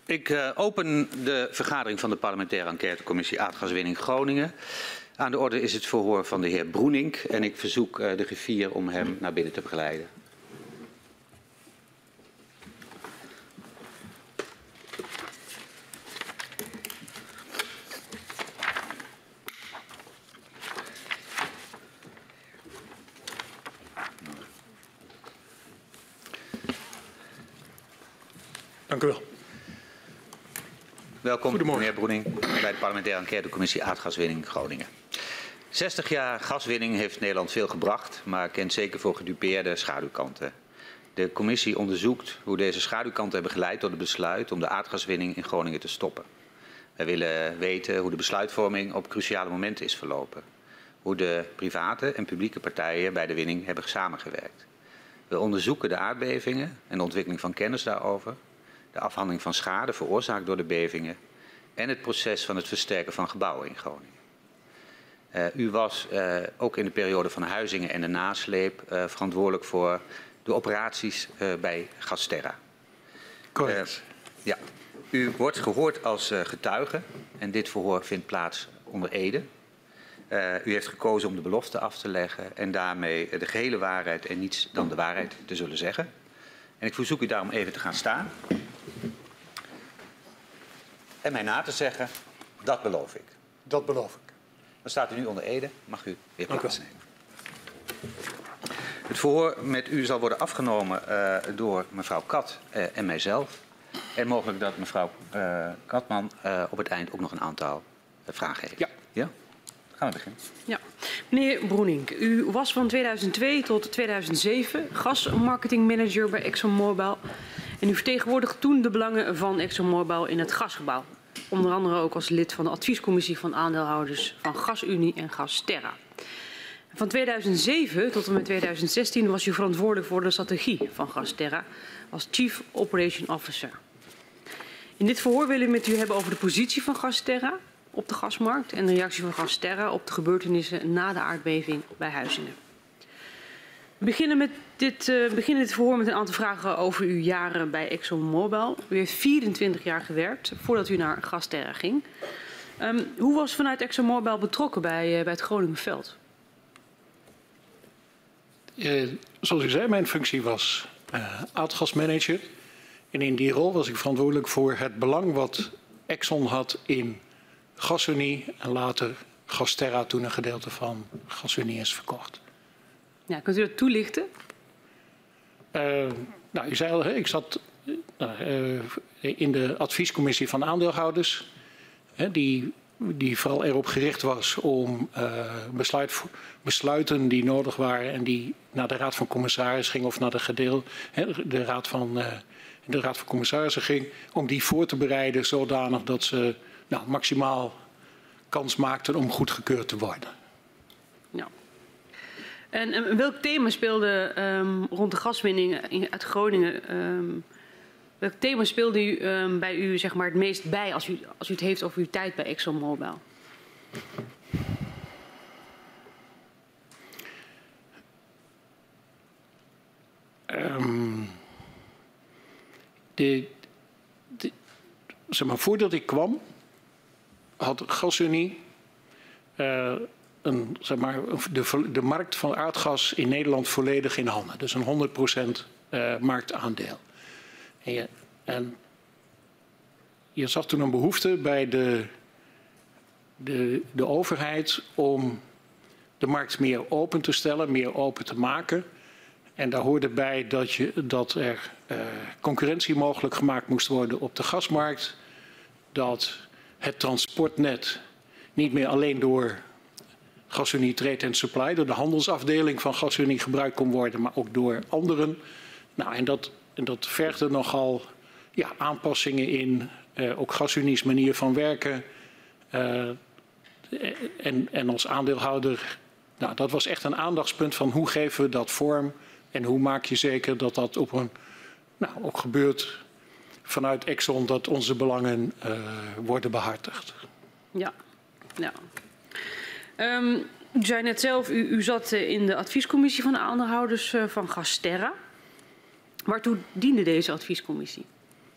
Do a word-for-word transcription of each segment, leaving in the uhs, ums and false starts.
Ik uh, open de vergadering van de parlementaire enquêtecommissie aardgaswinning Groningen. Aan de orde is het verhoor van de heer Broenink en ik verzoek uh, de griffier om hem naar binnen te begeleiden. Dank u wel. Welkom, meneer Broenink, bij de parlementaire enquêtecommissie aardgaswinning Groningen. zestig jaar gaswinning heeft Nederland veel gebracht, maar kent zeker voor gedupeerde schaduwkanten. De commissie onderzoekt hoe deze schaduwkanten hebben geleid tot het besluit om de aardgaswinning in Groningen te stoppen. Wij willen weten hoe de besluitvorming op cruciale momenten is verlopen. Hoe de private en publieke partijen bij de winning hebben samengewerkt. We onderzoeken de aardbevingen en de ontwikkeling van kennis daarover. De afhandeling van schade veroorzaakt door de bevingen en het proces van het versterken van gebouwen in Groningen. Uh, u was uh, ook in de periode van Huizingen en de nasleep uh, verantwoordelijk voor de operaties uh, bij GasTerra. Correct. Uh, ja. U wordt gehoord als uh, getuige en dit verhoor vindt plaats onder ede. Uh, u heeft gekozen om de belofte af te leggen en daarmee de gehele waarheid en niets dan de waarheid te zullen zeggen. En ik verzoek u daarom even te gaan staan. En mij na te zeggen, dat beloof ik. Dat beloof ik. Dan staat u nu onder ede. Mag u weer plaatsnemen. Het verhoor met u zal worden afgenomen uh, door mevrouw Kat uh, en mijzelf. En mogelijk dat mevrouw uh, Katman uh, op het eind ook nog een aantal uh, vragen heeft. Ja. Ja? Dan gaan we beginnen. Ja. Meneer Broenink, u was van tweeduizend twee tot tweeduizend zeven gasmarketingmanager bij ExxonMobil. En u vertegenwoordigde toen de belangen van ExxonMobil in het gasgebouw. Onder andere ook als lid van de adviescommissie van aandeelhouders van GasUnie en GasTerra. Van tweeduizend zeven tot en met tweeduizend zestien was u verantwoordelijk voor de strategie van GasTerra als Chief Operation Officer. In dit verhoor willen we met u hebben over de positie van GasTerra op de gasmarkt en de reactie van GasTerra op de gebeurtenissen na de aardbeving bij Huizingen. We beginnen, met dit, uh, beginnen dit verhoor met een aantal vragen over uw jaren bij ExxonMobil. U heeft vierentwintig jaar gewerkt voordat u naar GasTerra ging. Um, hoe was vanuit ExxonMobil betrokken bij, uh, bij het Groningenveld? Uh, zoals u zei, mijn functie was uh, aardgasmanager. En in die rol was ik verantwoordelijk voor het belang wat Exxon had in GasUnie en later GasTerra toen een gedeelte van GasUnie is verkocht. Ja, kunt u dat toelichten? Uh, nou, u zei al, ik zat uh, in de adviescommissie van aandeelhouders, hè, die, die vooral erop gericht was om uh, besluit, besluiten die nodig waren en die naar de Raad van Commissarissen gingen of naar de, gedeel, hè, de, raad van, uh, de Raad van Commissarissen ging, om die voor te bereiden zodanig dat ze nou, maximaal kans maakten om goedgekeurd te worden. Ja. En, en welk thema speelde um, rond de gaswinning uit Groningen? Um, welk thema speelde u um, bij u zeg maar, het meest bij als u, als u het heeft over uw tijd bij ExxonMobil? Um, de, de, zeg maar, voordat ik kwam, had GasUnie uh, een, zeg maar, de, de markt van aardgas in Nederland volledig in handen. Dus een honderd procent uh, marktaandeel. En je, en je zag toen een behoefte bij de, de, de overheid om de markt meer open te stellen, meer open te maken. En daar hoorde bij dat, je, dat er uh, concurrentie mogelijk gemaakt moest worden op de gasmarkt. Dat het transportnet niet meer alleen door GasUnie Trade and Supply, door de handelsafdeling van GasUnie gebruikt kon worden, maar ook door anderen. Nou, en dat, en dat vergde nogal ja, aanpassingen in uh, ook GasUnie's manier van werken. Uh, en, en als aandeelhouder, nou, dat was echt een aandachtspunt van hoe geven we dat vorm en hoe maak je zeker dat dat op een, nou, ook gebeurt vanuit Exxon, dat onze belangen uh, worden behartigd. Ja, ja. Um, u zei net zelf, u, u zat in de adviescommissie van de aandeelhouders van GasTerra. Waartoe diende deze adviescommissie?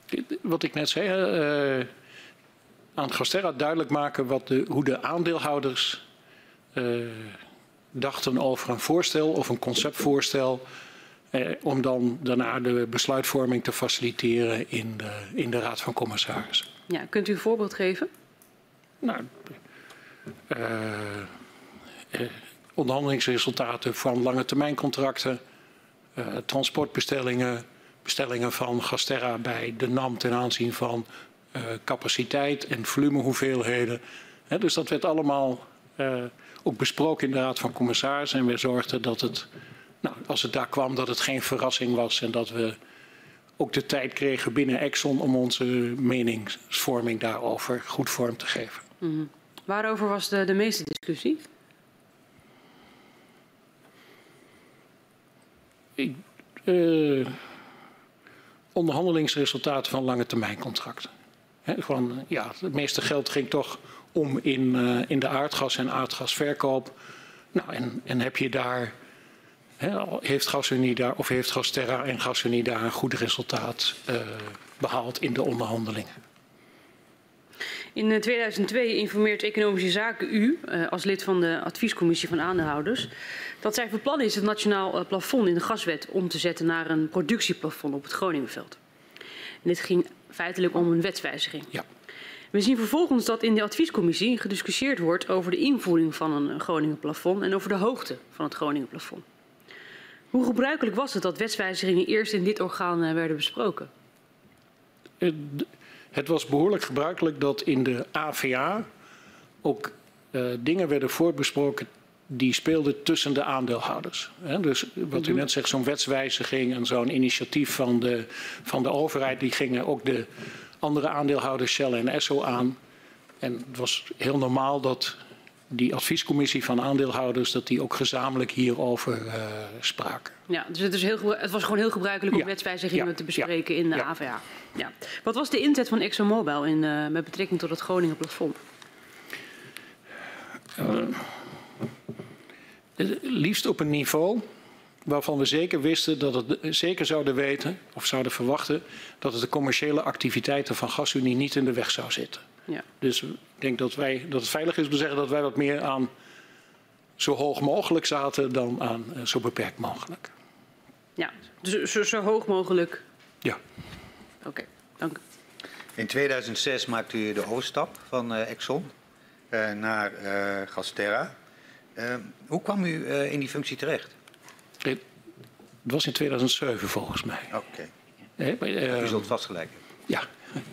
Wat ik net zei, uh, aan GasTerra duidelijk maken wat de, hoe de aandeelhouders uh, dachten over een voorstel of een conceptvoorstel. Uh, om dan daarna de besluitvorming te faciliteren in de, in de Raad van Commissarissen. Ja, kunt u een voorbeeld geven? Nou, uh, uh, onderhandelingsresultaten van lange termijncontracten, uh, transportbestellingen, bestellingen van GasTerra bij de N A M ten aanzien van uh, capaciteit en volumehoeveelheden. He, dus dat werd allemaal uh, ook besproken in de Raad van Commissarissen en we zorgden dat het, nou, als het daar kwam, dat het geen verrassing was en dat we ook de tijd kregen binnen Exxon om onze meningsvorming daarover goed vorm te geven. Mm-hmm. Waarover was de, de meeste discussie? Ik, uh, onderhandelingsresultaten van lange termijncontracten. He, gewoon, ja, het meeste geld ging toch om in, uh, in de aardgas- en aardgasverkoop. Nou, en, en heb je daar, he, heeft GasUnie daar, of heeft GasTerra en GasUnie daar een goed resultaat uh, behaald in de onderhandelingen? In tweeduizend twee informeert Economische Zaken u, uh, als lid van de adviescommissie van aandeelhouders, dat zij van plan is het nationaal plafond in de gaswet om te zetten naar een productieplafond op het Groningenveld. En dit ging feitelijk om een wetswijziging. Ja. We zien vervolgens dat in de adviescommissie gediscussieerd wordt over de invoering van een Groningenplafond en over de hoogte van het Groningenplafond. Hoe gebruikelijk was het dat wetswijzigingen eerst in dit orgaan uh, werden besproken? Uh, Het was behoorlijk gebruikelijk dat in de A V A ook uh, dingen werden voorbesproken die speelden tussen de aandeelhouders. He, dus wat u net zegt, zo'n wetswijziging en zo'n initiatief van de, van de overheid, die gingen ook de andere aandeelhouders Shell en Esso aan. En het was heel normaal dat die adviescommissie van aandeelhouders, dat die ook gezamenlijk hierover uh, spraken. Ja, dus het, is heel, het was gewoon heel gebruikelijk om ja. wetswijzigingen ja. te bespreken ja. in de ja. A V A. Ja. Wat was de inzet van ExxonMobil in, uh, met betrekking tot het Groningen plafond? Uh, liefst op een niveau waarvan we zeker wisten dat het zeker zouden weten of zouden verwachten dat het de commerciële activiteiten van GasUnie niet in de weg zou zitten. Ja. Dus ik denk dat, wij, dat het veilig is om te zeggen dat wij wat meer aan zo hoog mogelijk zaten dan aan uh, zo beperkt mogelijk. Ja, dus zo, zo hoog mogelijk. Ja. Oké, okay, dank u. In tweeduizend zes maakte u de overstap van uh, Exxon uh, naar uh, GasTerra. Uh, hoe kwam u uh, in die functie terecht? Het was in tweeduizend zeven volgens mij. Oké. Okay. Eh, uh, u zult vastgelijk hebben. Ja.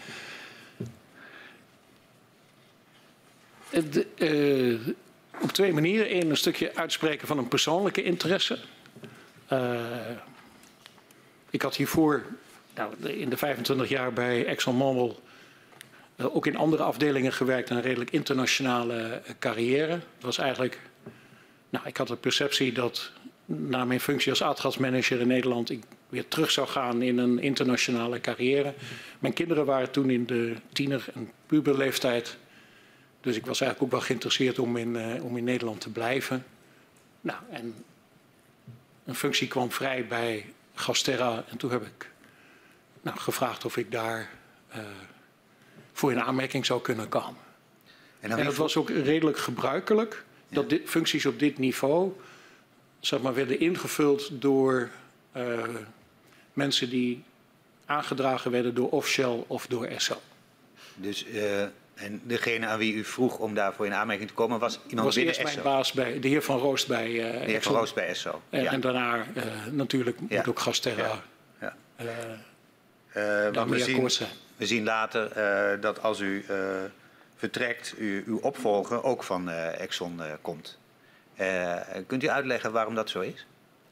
De, uh, op twee manieren. Eén, een stukje uitspreken van een persoonlijke interesse. Uh, ik had hiervoor, nou, in de vijfentwintig jaar bij ExxonMobil, uh, ook in andere afdelingen gewerkt. Een redelijk internationale uh, carrière. Het was eigenlijk, nou, ik had de perceptie dat na mijn functie als aardgasmanager in Nederland ik weer terug zou gaan in een internationale carrière. Mijn kinderen waren toen in de tiener- en puberleeftijd. Dus ik was eigenlijk ook wel geïnteresseerd om in, uh, om in Nederland te blijven. Nou, en een functie kwam vrij bij GasTerra. En toen heb ik nou, gevraagd of ik daar uh, voor in aanmerking zou kunnen komen. En, en het was ook redelijk gebruikelijk dat ja. dit, functies op dit niveau, zeg maar, werden ingevuld door uh, mensen die aangedragen werden door of Shell of door Esso. Dus, uh, en degene aan wie u vroeg om daarvoor in aanmerking te komen was iemand was binnen eerst Esso? Mijn baas bij de heer Van Roost bij uh, De heer Van Roost bij Esso. En, ja. en daarna uh, natuurlijk ja. moet ook GasTerra ja. ja. uh, uh, daarmee akkoord zijn. We zien later uh, dat als u uh, vertrekt, u, uw opvolger ook van uh, Exxon uh, komt. Uh, kunt u uitleggen waarom dat zo is?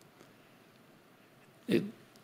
Uh,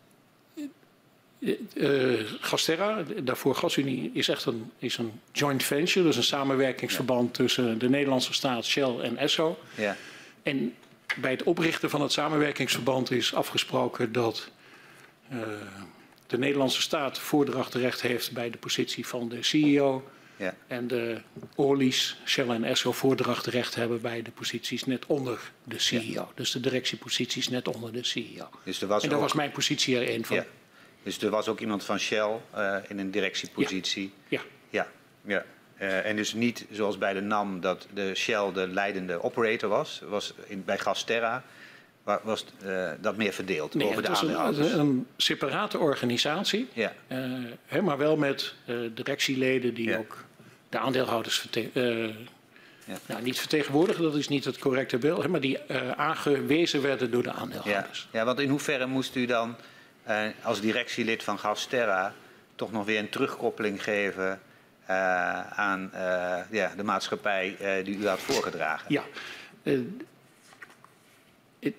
uh, GasTerra, daarvoor GasUnie, is echt een, is een joint venture, dus een samenwerkingsverband ja. tussen de Nederlandse staat, Shell en Esso. Ja. En bij het oprichten van het samenwerkingsverband is afgesproken dat uh, de Nederlandse staat voordrachtrecht heeft bij de positie van de C E O. Ja. En de Oorlies, Shell en Esso voordrachtrecht hebben bij de posities net onder de C E O. Ja. Dus de directieposities net onder de C E O. Dus er was en daar ook... was mijn positie er een van. Ja. Dus er was ook iemand van Shell uh, in een directiepositie? Ja. Ja, ja. Uh, en dus niet zoals bij de NAM dat de Shell de leidende operator was. was in, bij GasTerra was uh, dat meer verdeeld nee, over de het was aandeelhouders? Een, een separate organisatie, ja. uh, he, maar wel met uh, directieleden die ja. ook de aandeelhouders vertegenwoordigen. Uh, Ja. Nou, niet vertegenwoordigen, dat is niet het correcte beeld, maar die uh, aangewezen werden door de aandeelhouders. Ja, ja, want in hoeverre moest u dan uh, als directielid van GasTerra toch nog weer een terugkoppeling geven uh, aan uh, ja, de maatschappij uh, die u had voorgedragen? Ja, uh, het,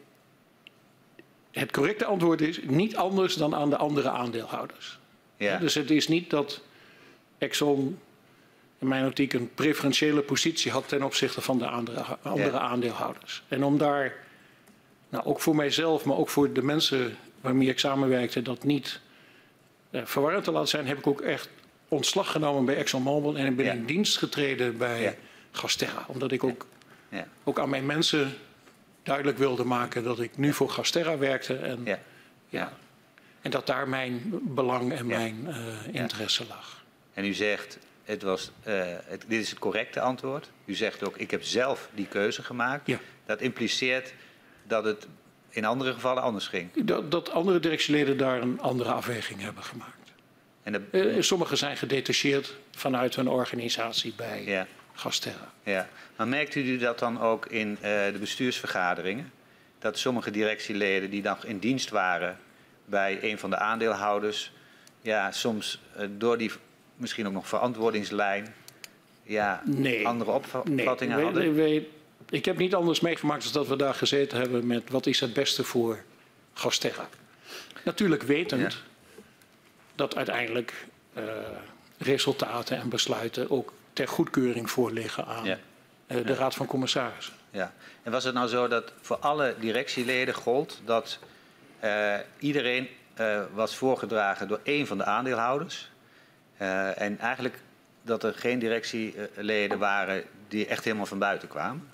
het correcte antwoord is niet anders dan aan de andere aandeelhouders. Ja. Dus het is niet dat Exxon in mijn optiek een preferentiële positie had ten opzichte van de andere, andere ja. aandeelhouders. En om daar, nou, ook voor mijzelf, maar ook voor de mensen waarmee ik samenwerkte, dat niet uh, verwarrend te laten zijn, heb ik ook echt ontslag genomen bij ExxonMobil en ik ben ja. in dienst getreden bij ja. GasTerra. Omdat ik ook, ja. ook aan mijn mensen duidelijk wilde maken dat ik nu voor GasTerra werkte en, ja. Ja, en dat daar mijn belang en ja. mijn uh, interesse ja. lag. En u zegt, Het was, uh, het, dit is het correcte antwoord. U zegt ook, ik heb zelf die keuze gemaakt. Ja. Dat impliceert dat het in andere gevallen anders ging. Dat, dat andere directieleden daar een andere afweging hebben gemaakt. En de, uh, sommigen zijn gedetacheerd vanuit hun organisatie bij ja. GasTerra. Ja. Maar merkt u dat dan ook in uh, de bestuursvergaderingen? Dat sommige directieleden die nog in dienst waren bij een van de aandeelhouders, ja, soms uh, door die misschien ook nog verantwoordingslijn, ja, nee, andere opvattingen nee, hadden? We, we, ik heb niet anders meegemaakt dan dat we daar gezeten hebben met wat is het beste voor GasTerra. Natuurlijk wetend ja. dat uiteindelijk uh, resultaten en besluiten ook ter goedkeuring voorliggen aan ja. uh, de ja. Raad van Commissarissen. Ja. En was het nou zo dat voor alle directieleden gold dat uh, iedereen uh, was voorgedragen door één van de aandeelhouders? Uh, en eigenlijk dat er geen directieleden waren die echt helemaal van buiten kwamen?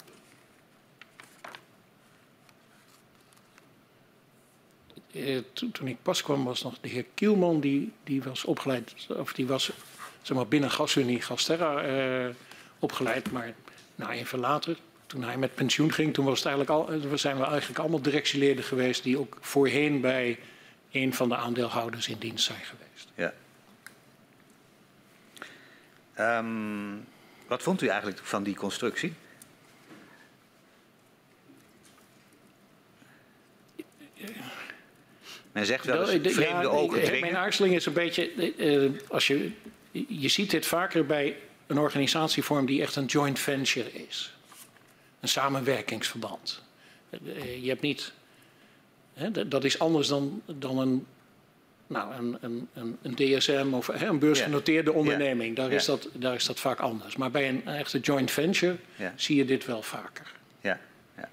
Uh, to, toen ik pas kwam was nog de heer Kielman, die, die was opgeleid, of die was zeg maar, binnen GasUnie GasTerra uh, opgeleid, maar nou, even later, toen hij met pensioen ging, toen was het eigenlijk al, zijn we eigenlijk allemaal directieleden geweest die ook voorheen bij een van de aandeelhouders in dienst zijn geweest. Ja. Um, wat vond u eigenlijk van die constructie? Men zegt wel eens vreemde ja, ogen dringen. Mijn aarzeling is een beetje, uh, als je, je ziet dit vaker bij een organisatievorm die echt een joint venture is. Een samenwerkingsverband. Uh, je hebt niet, hè, dat is anders dan, dan een, nou, een, een, een, een D S M of hè, een beursgenoteerde yeah. onderneming. Daar, yeah. is dat, daar is dat vaak anders. Maar bij een echte joint venture yeah. zie je dit wel vaker. Ja. ja.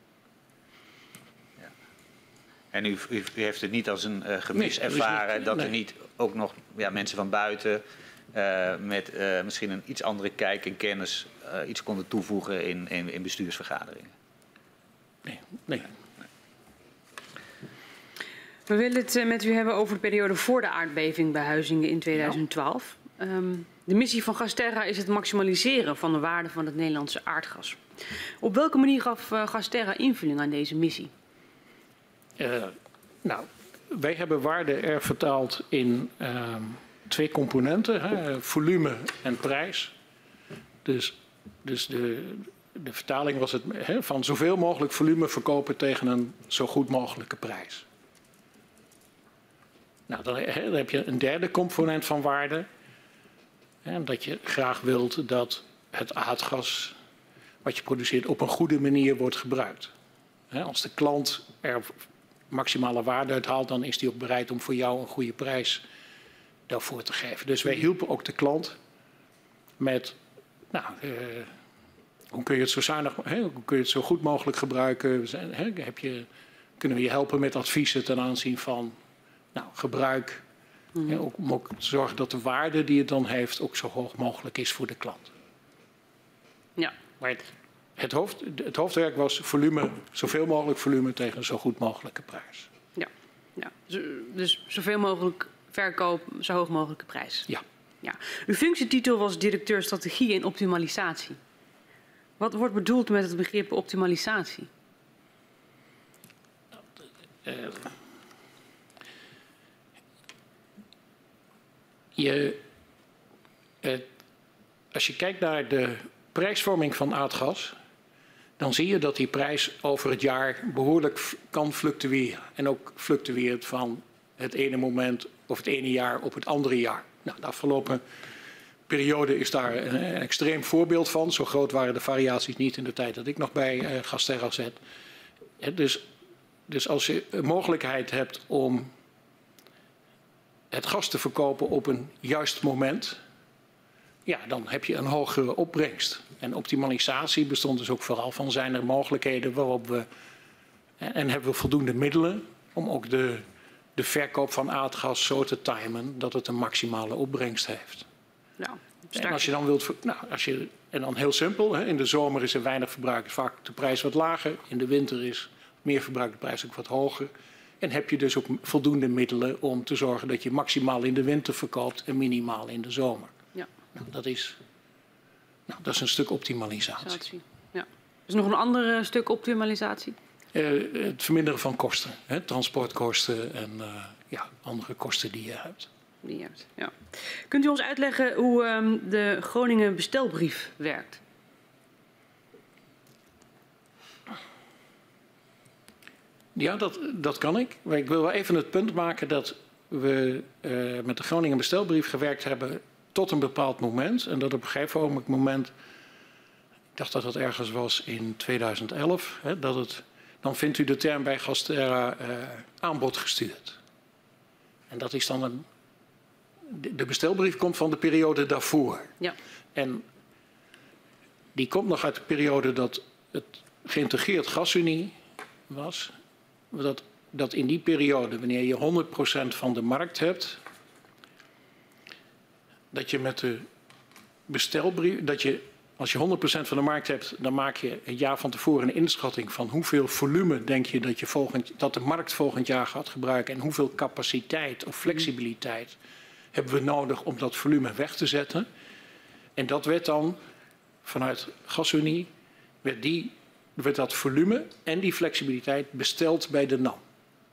ja. En u, u, u heeft het niet als een uh, gemis nee, ervaren niet, dat nee. er niet ook nog ja, mensen van buiten uh, met uh, misschien een iets andere kijk en kennis uh, iets konden toevoegen in, in, in bestuursvergaderingen? Nee, nee. We willen het met u hebben over de periode voor de aardbeving bij Huizinge in tweeduizend twaalf. Ja. Um, de missie van GasTerra is het maximaliseren van de waarde van het Nederlandse aardgas. Op welke manier gaf uh, GasTerra invulling aan deze missie? Uh, nou, wij hebben waarde er vertaald in uh, twee componenten, hè, volume en prijs. Dus, dus de, de vertaling was het hè, van zoveel mogelijk volume verkopen tegen een zo goed mogelijke prijs. Nou, dan, hè, dan heb je een derde component van waarde. Hè, dat je graag wilt dat het aardgas wat je produceert op een goede manier wordt gebruikt. Hè, als de klant er maximale waarde uit haalt, dan is die ook bereid om voor jou een goede prijs daarvoor te geven. Dus wij hielpen ook de klant met, nou, uh, hoe kun je het zo zuinig, hè, hoe kun je het zo goed mogelijk gebruiken? Hè, heb je, kunnen we je helpen met adviezen ten aanzien van nou, gebruik, mm-hmm. hè, ook, om ook te zorgen dat de waarde die het dan heeft ook zo hoog mogelijk is voor de klant. Ja. Maar het, Het, hoofd, het hoofdwerk was volume, zoveel mogelijk volume tegen een zo goed mogelijke prijs. Ja. Ja, dus zoveel mogelijk verkoop, zo hoog mogelijke prijs. Ja. Ja. Uw functietitel was directeur strategie en optimalisatie. Wat wordt bedoeld met het begrip optimalisatie? Uh, je, uh, als je kijkt naar de prijsvorming van aardgas, dan zie je dat die prijs over het jaar behoorlijk kan fluctueren. En ook fluctueert van het ene moment of het ene jaar op het andere jaar. Nou, de afgelopen periode is daar een, een extreem voorbeeld van. Zo groot waren de variaties niet in de tijd dat ik nog bij uh, GasTerra zat. Dus, dus als je een mogelijkheid hebt om het gas te verkopen op een juist moment, ja, dan heb je een hogere opbrengst. En optimalisatie bestond dus ook vooral van, zijn er mogelijkheden waarop we, en hebben we voldoende middelen om ook de, de verkoop van aardgas zo te timen dat het een maximale opbrengst heeft. Ja, en als je dan wilt, nou, als je, en dan heel simpel, hè, in de zomer is er weinig verbruik, is vaak de prijs wat lager. In de winter is meer verbruik, de prijs ook wat hoger. En heb je dus ook voldoende middelen om te zorgen dat je maximaal in de winter verkoopt en minimaal in de zomer. Ja. Nou, dat is, nou, dat is een stuk optimalisatie. Ja. Is er nog een ander stuk optimalisatie? Uh, het verminderen van kosten, hè, transportkosten en uh, ja, andere kosten die je hebt. Die je hebt, ja. Kunt u ons uitleggen hoe um, de Groningen bestelbrief werkt? Ja, dat, dat kan ik. Maar ik wil wel even het punt maken dat we uh, met de Groningen bestelbrief gewerkt hebben tot een bepaald moment. En dat op een gegeven moment, ik dacht dat dat ergens was in tweeduizend elf, hè, dat het, dan vindt u de term bij GasTerra uh, aanbod gestuurd. En dat is dan een, de bestelbrief komt van de periode daarvoor. Ja. En die komt nog uit de periode dat het geïntegreerd gasunie was. Dat, dat in die periode, wanneer je honderd procent van de markt hebt, dat je met de bestelbrief, dat je als je honderd procent van de markt hebt, dan maak je een jaar van tevoren een inschatting van hoeveel volume denk je dat, je volgend, dat de markt volgend jaar gaat gebruiken en hoeveel capaciteit of flexibiliteit hebben we nodig om dat volume weg te zetten. En dat werd dan vanuit GasUnie, werd, die, werd dat volume en die flexibiliteit besteld bij de N A M.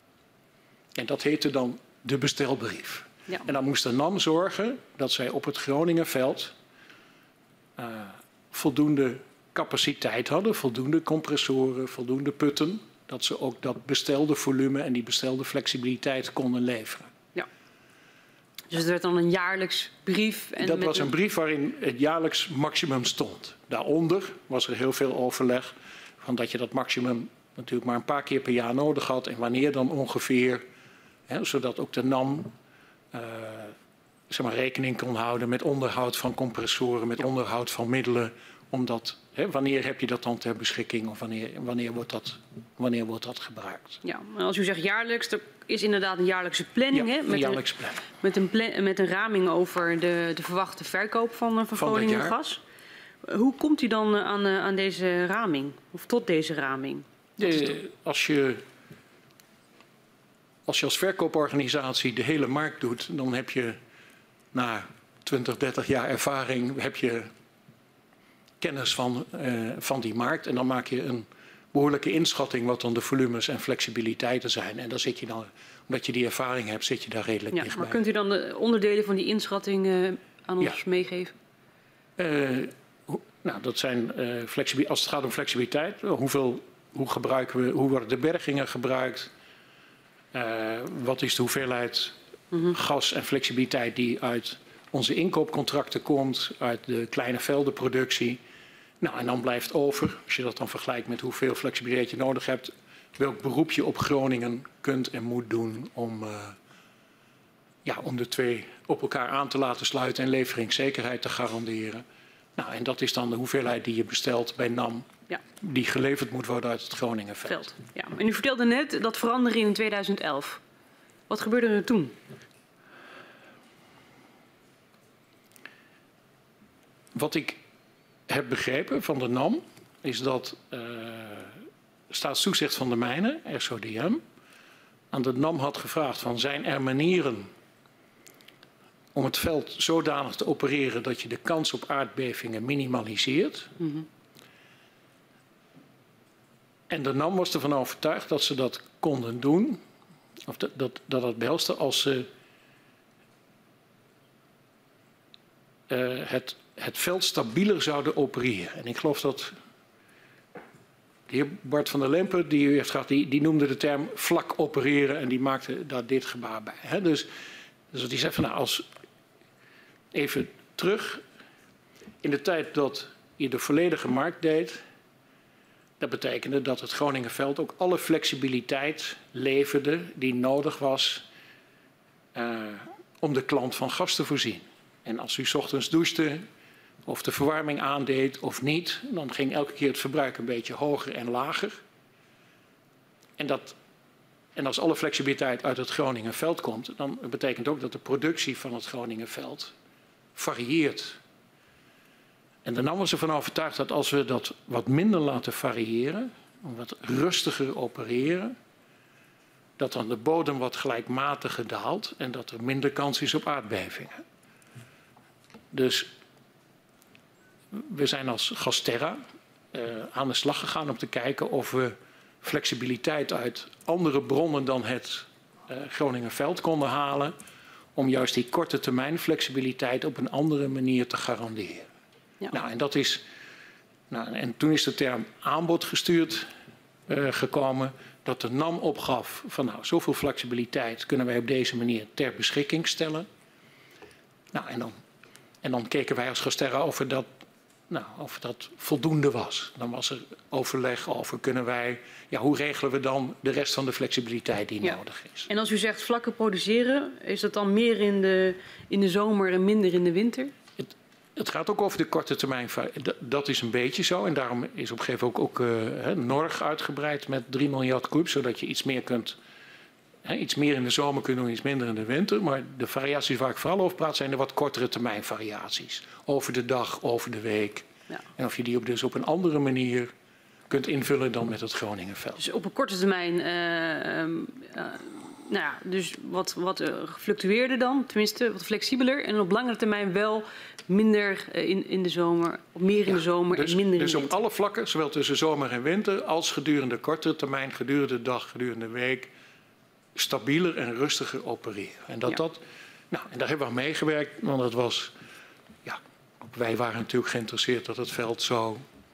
En dat heette dan de bestelbrief. Ja. En dan moest de N A M zorgen dat zij op het Groningenveld uh, voldoende capaciteit hadden, voldoende compressoren, voldoende putten, dat ze ook dat bestelde volume en die bestelde flexibiliteit konden leveren. Ja. Dus het werd dan een jaarlijks brief? En dat met was een brief waarin het jaarlijks maximum stond. Daaronder was er heel veel overleg van dat je dat maximum natuurlijk maar een paar keer per jaar nodig had en wanneer dan ongeveer, hè, zodat ook de N A M uh, zeg maar, rekening kon houden met onderhoud van compressoren, met onderhoud van middelen. Omdat, hè, wanneer heb je dat dan ter beschikking of wanneer, wanneer, wordt, dat, wanneer wordt dat gebruikt? Ja, en als u zegt jaarlijks, er is inderdaad een jaarlijkse planning. Ja, hè, met een jaarlijkse planning. Met een, plan, met een raming over de, de verwachte verkoop van, van, van Groningen gas. Hoe komt u dan aan, aan deze raming? Of tot deze raming? De, als, je, als je als verkooporganisatie de hele markt doet, dan heb je na twintig, dertig jaar ervaring heb je kennis van, uh, van die markt. En dan maak je een behoorlijke inschatting wat dan de volumes en flexibiliteiten zijn. En dan zit je dan, omdat je die ervaring hebt, zit je daar redelijk ja, dichtbij. Maar kunt u dan de onderdelen van die inschatting uh, aan ons ja. meegeven? Uh, ho, nou, dat zijn uh, flexibi- als het gaat om flexibiliteit, hoeveel, hoe gebruiken we, hoe worden de bergingen gebruikt? Uh, wat is de hoeveelheid mm-hmm. gas en flexibiliteit die uit onze inkoopcontracten komt, uit de kleine veldenproductie. Nou, en dan blijft over, als je dat dan vergelijkt met hoeveel flexibiliteit je nodig hebt, welk beroep je op Groningen kunt en moet doen om, uh, ja, om de twee op elkaar aan te laten sluiten en leveringszekerheid te garanderen. Nou, en dat is dan de hoeveelheid die je bestelt bij N A M, ja. die geleverd moet worden uit het Groningenveld. Ja. En u vertelde net dat veranderen in tweeduizend elf. Wat gebeurde er toen? Wat ik heb begrepen van de N A M is dat uh, staatstoezicht van de mijnen, S O D M, aan de N A M had gevraagd van zijn er manieren om het veld zodanig te opereren dat je de kans op aardbevingen minimaliseert. Mm-hmm. En de N A M was ervan overtuigd dat ze dat konden doen, of dat dat, dat het behelste als ze uh, het, het veld stabieler zouden opereren. En ik geloof dat de heer Bart van der Lempen, die u heeft gehad, die, die noemde de term vlak opereren en die maakte daar dit gebaar bij. Hè? Dus, dus die zei van nou, als even terug in de tijd dat je de volledige markt deed, dat betekende dat het Groningenveld ook alle flexibiliteit leverde die nodig was uh, om de klant van gas te voorzien. En als u 's ochtends douchte of de verwarming aandeed of niet, dan ging elke keer het verbruik een beetje hoger en lager. En, dat, en als alle flexibiliteit uit het Groningenveld komt, dan betekent ook dat de productie van het Groningenveld varieert. En de N A M was ervan overtuigd dat als we dat wat minder laten variëren, wat rustiger opereren, dat dan de bodem wat gelijkmatiger daalt en dat er minder kans is op aardbevingen. Dus we zijn als Gasterra uh, aan de slag gegaan om te kijken of we flexibiliteit uit andere bronnen dan het uh, Groningenveld konden halen, om juist die korte termijn flexibiliteit op een andere manier te garanderen. Ja. Nou, en, dat is, nou, en toen is de term aanbod gestuurd uh, gekomen, dat de N A M opgaf van nou, zoveel flexibiliteit kunnen wij op deze manier ter beschikking stellen. Nou, en dan, en dan keken wij als Gasterra of dat, nou, of dat voldoende was. Dan was er overleg over kunnen wij, ja, hoe regelen we dan de rest van de flexibiliteit die ja. nodig is. En als u zegt vlakken produceren, is dat dan meer in de, in de zomer en minder in de winter? Het gaat ook over de korte termijn. Dat is een beetje zo. En daarom is op een gegeven moment ook, ook uh, Norg uitgebreid met drie miljard kub. Zodat je iets meer kunt, hè, iets meer in de zomer kunt doen, iets minder in de winter. Maar de variaties waar ik vooral over praat zijn de wat kortere termijn variaties. Over de dag, over de week. Ja. En of je die op, dus op een andere manier kunt invullen dan met het Groningenveld. Dus op een korte termijn, uh, um, uh, nou ja, dus wat, wat uh, gefluctueerde dan, tenminste wat flexibeler. En op langere termijn wel minder uh, in, in de zomer, of meer in ja, de zomer dus, en minder dus in de winter. Dus op alle vlakken, zowel tussen zomer en winter, als gedurende kortere termijn, gedurende de dag, gedurende de week, stabieler en rustiger opereren. En, dat, ja. dat, nou, en daar hebben we aan meegewerkt, want het was, ja, ook wij waren natuurlijk geïnteresseerd dat het veld zo,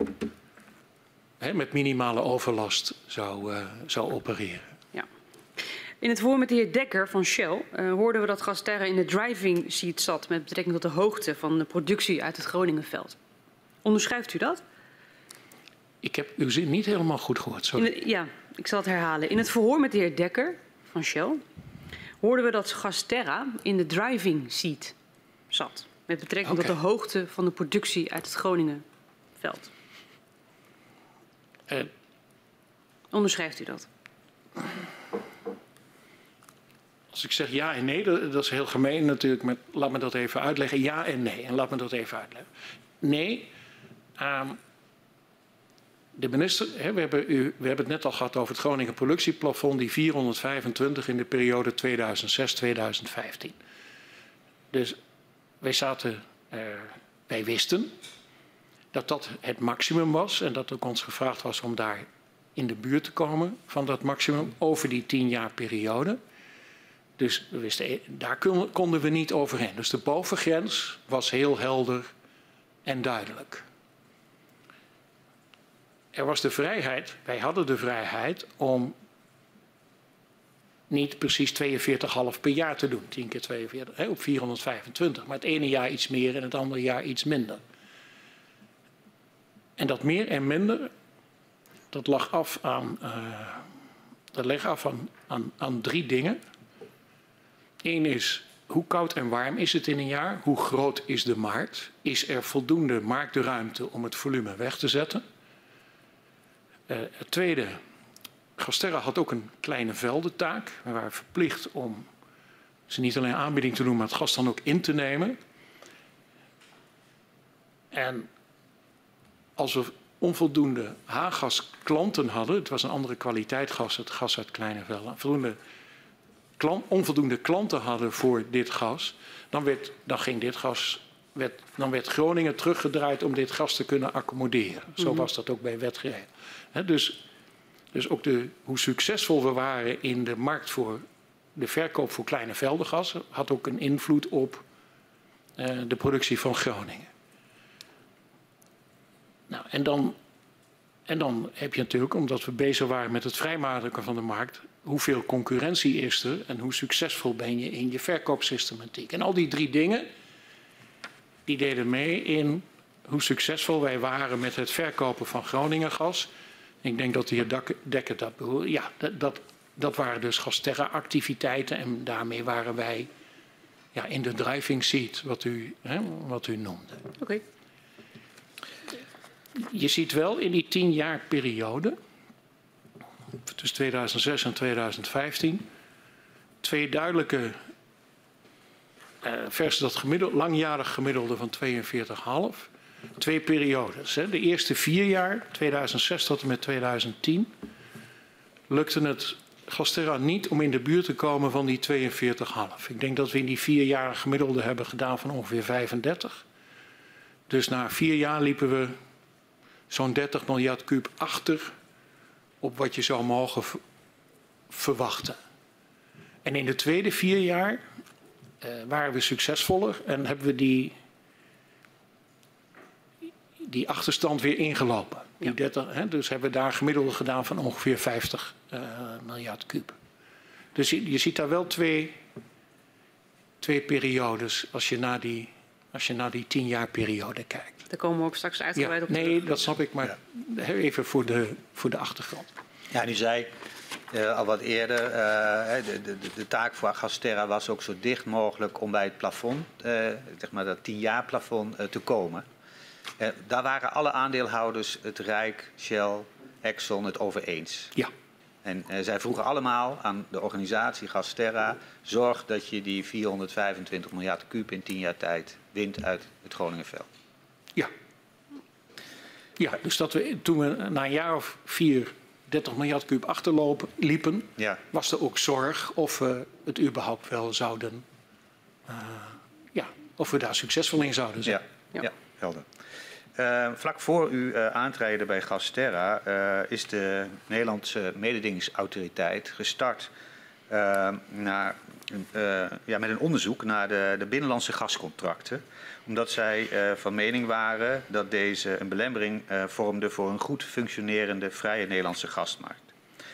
hè, met minimale overlast zou, uh, zou opereren. Ja. In het verhoor met de heer Dekker van Shell uh, hoorden we dat Gasterra in de driving seat zat met betrekking tot de hoogte van de productie uit het Groningenveld. Onderschrijft u dat? Ik heb uw zin niet helemaal goed gehoord. Sorry. Het, ja, ik zal het herhalen. In het verhoor met de heer Dekker van Shell hoorden we dat Gasterra in de driving seat zat met betrekking okay. tot de hoogte van de productie uit het Groningenveld. Uh, Onderschrijft u dat? Als ik zeg ja en nee, dat, dat is heel gemeen natuurlijk, maar laat me dat even uitleggen. Ja en nee, en laat me dat even uitleggen. Nee, um, de minister, hè, we, hebben u, we hebben het net al gehad over het Groningen productieplafond, die vierhonderdvijfentwintig in de periode tweeduizend zes tot tweeduizend vijftien. Dus wij zaten, uh, wij wisten dat dat het maximum was en dat ook ons gevraagd was om daar in de buurt te komen van dat maximum over die tien jaar periode. Dus we wisten, daar konden we niet overheen. Dus de bovengrens was heel helder en duidelijk. Er was de vrijheid, wij hadden de vrijheid om niet precies tweeënveertig komma vijf per jaar te doen. tien keer tweeënveertig, hè, op vierhonderdvijfentwintig. Maar het ene jaar iets meer en het andere jaar iets minder. En dat meer en minder, dat lag af aan, uh, dat lag af aan, aan, aan drie dingen. Eén is, hoe koud en warm is het in een jaar? Hoe groot is de markt? Is er voldoende marktruimte om het volume weg te zetten? Uh, het tweede, Gasterra had ook een kleine veldentaak. We waren verplicht om ze niet alleen aanbieding te doen, maar het gas dan ook in te nemen. En als we onvoldoende H-gas klanten hadden, het was een andere kwaliteit gas, het gas uit kleine velden, voldoende klant, onvoldoende klanten hadden voor dit gas, dan, werd, dan ging dit gas... Werd, dan werd Groningen teruggedraaid om dit gas te kunnen accommoderen. Zo mm-hmm. was dat ook bij wetgeving. Dus, dus ook de, hoe succesvol we waren in de markt voor de verkoop voor kleine veldengas had ook een invloed op uh, de productie van Groningen. Nou, en, dan, en dan heb je natuurlijk, omdat we bezig waren met het vrijmaken van de markt, hoeveel concurrentie is er en hoe succesvol ben je in je verkoopsystematiek. En al die drie dingen, die deden mee in hoe succesvol wij waren met het verkopen van Groningen gas. Ik denk dat de heer Dekker dat bedoelde. Ja, dat, dat, dat waren dus Gasterra-activiteiten en daarmee waren wij ja, in de driving seat, wat u, hè, wat u noemde. Oké. Okay. Je ziet wel in die tien jaar periode, tussen tweeduizend zes en tweeduizend vijftien, twee duidelijke, uh, versus dat gemiddeld, langjarig gemiddelde van tweeënveertig komma vijf, twee periodes. Hè. De eerste vier jaar, tweeduizend zes tot en met tweeduizend tien, lukte het Gasterra niet om in de buurt te komen van die tweeënveertig komma vijf. Ik denk dat we in die vier jaar gemiddelde hebben gedaan van ongeveer vijfendertig. Dus na vier jaar liepen we zo'n dertig miljard kuub achter op wat je zou mogen verwachten. En in de tweede vier jaar uh, waren we succesvoller en hebben we die, die achterstand weer ingelopen. Die ja. dertig, hè, dus hebben we daar gemiddelde gedaan van ongeveer vijftig uh, miljard kuub. Dus je, je ziet daar wel twee, twee periodes als je naar die, als je naar die tien jaar periode kijkt. Daar komen we ook straks uitgebreid ja, op nee, terug. dat snap ik, maar ja. even voor de, voor de achtergrond. Ja, u zei uh, al wat eerder, uh, de, de, de taak voor Gasterra was ook zo dicht mogelijk om bij het plafond, uh, zeg maar dat tien jaar plafond, uh, te komen. Uh, daar waren alle aandeelhouders, het Rijk, Shell, Exxon, het over eens. Ja. En uh, zij vroegen allemaal aan de organisatie Gasterra, zorg dat je die vierhonderdvijfentwintig miljard kuub in tien jaar tijd wint uit het Groningenveld. Ja. Ja, dus dat we toen we na een jaar of vier dertig miljard kuub achterlopen liepen, ja. was er ook zorg of we het überhaupt wel zouden, uh, ja, of we daar succesvol in zouden zijn. Ja, ja. ja helder. Uh, vlak voor uw uh, aantreden bij Gasterra uh, is de Nederlandse mededingingsautoriteit gestart uh, naar, uh, ja, met een onderzoek naar de, de binnenlandse gascontracten. Omdat zij uh, van mening waren dat deze een belemmering uh, vormde voor een goed functionerende vrije Nederlandse gasmarkt.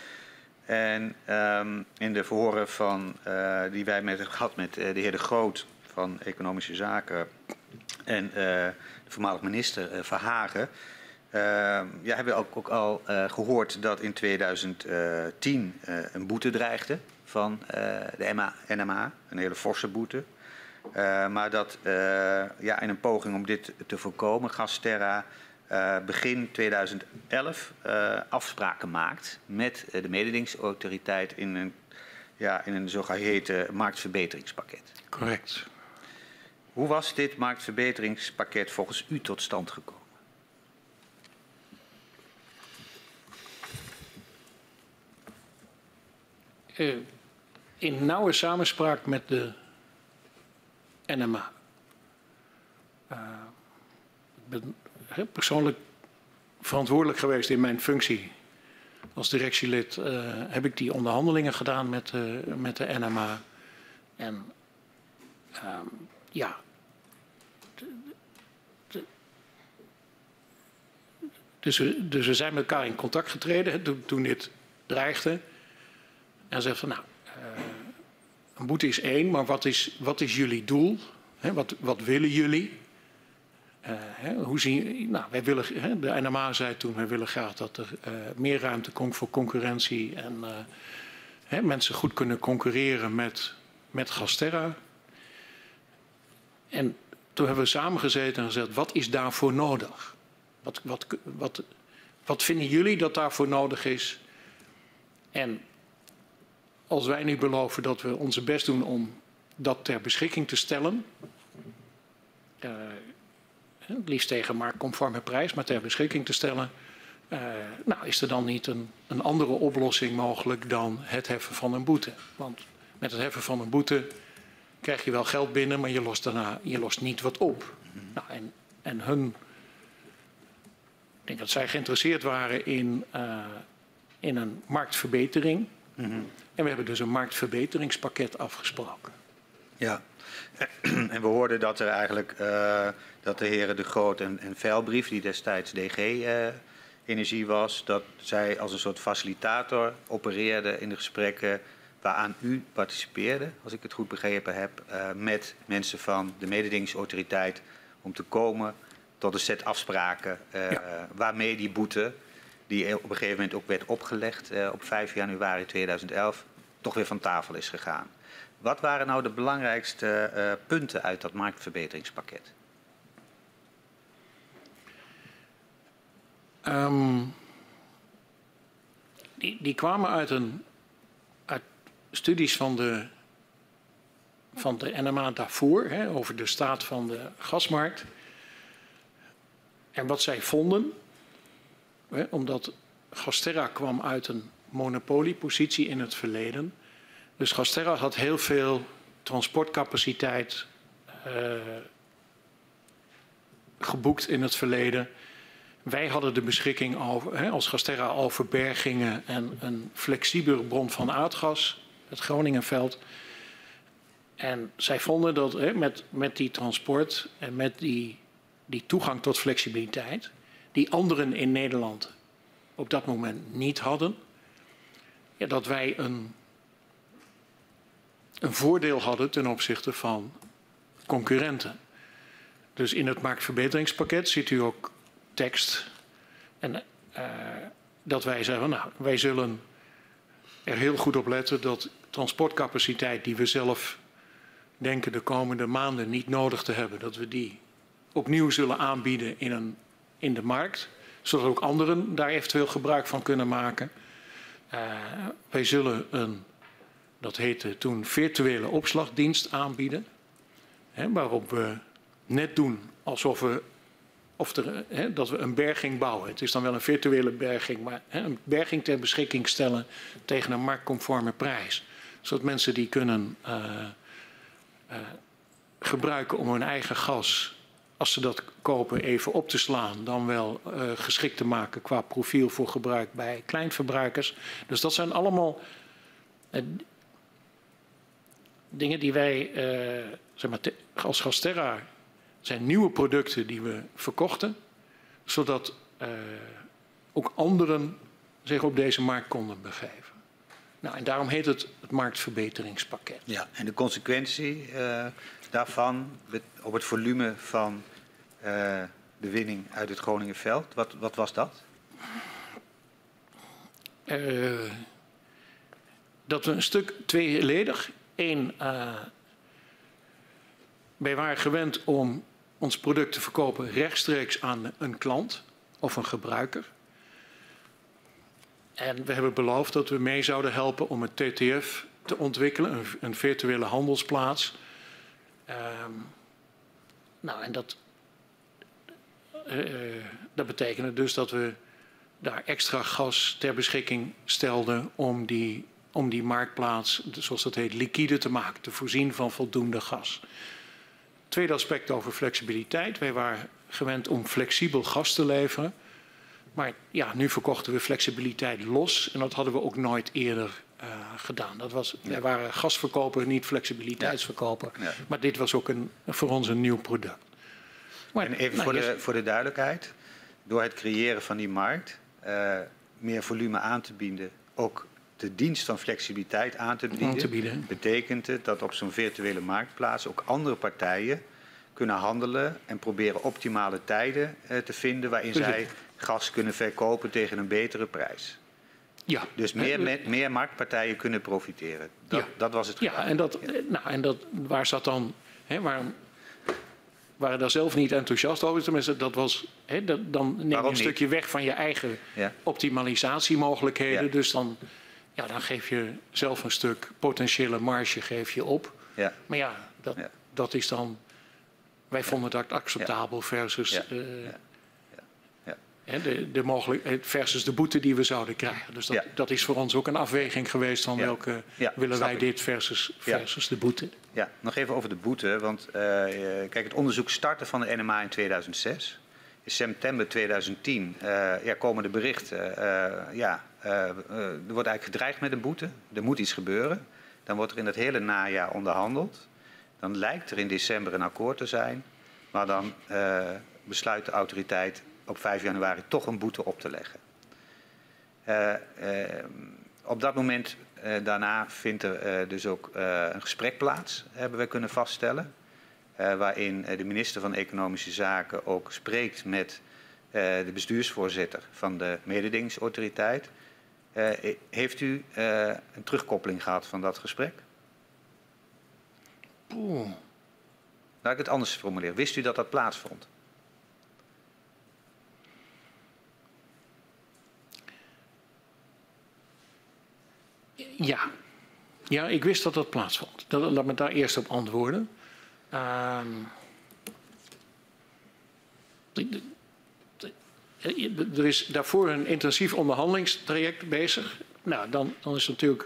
En um, in de verhoren van, uh, die wij met, gehad met uh, de heer De Groot van Economische Zaken en uh, de voormalig minister uh, Verhagen, uh, ja, hebben we ook, ook al uh, gehoord dat in tweeduizend tien uh, een boete dreigde van uh, de N M A, een hele forse boete. Uh, maar dat uh, ja, in een poging om dit te voorkomen, Gasterra uh, begin tweeduizend elf uh, afspraken maakt met uh, de mededingingsautoriteit in een, ja, in een zogeheten marktverbeteringspakket. Correct. Hoe was dit marktverbeteringspakket volgens u tot stand gekomen? Uh, in nauwe samenspraak met de N M A. Uh, ik ben he, persoonlijk verantwoordelijk geweest in mijn functie als directielid. Uh, heb ik die onderhandelingen gedaan met, uh, met de N M A. En uh, ja. De, de, dus, we, dus we zijn met elkaar in contact getreden he, toen, toen dit dreigde. En zegt van nou. Uh, Een boete is één, maar wat is, wat is jullie doel? He, wat, wat willen jullie? Uh, he, hoe zien, nou, wij willen, he, de N M A zei toen, wij willen graag dat er uh, meer ruimte komt voor concurrentie en uh, he, mensen goed kunnen concurreren met, met Gasterra. En toen hebben we samengezeten en gezegd, wat is daarvoor nodig? Wat, wat, wat, wat vinden jullie dat daarvoor nodig is? En als wij nu beloven dat we onze best doen om dat ter beschikking te stellen, uh, het liefst tegen marktconforme prijs, maar ter beschikking te stellen, uh, nou is er dan niet een, een andere oplossing mogelijk dan het heffen van een boete? Want met het heffen van een boete krijg je wel geld binnen, maar je lost daarna je lost niet wat op. Mm-hmm. Nou, en, en hun, ik denk dat zij geïnteresseerd waren in, uh, in een marktverbetering. Mm-hmm. En we hebben dus een marktverbeteringspakket afgesproken. Ja, en we hoorden dat er eigenlijk uh, dat de heren De Groot en, en Veilbrief, die destijds D G uh, Energie was, dat zij als een soort facilitator opereerde in de gesprekken waaraan u participeerde, als ik het goed begrepen heb, uh, met mensen van de mededingingsautoriteit om te komen tot een set afspraken uh, ja. waarmee die boete, die op een gegeven moment ook werd opgelegd uh, op vijf januari tweeduizend elf, toch weer van tafel is gegaan. Wat waren nou de belangrijkste uh, punten uit dat marktverbeteringspakket? Um, die, die kwamen uit, een, uit studies van de, van de N M A daarvoor, hè, over de staat van de gasmarkt. En wat zij vonden, hè, omdat GasTerra kwam uit een monopoliepositie in het verleden. Dus GasTerra had heel veel transportcapaciteit uh, geboekt in het verleden. Wij hadden de beschikking over, hè, als GasTerra over bergingen en een flexibele bron van aardgas, het Groningenveld. En zij vonden dat hè, met, met die transport en met die, die toegang tot flexibiliteit, die anderen in Nederland op dat moment niet hadden, ja, dat wij een, een voordeel hadden ten opzichte van concurrenten. Dus in het marktverbeteringspakket ziet u ook tekst. En uh, dat wij zeggen, nou, wij zullen er heel goed op letten dat transportcapaciteit die we zelf denken de komende maanden niet nodig te hebben, dat we die opnieuw zullen aanbieden in, een, in de markt, zodat ook anderen daar eventueel gebruik van kunnen maken. Uh, wij zullen een, dat heette toen, virtuele opslagdienst aanbieden, hè, waarop we net doen alsof we Of er, hè, dat we een berging bouwen. Het is dan wel een virtuele berging, maar hè, een berging ter beschikking stellen tegen een marktconforme prijs. Zodat mensen die kunnen uh, uh, gebruiken om hun eigen gas, als ze dat kopen, even op te slaan. Dan wel uh, geschikt te maken qua profiel voor gebruik bij kleinverbruikers. Dus dat zijn allemaal uh, dingen die wij uh, zeg maar, te, als GasTerra, zijn nieuwe producten die we verkochten, zodat uh, ook anderen zich op deze markt konden begeven. Nou, en daarom heet het het marktverbeteringspakket. Ja, en de consequentie uh, daarvan op het volume van uh, de winning uit het Groningenveld, wat, wat was dat? Uh, dat we een stuk tweeledig. Eén, uh, wij waren gewend om ons product te verkopen rechtstreeks aan een klant of een gebruiker. En we hebben beloofd dat we mee zouden helpen om het T T F te ontwikkelen, een, een virtuele handelsplaats. Um, nou, en dat, uh, dat betekende dus dat we daar extra gas ter beschikking stelden om die, om die marktplaats, zoals dat heet, liquide te maken, te voorzien van voldoende gas. Tweede aspect over flexibiliteit. Wij waren gewend om flexibel gas te leveren. Maar ja, nu verkochten we flexibiliteit los. En dat hadden we ook nooit eerder uh, gedaan. Dat was, ja. Wij waren gasverkoper, niet flexibiliteitsverkoper. Ja. Ja. Maar dit was ook een, voor ons een nieuw product. Maar, en even nou, voor, de, voor de duidelijkheid. Door het creëren van die markt, uh, meer volume aan te bieden, ook de dienst van flexibiliteit aan te bieden, aan te bieden. Betekent het dat op zo'n virtuele marktplaats ook andere partijen kunnen handelen en proberen optimale tijden uh, te vinden waarin dus zij gas kunnen verkopen tegen een betere prijs. Ja. Dus meer, me, meer marktpartijen kunnen profiteren. Dat, ja. dat was het geval. Ja, en, dat, ja. Nou, en dat, waar zat dan, hè, waarom waren daar zelf niet enthousiast over? Tenminste, dat was, hè, dat, dan neem je een niet? stukje weg van je eigen ja. optimalisatiemogelijkheden. Ja. Dus dan, ja, dan geef je zelf een stuk potentiële marge geef je op. Ja. Maar ja dat, ja, dat is dan, wij vonden dat acceptabel ja. versus... Ja. Uh, ja. Ja. Hè, de, de mogelijk, versus de boete die we zouden krijgen. Dus dat, ja. dat is voor ons ook een afweging geweest van ja. welke ja, willen wij ik. dit versus, versus ja. de boete. Ja, nog even over de boete. Want uh, kijk, het onderzoek startte van de N M A in tweeduizend zes. In september tweeduizend tien uh, ja, komen de berichten. Uh, ja, uh, uh, er wordt eigenlijk gedreigd met een boete. Er moet iets gebeuren. Dan wordt er in het hele najaar onderhandeld. Dan lijkt er in december een akkoord te zijn. Maar dan uh, besluit de autoriteit op vijf januari toch een boete op te leggen. Uh, uh, op dat moment uh, daarna vindt er uh, dus ook uh, een gesprek plaats, hebben we kunnen vaststellen. Uh, waarin uh, de minister van Economische Zaken ook spreekt met uh, de bestuursvoorzitter van de mededingingsautoriteit. Uh, heeft u uh, een terugkoppeling gehad van dat gesprek? Oeh. Laat ik het anders formuleren. Wist u dat dat plaatsvond? Ja. Ja, ik wist dat dat plaatsvond. Laat me daar eerst op antwoorden. Uh, er is daarvoor een intensief onderhandelingstraject bezig. Nou, dan, dan is het natuurlijk...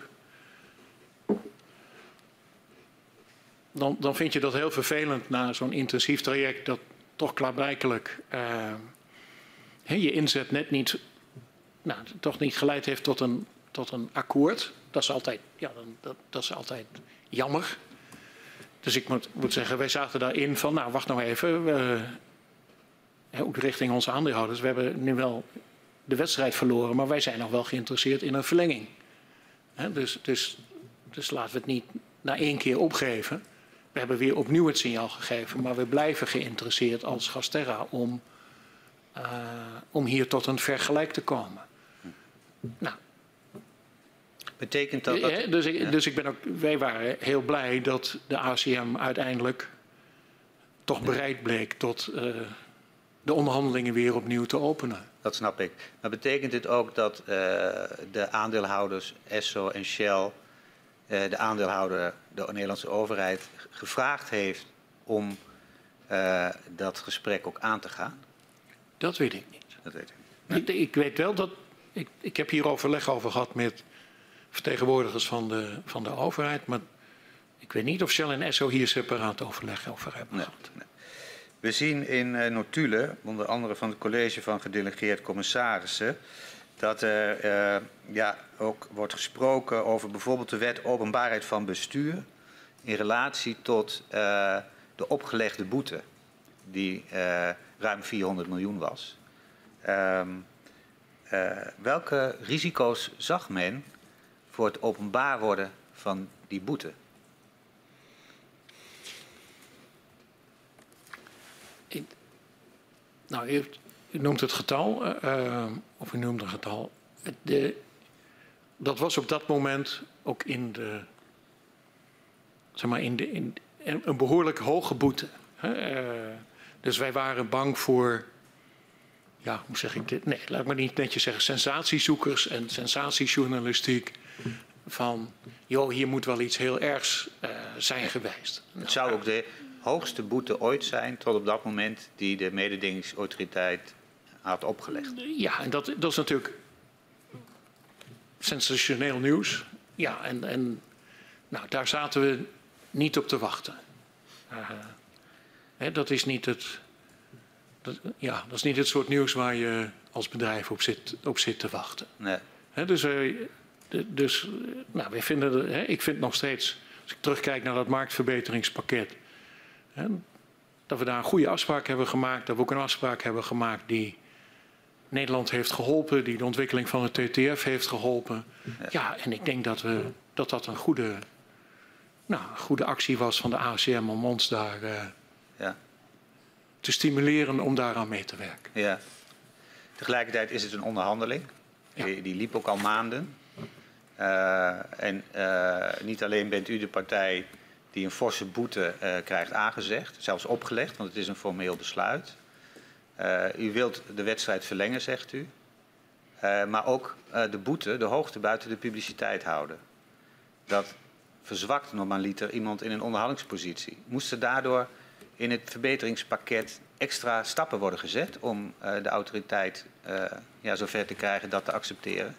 Dan, dan vind je dat heel vervelend na zo'n intensief traject dat toch klaarblijkelijk uh, je inzet net niet, nou, toch niet geleid heeft tot een, tot een akkoord. Dat is altijd, ja, dat, dat is altijd jammer. Dus ik moet, moet zeggen, wij zaten daarin van, nou wacht nou even, we, ook richting onze aandeelhouders. We hebben nu wel de wedstrijd verloren, maar wij zijn nog wel geïnteresseerd in een verlenging. He, dus, dus, dus laten we het niet na één keer opgeven. We hebben weer opnieuw het signaal gegeven, maar we blijven geïnteresseerd als Gasterra om, uh, om hier tot een vergelijk te komen. Nou. Betekent dat... dat ja, dus, ik, dus ik ben ook, wij waren heel blij dat de A C M uiteindelijk toch bereid bleek tot uh, de onderhandelingen weer opnieuw te openen. Dat snap ik. Maar betekent dit ook dat uh, de aandeelhouders Esso en Shell, uh, de aandeelhouder, de Nederlandse overheid, gevraagd heeft om uh, dat gesprek ook aan te gaan? Dat weet ik niet. Dat weet ik niet. Ik, ik weet wel dat... Ik, ik heb hier overleg over gehad met vertegenwoordigers van de, van de overheid, maar ik weet niet of Shell en Esso hier separaat overleg over hebben nee, gehad. Nee. We zien in uh, notulen, onder andere van het college van gedelegeerd commissarissen, dat er uh, ja, ook wordt gesproken over bijvoorbeeld de wet openbaarheid van bestuur in relatie tot uh, de opgelegde boete, die uh, ruim vierhonderd miljoen was. Um, uh, welke risico's zag men voor het openbaar worden van die boete? Ik, nou, u, u noemt het getal, uh, of u noemt een getal. De, dat was op dat moment ook in de, zeg maar, in de, in, een behoorlijk hoge boete. Uh, dus wij waren bang voor, ja, hoe zeg ik dit? Nee, laat ik maar niet netjes zeggen, sensatiezoekers en sensatiejournalistiek. Van, joh, hier moet wel iets heel ergs uh, zijn geweest. Het zou ook de hoogste boete ooit zijn tot op dat moment die de mededingingsautoriteit had opgelegd. Ja, en dat, dat is natuurlijk sensationeel nieuws. Ja, en, en nou, daar zaten we niet op te wachten. Uh, hè, dat is niet het, dat, ja, dat is niet het soort nieuws waar je als bedrijf op zit, op zit te wachten. Nee. Hè, dus wij, dus nou, wij vinden, hè, ik vind nog steeds, als ik terugkijk naar dat marktverbeteringspakket, hè, dat we daar een goede afspraak hebben gemaakt, dat we ook een afspraak hebben gemaakt die Nederland heeft geholpen, die de ontwikkeling van het T T F heeft geholpen. Ja, ja, en ik denk dat we, dat, dat een goede, nou, goede actie was van de A C M om ons daar uh, ja. te stimuleren om daaraan mee te werken. Ja. Tegelijkertijd is het een onderhandeling. Ja. Die, die liep ook al maanden. Uh, en uh, niet alleen bent u de partij die een forse boete uh, krijgt aangezegd, zelfs opgelegd, want het is een formeel besluit. Uh, u wilt de wedstrijd verlengen, zegt u. Uh, maar ook uh, de boete, de hoogte buiten de publiciteit houden. Dat verzwakt normaliter iemand in een onderhandelingspositie. Moest er daardoor in het verbeteringspakket extra stappen worden gezet om uh, de autoriteit uh, ja, zover te krijgen dat te accepteren?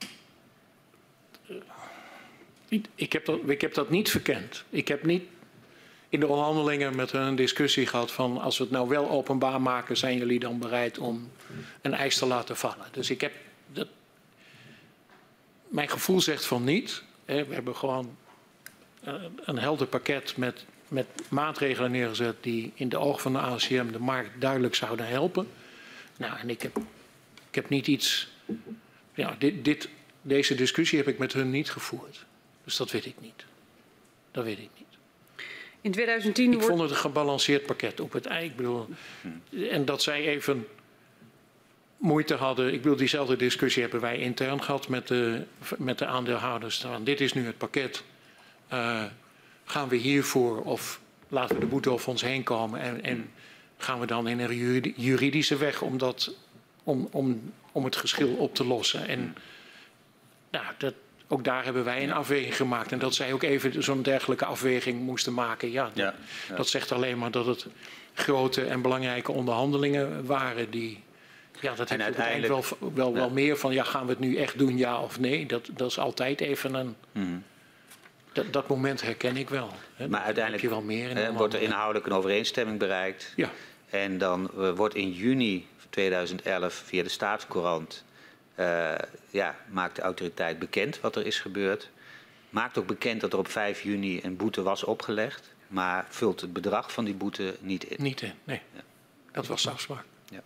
Ik heb dat, ik heb dat niet verkend. Ik heb niet in de onderhandelingen met hun een discussie gehad van als we het nou wel openbaar maken, zijn jullie dan bereid om een eis te laten vallen. Dus ik heb dat, mijn gevoel zegt van niet. We hebben gewoon een helder pakket met, met maatregelen neergezet die in de ogen van de A C M de markt duidelijk zouden helpen. Nou, en ik heb, ik heb niet iets. Ja, dit, dit, deze discussie heb ik met hun niet gevoerd. Dus dat weet ik niet. Dat weet ik niet. In twintig tien ik wordt... vond het een gebalanceerd pakket op het ei. Ik bedoel, en dat zij even moeite hadden. Ik bedoel, diezelfde discussie hebben wij intern gehad met de, met de aandeelhouders. Dit is nu het pakket. Uh, gaan we hiervoor of laten we de boete over ons heen komen en, en gaan we dan in een juridische weg om, dat, om, om, om het geschil op te lossen. En nou, dat, ook daar hebben wij een afweging gemaakt. En dat zij ook even zo'n dergelijke afweging moesten maken. Ja, dat, ja, ja. dat zegt alleen maar dat het grote en belangrijke onderhandelingen waren die... Ja, dat heeft uiteindelijk wel, wel, wel ja. meer van, ja, gaan we het nu echt doen, ja of nee? Dat, dat is altijd even een... Mm. Dat, dat moment herken ik wel. Hè. Maar uiteindelijk heb je wel meer in eh, wordt er inhoudelijk een overeenstemming bereikt. Ja. En dan uh, wordt in juni tweeduizend elf via de Staatscourant... Uh, ja, maakt de autoriteit bekend wat er is gebeurd. Maakt ook bekend dat er op vijf juni een boete was opgelegd. Maar vult het bedrag van die boete niet in. Niet in, nee. Ja. Dat was de afspraak. Ja.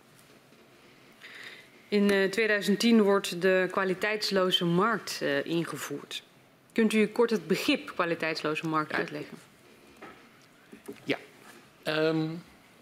In uh, twintig tien wordt de kwaliteitsloze markt uh, ingevoerd. Kunt u kort het begrip kwaliteitsloze markt uitleggen? Ja. Um,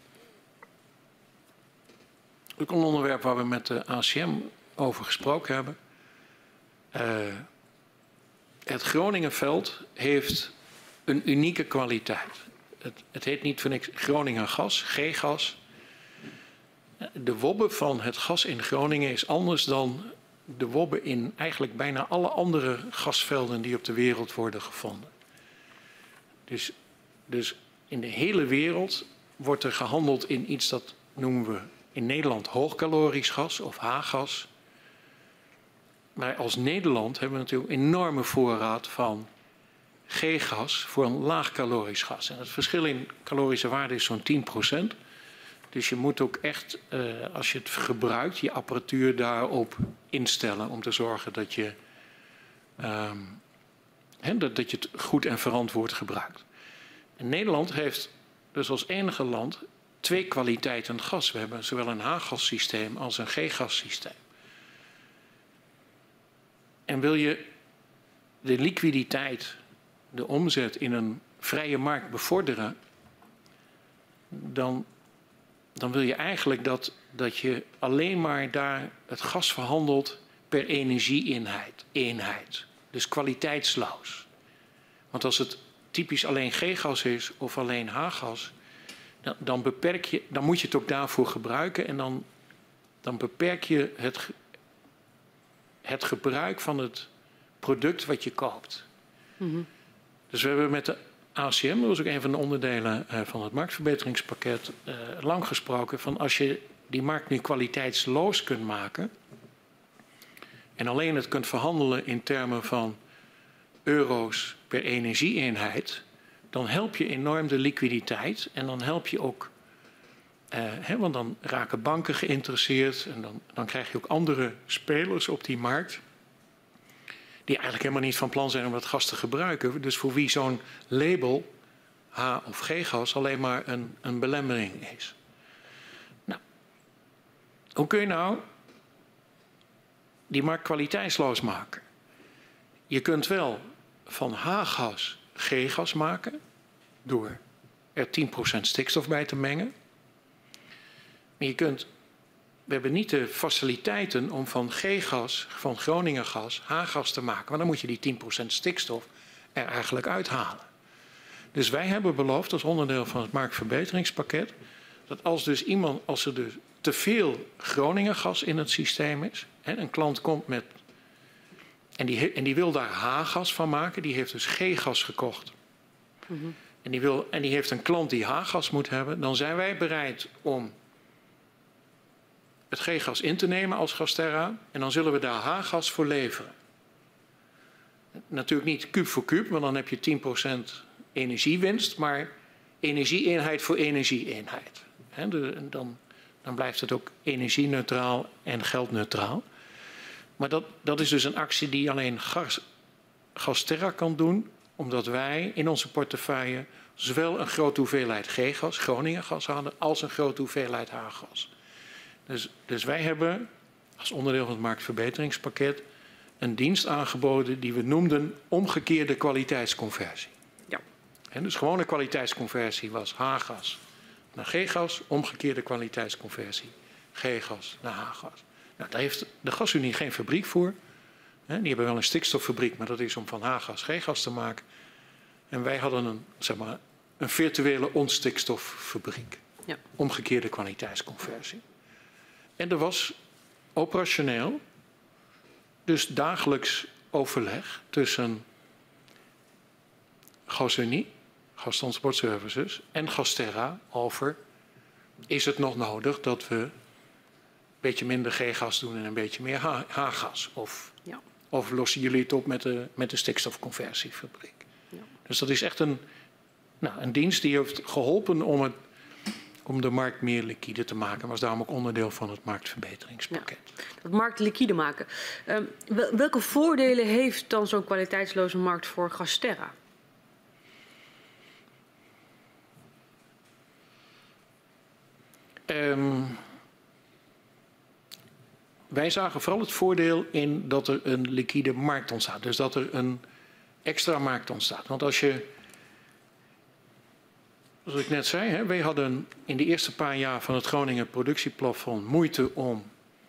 ook een onderwerp waar we met de A C M over gesproken hebben. Uh, het Groningenveld heeft een unieke kwaliteit. Het, het heet niet voor niks Groningen gas, G-gas. De wobbe van het gas in Groningen is anders dan de wobbe in eigenlijk bijna alle andere gasvelden die op de wereld worden gevonden. Dus, dus in de hele wereld wordt er gehandeld in iets dat noemen we in Nederland hoogcalorisch gas of H-gas. Maar als Nederland hebben we natuurlijk een enorme voorraad van G-gas voor een laagcalorisch gas. En het verschil in calorische waarde is zo'n tien procent. Dus je moet ook echt, uh, als je het gebruikt, je apparatuur daarop instellen om te zorgen dat je, um, he, dat, dat je het goed en verantwoord gebruikt. En Nederland heeft dus als enige land twee kwaliteiten gas. We hebben zowel een H-gassysteem als een G-gassysteem. En wil je de liquiditeit, de omzet in een vrije markt bevorderen, dan, dan wil je eigenlijk dat, dat je alleen maar daar het gas verhandelt per energieeenheid. Eenheid. Dus kwaliteitsloos. Want als het typisch alleen G-gas is of alleen H-gas, dan, dan, beperk je, dan moet je het ook daarvoor gebruiken en dan, dan beperk je het, het gebruik van het product wat je koopt. Mm-hmm. Dus we hebben met de A C M, dat was ook een van de onderdelen uh, van het marktverbeteringspakket, uh, lang gesproken van als je die markt nu kwaliteitsloos kunt maken en alleen het kunt verhandelen in termen van euro's per energieeenheid, dan help je enorm de liquiditeit en dan help je ook, uh, hè, want dan raken banken geïnteresseerd en dan, dan krijg je ook andere spelers op die markt die eigenlijk helemaal niet van plan zijn om dat gas te gebruiken. Dus voor wie zo'n label H- of G-gas alleen maar een, een belemmering is. Nou, hoe kun je nou die markt kwaliteitsloos maken? Je kunt wel van H-gas G-gas maken door er tien procent stikstof bij te mengen. Maar je kunt, we hebben niet de faciliteiten om van G-gas, van Groningen gas, H-gas te maken. Want dan moet je die tien procent stikstof er eigenlijk uithalen. Dus wij hebben beloofd als onderdeel van het marktverbeteringspakket dat als dus iemand, als er dus te veel Groningen gas in het systeem is, hè, een klant komt met En die, en die wil daar H-gas van maken. Die heeft dus G-gas gekocht. Mm-hmm. en die, wil, en die heeft een klant die H-gas moet hebben, dan zijn wij bereid om het G-gas in te nemen als GasTerra en dan zullen we daar H-gas voor leveren. Natuurlijk niet kuub voor kuub, want dan heb je tien procent energiewinst, maar energieeenheid voor energieeenheid. He, de, dan, dan blijft het ook energieneutraal en geldneutraal. Maar dat, dat is dus een actie die alleen gas, GasTerra kan doen, omdat wij in onze portefeuille zowel een grote hoeveelheid G-gas, Groningengas hadden, als een grote hoeveelheid H-gas. Dus, dus wij hebben als onderdeel van het marktverbeteringspakket een dienst aangeboden die we noemden omgekeerde kwaliteitsconversie. Ja. En dus gewone kwaliteitsconversie was H-gas naar G-gas, omgekeerde kwaliteitsconversie G-gas naar H-gas. Nou, daar heeft de Gasunie geen fabriek voor. Die hebben wel een stikstoffabriek, maar dat is om van H-gas G-gas te maken. En wij hadden een, zeg maar, een virtuele onstikstoffabriek. Ja. Omgekeerde kwaliteitsconversie. En er was operationeel dus dagelijks overleg tussen Gasunie, Gastransportservices en GasTerra over: is het nog nodig dat we een beetje minder G-gas doen en een beetje meer H-gas? Of, ja. of lossen jullie het op met de, met de stikstofconversiefabriek? Ja. Dus dat is echt een, nou, een dienst die heeft geholpen om, het, om de markt meer liquide te maken. Was daarom ook onderdeel van het marktverbeteringspakket. Ja, dat markt liquide maken. Uh, welke voordelen heeft dan zo'n kwaliteitsloze markt voor GasTerra? Um, wij zagen vooral het voordeel in dat er een liquide markt ontstaat. Dus dat er een extra markt ontstaat. Want als je, zoals ik net zei, hè, wij hadden in de eerste paar jaar van het Groningen productieplafond moeite om,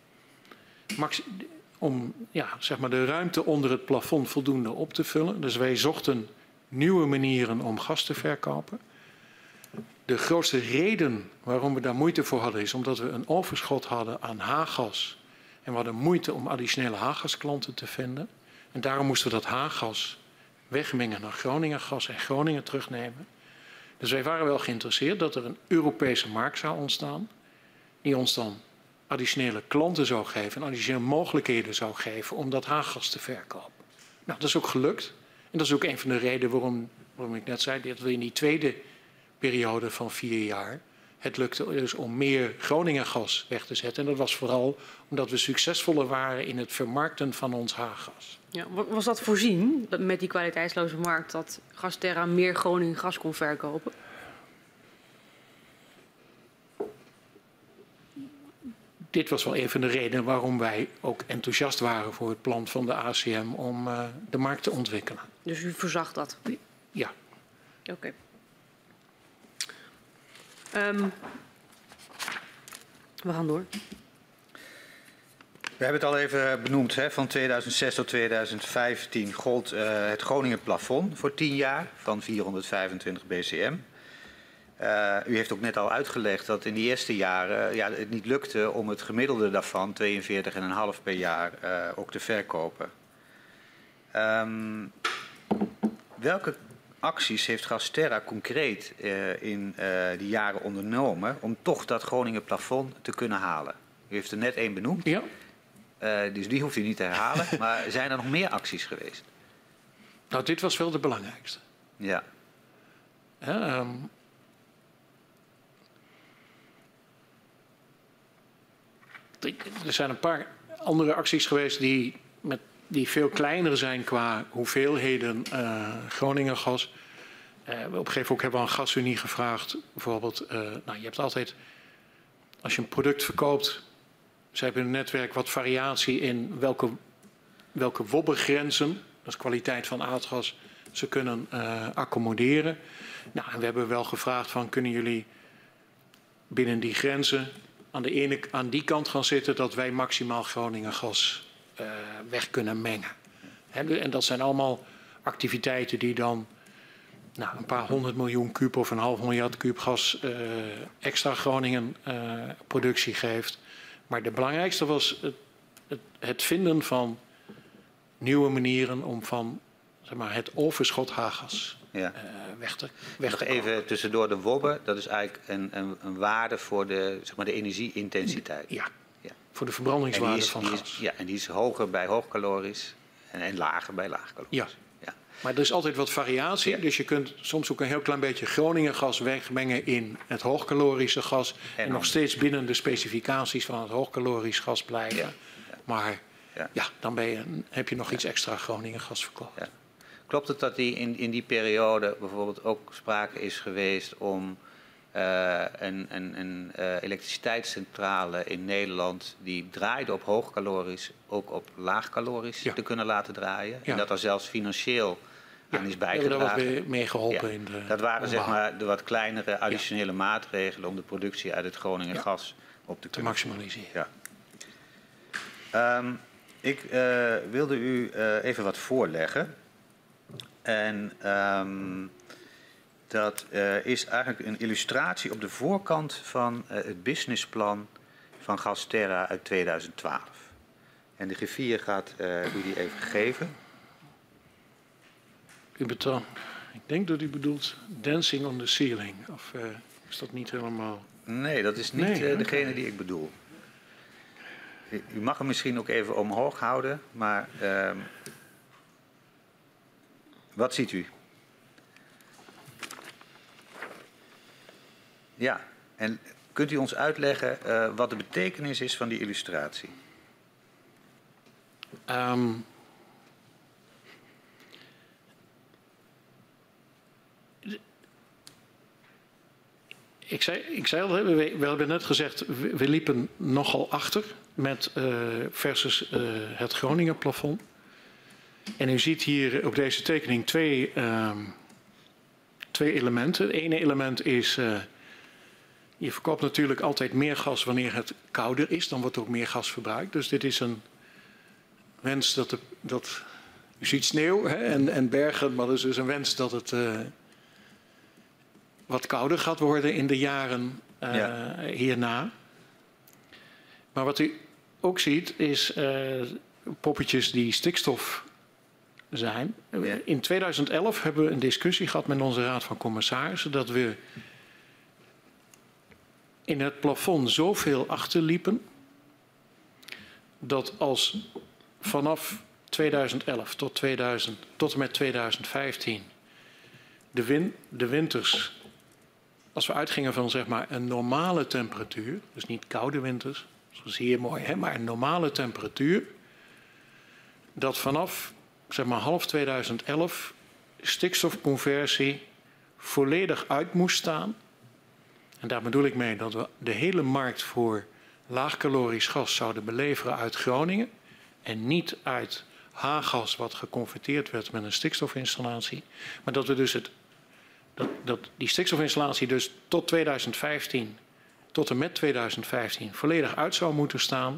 om ja, zeg maar de ruimte onder het plafond voldoende op te vullen. Dus wij zochten nieuwe manieren om gas te verkopen. De grootste reden waarom we daar moeite voor hadden is omdat we een overschot hadden aan H-gas. En we hadden moeite om additionele H-gasklanten te vinden. En daarom moesten we dat H-gas wegmengen naar Groningengas en Groningen terugnemen. Dus wij waren wel geïnteresseerd dat er een Europese markt zou ontstaan. Die ons dan additionele klanten zou geven en additionele mogelijkheden zou geven om dat H-gas te verkopen. Nou, dat is ook gelukt. En dat is ook een van de redenen waarom, waarom ik net zei dat we in die tweede periode van vier jaar het lukte dus om meer Groningengas weg te zetten. En dat was vooral omdat we succesvoller waren in het vermarkten van ons H-gas. Ja, was dat voorzien met die kwaliteitsloze markt dat GasTerra meer Groningengas kon verkopen? Dit was wel een van de redenen waarom wij ook enthousiast waren voor het plan van de A C M om uh, de markt te ontwikkelen. Dus u voorzag dat? Ja. Oké. Okay. Um, we gaan door. We hebben het al even benoemd. Hè? Van tweeduizend zes tot tweeduizend vijftien gold uh, het Groningen plafond voor tien jaar van vierhonderdvijfentwintig B C M. Uh, u heeft ook net al uitgelegd dat in die eerste jaren uh, ja, het niet lukte om het gemiddelde daarvan, tweeënveertig komma vijf per jaar, uh, ook te verkopen. Um, welke acties heeft GasTerra concreet uh, in uh, die jaren ondernomen om toch dat Groningen plafond te kunnen halen? U heeft er net één benoemd, ja. uh, dus die hoeft u niet te herhalen. Maar zijn er nog meer acties geweest? Nou, dit was wel de belangrijkste. Ja. ja um, er zijn een paar andere acties geweest die, met, die veel kleiner zijn qua hoeveelheden uh, Groningengas. Uh, op een gegeven moment ook hebben we aan Gasunie gevraagd. Bijvoorbeeld, uh, nou, je hebt altijd, als je een product verkoopt, ze hebben in een netwerk wat variatie in welke, welke wobbergrenzen, dat is kwaliteit van aardgas, ze kunnen uh, accommoderen. Nou, en we hebben wel gevraagd van, kunnen jullie binnen die grenzen aan, de ene, aan die kant gaan zitten dat wij maximaal Groningengas uh, weg kunnen mengen. He, en dat zijn allemaal activiteiten die dan nou, een paar honderd miljoen kuub of een half miljard kuub gas uh, extra Groningen uh, productie geeft. Maar de belangrijkste was het, het, het vinden van nieuwe manieren om van zeg maar, het overschot H-gas Ja. uh, weg te, weg Nog te even komen. tussendoor de wobbe, dat is eigenlijk een, een, een waarde voor de, zeg maar de energieintensiteit. Ja, Ja. voor de En verbrandingswaarde die is, van die gas. is, ja, en die is hoger bij hoogcalorisch en, en lager bij laagcalorisch. Ja. Ja. Maar er is altijd wat variatie, Ja. dus je kunt soms ook een heel klein beetje Groningen gas wegmengen in het hoogcalorische gas en, En nog dan- steeds binnen de specificaties van het hoogcalorisch gas blijven. Ja. Ja. Maar Ja. ja, dan ben je, heb je nog iets extra Groningen gas verkocht. Ja. Klopt het dat die in, in die periode bijvoorbeeld ook sprake is geweest om uh, een, een, een uh, elektriciteitscentrale in Nederland die draaide op hoogcalorisch ook op laagcalorisch Ja. te kunnen laten draaien? Ja. En dat er zelfs financieel Ja, aan is we hebben daar wat bijgedragen? mee, mee geholpen Ja. in de Dat waren zeg ombouw maar de wat kleinere additionele maatregelen om de productie uit het Groningen Ja. gas op te te kunnen. maximaliseren. Ja. Um, ik uh, wilde u uh, even wat voorleggen. En um, dat uh, is eigenlijk een illustratie op de voorkant van uh, het businessplan van GasTerra uit tweeduizend twaalf. En de griffier gaat uh, u die even geven. U betaalt, ik denk dat u bedoelt dancing on the ceiling. Of uh, is dat niet helemaal... Nee, dat is niet Nee, uh, oké. degene die ik bedoel. U, u mag hem misschien ook even omhoog houden, maar um, wat ziet u? Ja, en kunt u ons uitleggen uh, wat de betekenis is van die illustratie? Um, ik, zei, ik zei al, we, we hebben net gezegd, we, we liepen nogal achter met uh, versus uh, het Groningen plafond. En u ziet hier op deze tekening twee, um, twee elementen. Het ene element is, uh, je verkoopt natuurlijk altijd meer gas wanneer het kouder is. Dan wordt er ook meer gas verbruikt. Dus dit is een wens dat, de, dat u ziet sneeuw hè, en, en bergen, maar het is dus een wens dat het uh, wat kouder gaat worden in de jaren uh, ja. hierna. Maar wat u ook ziet is uh, poppetjes die stikstof zijn. Ja. In tweeduizend elf hebben we een discussie gehad met onze Raad van Commissarissen dat we in het plafond zoveel achterliepen dat als vanaf tweeduizend elf tot, tweeduizend, tot en met tweeduizend vijftien de, win, de winters, als we uitgingen van zeg maar een normale temperatuur, dus niet koude winters, zoals hier mooi, hè, maar een normale temperatuur, dat vanaf zeg maar half tweeduizend elf stikstofconversie volledig uit moest staan. En daar bedoel ik mee dat we de hele markt voor laagcalorisch gas zouden beleveren uit Groningen en niet uit H-gas wat geconverteerd werd met een stikstofinstallatie. Maar dat we dus het, dat, dat die stikstofinstallatie dus tot tweeduizend vijftien, tot en met tweeduizend vijftien volledig uit zou moeten staan.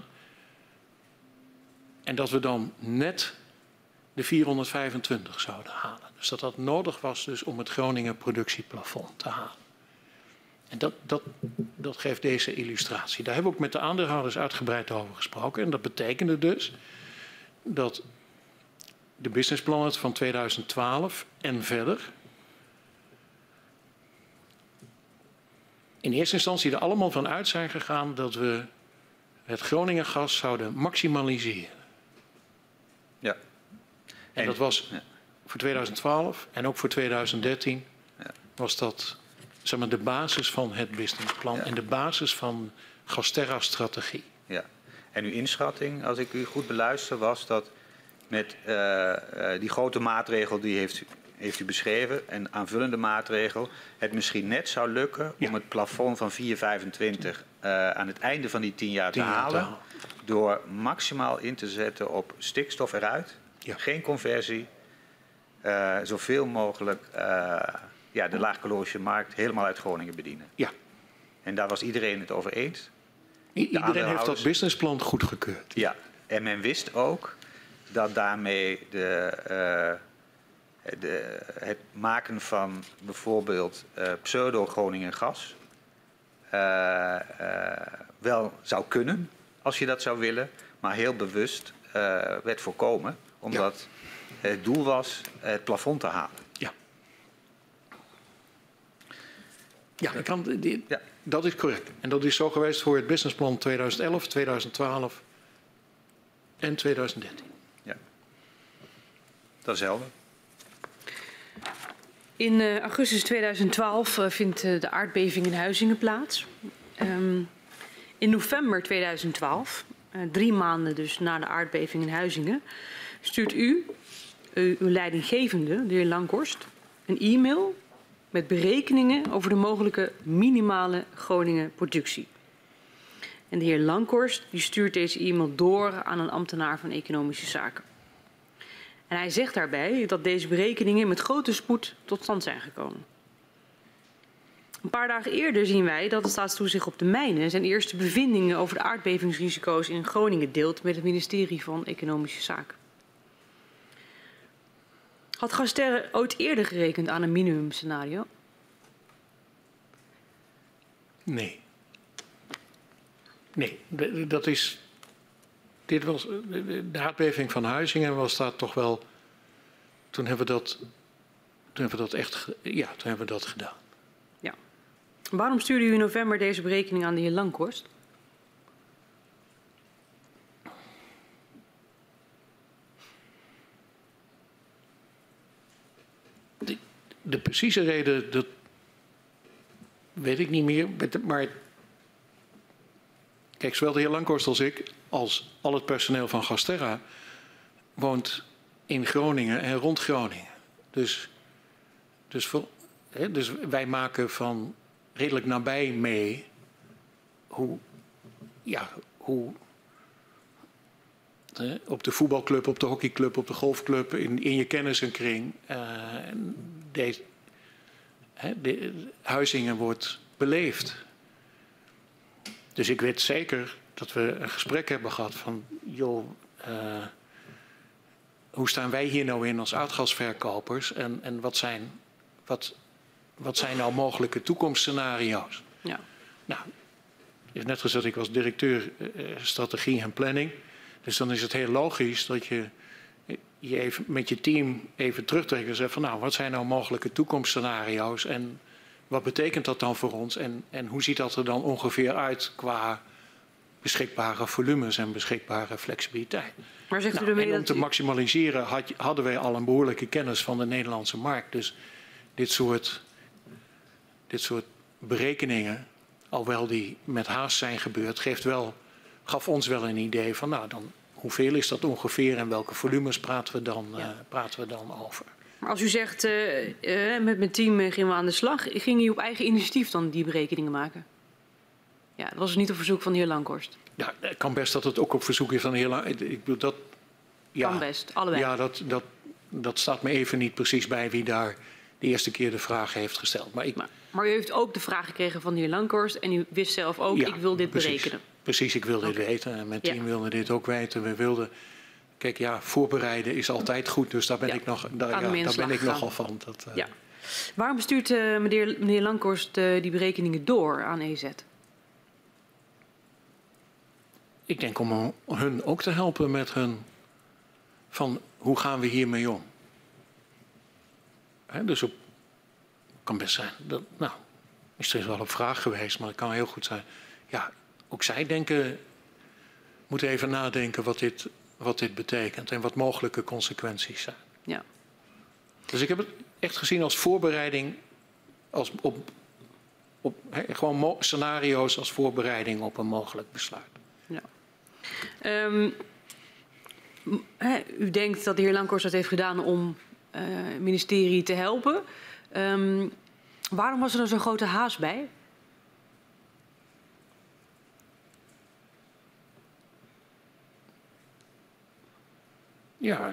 En dat we dan net de vierhonderdvijfentwintig zouden halen. Dus dat dat nodig was dus om het Groningen productieplafond te halen. En dat, dat, dat geeft deze illustratie. Daar hebben we ook met de aandeelhouders uitgebreid over gesproken. En dat betekende dus dat de businessplannen van tweeduizend twaalf en verder in eerste instantie er allemaal van uit zijn gegaan dat we het Groningen gas zouden maximaliseren. Ja. En, en dat was ja. voor tweeduizend twaalf en ook voor tweeduizend dertien ja. was dat zeg maar, de basis van het businessplan ja. en de basis van GasTerra-strategie. Ja. En uw inschatting, als ik u goed beluister, was dat met uh, uh, die grote maatregel die heeft, heeft u beschreven en aanvullende maatregel, het misschien net zou lukken ja. om het plafond van vier komma vijfentwintig uh, aan het einde van die tien jaar te, tien jaar halen, te halen, door maximaal in te zetten op stikstof eruit, ja. geen conversie, uh, zoveel mogelijk uh, ja, de laagcalorische markt helemaal uit Groningen bedienen. Ja. En daar was iedereen het over eens. I iedereen heeft dat businessplan goedgekeurd. Ja, en men wist ook dat daarmee de, uh, de, het maken van bijvoorbeeld uh, pseudo-Groningen gas uh, uh, wel zou kunnen, als je dat zou willen, maar heel bewust uh, werd voorkomen, omdat ja. het doel was het plafond te halen. Ja. Ja, ik kan, die, Ja. dat is correct. En dat is zo geweest voor het businessplan tweeduizend elf, tweeduizend twaalf en tweeduizend dertien. Ja. Dat is helder. In uh, augustus tweeduizend twaalf uh, vindt uh, de aardbeving in Huizingen plaats. Um, in november tweeduizend twaalf, uh, drie maanden dus na de aardbeving in Huizingen, stuurt u, uh, uw leidinggevende, de heer Langhorst, een e-mail met berekeningen over de mogelijke minimale Groningen productie. En de heer Langhorst die stuurt deze e-mail door aan een ambtenaar van Economische Zaken. En hij zegt daarbij dat deze berekeningen met grote spoed tot stand zijn gekomen. Een paar dagen eerder zien wij dat de Staatstoezicht op de Mijnen zijn eerste bevindingen over de aardbevingsrisico's in Groningen deelt met het ministerie van Economische Zaken. Had GasTerre ooit eerder gerekend aan een minimumscenario? Nee. Nee, dat is... Dit was, de aardbeving van Huizingen was daar toch wel... Toen hebben we dat, toen hebben we dat echt... Ja, toen hebben we dat gedaan. Ja. Waarom stuurde u in november deze berekening aan de heer Langhorst? De, de precieze reden, dat weet ik niet meer. Maar kijk, zowel de heer Langhorst als ik, als al het personeel van GasTerra, woont in Groningen en rond Groningen. Dus, dus, voor, hè, dus wij maken van redelijk nabij mee hoe, ja, hoe hè, op de voetbalclub, op de hockeyclub, op de golfclub, in, in je kennissenkring, uh, deze, hè, de, Huizingen wordt beleefd. Dus ik weet zeker dat we een gesprek hebben gehad van, joh, uh, hoe staan wij hier nou in als aardgasverkopers en, en wat, zijn, wat, wat zijn nou mogelijke toekomstscenario's? Ja. Nou, je hebt net gezegd, ik was directeur uh, strategie en planning. Dus dan is het heel logisch dat je je even met je team even terugtrekt en zegt van, nou, wat zijn nou mogelijke toekomstscenario's en wat betekent dat dan voor ons en, en hoe ziet dat er dan ongeveer uit qua beschikbare volumes en beschikbare flexibiliteit? Maar zegt u Nou, ermee en om dat te u... maximaliseren had, hadden wij al een behoorlijke kennis van de Nederlandse markt. Dus dit soort, dit soort berekeningen, alhoewel die met haast zijn gebeurd, geeft wel, gaf ons wel een idee van, nou, dan, hoeveel is dat ongeveer en welke volumes praten we dan, ja. uh, praten we dan over? Maar als u zegt, uh, uh, met mijn team uh, gingen we aan de slag, ging u op eigen initiatief dan die berekeningen maken? Ja, dat was dus niet op verzoek van de heer Langhorst. Ja, het kan best dat het ook op verzoek is van de heer Langhorst. Ik bedoel, dat... Ja, kan best, allebei. Ja, dat, dat, dat staat me even niet precies bij wie daar de eerste keer de vraag heeft gesteld. Maar, ik... maar, maar u heeft ook de vraag gekregen van de heer Langhorst en u wist zelf ook, ja, ik wil dit precies, berekenen. Precies, ik wil dit okay. weten en mijn team ja. wilde dit ook weten. We wilden... Kijk, ja, voorbereiden is altijd goed, dus daar ben, ja. ik, nog, daar, ja, daar ben ik nogal van. Dat, uh... ja. Waarom stuurt uh, meneer, meneer Langhorst uh, die berekeningen door aan E Z? Ik denk om hun ook te helpen met hun van hoe gaan we hiermee om. He, dus op, kan best zijn, dat, nou, is er wel een vraag geweest, maar het kan heel goed zijn. Ja, ook zij denken, moeten even nadenken wat dit, wat dit betekent en wat mogelijke consequenties zijn. Ja. Dus ik heb het echt gezien als voorbereiding, als op, op he, gewoon scenario's als voorbereiding op een mogelijk besluit. Ja. Um, he, u denkt dat de heer Langhorst dat heeft gedaan om uh, het ministerie te helpen. Um, waarom was er dan zo'n grote haast bij? Ja.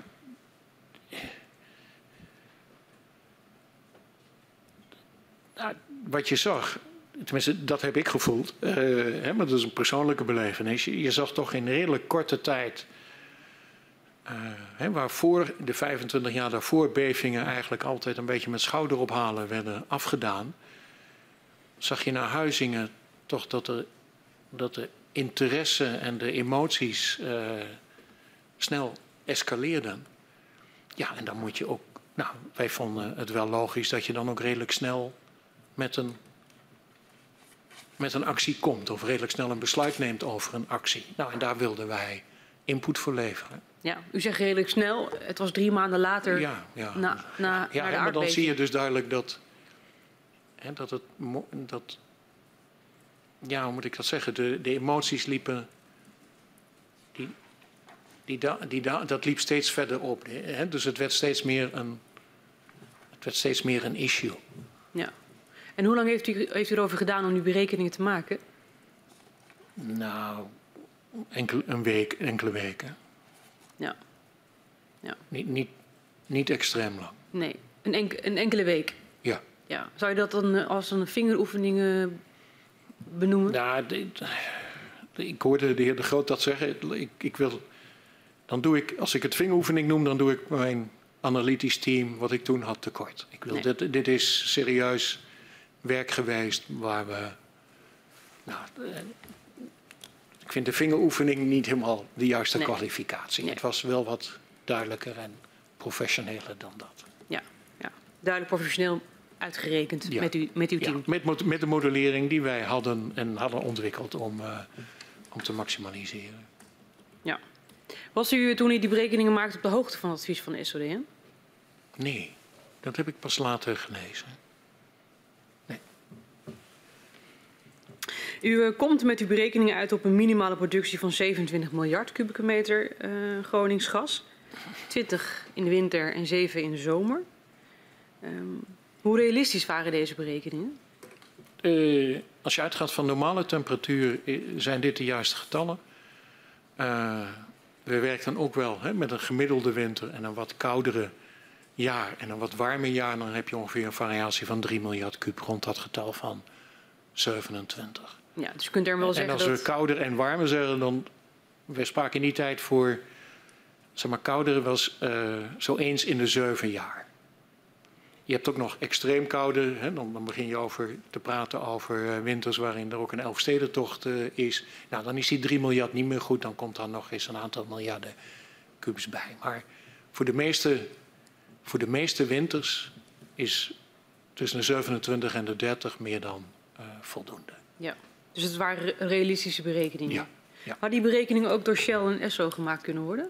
Nou, wat je zag, tenminste dat heb ik gevoeld, uh, hè, maar dat is een persoonlijke belevenis. Je, je zag toch in redelijk korte tijd, uh, hè, waarvoor de vijfentwintig jaar daarvoor bevingen eigenlijk altijd een beetje met schouderophalen werden afgedaan, zag je naar Huizingen toch dat, er, dat de interesse en de emoties uh, snel escaleerden. Ja, en dan moet je ook, nou, wij vonden het wel logisch dat je dan ook redelijk snel met een met een actie komt of redelijk snel een besluit neemt over een actie. Nou, en daar wilden wij input voor leveren. Ja, u zegt redelijk snel. Het was drie maanden later Ja, ja. na, na, ja naar de maar dan aardbeving. zie je dus duidelijk dat, hè, dat het, dat, ja, hoe moet ik dat zeggen, de, de emoties liepen, die, die, da, die da, dat liep steeds verder op. Hè? Dus het werd steeds meer een, het werd steeds meer een issue. Ja. En hoe lang heeft u, heeft u erover gedaan om die berekeningen te maken? Nou, enkel, een week, enkele weken. Ja. ja. Niet, niet, niet extreem lang. Nee, een, enk, een enkele week. Ja. Ja. Zou je dat dan als een vingeroefening uh, benoemen? Nou, de, de, ik hoorde de heer De Groot dat zeggen. Ik, ik wil, dan doe ik, als ik het vingeroefening noem, dan doe ik mijn analytisch team wat ik toen had tekort. Ik wil, nee. dit, dit is serieus werk geweest waar we... Nou, ik vind de vingeroefening niet helemaal de juiste nee. kwalificatie. Nee. Het was wel wat duidelijker en professioneler dan dat. Ja, ja. Duidelijk professioneel uitgerekend ja. met, u, met uw team. Ja, met, met de modellering die wij hadden en hadden ontwikkeld om, uh, om te maximaliseren. Ja. Was u toen u die berekeningen maakte op de hoogte van het advies van de S O D N? Nee, dat heb ik pas later gelezen. Nee. U uh, komt met uw berekeningen uit op een minimale productie van zevenentwintig miljard kubieke meter uh, Gronings gas. twintig in de winter en zeven in de zomer. Um, hoe realistisch waren deze berekeningen? Uh, als je uitgaat van normale temperatuur zijn dit de juiste getallen. Uh, we werkten ook wel hè, met een gemiddelde winter en een wat koudere jaar en een wat warmer jaar. Dan heb je ongeveer een variatie van drie miljard kuub rond dat getal van zevenentwintig. Ja, dus je kunt er wel zeggen en als dat... we kouder en warmer zeggen, dan... We spraken in die tijd voor... Zeg maar, kouder was uh, zo eens in de zeven jaar. Je hebt ook nog extreem koude. Hè, dan, dan begin je over te praten over uh, winters waarin er ook een Elfstedentocht uh, is. Nou, dan is die drie miljard niet meer goed. Dan komt daar nog eens een aantal miljarden kubus bij. Maar voor de meeste, voor de meeste winters is tussen de zevenentwintig en de dertig meer dan uh, voldoende. Ja, dus het waren realistische berekeningen. Ja. Ja. Had die berekeningen ook door Shell en Esso gemaakt kunnen worden?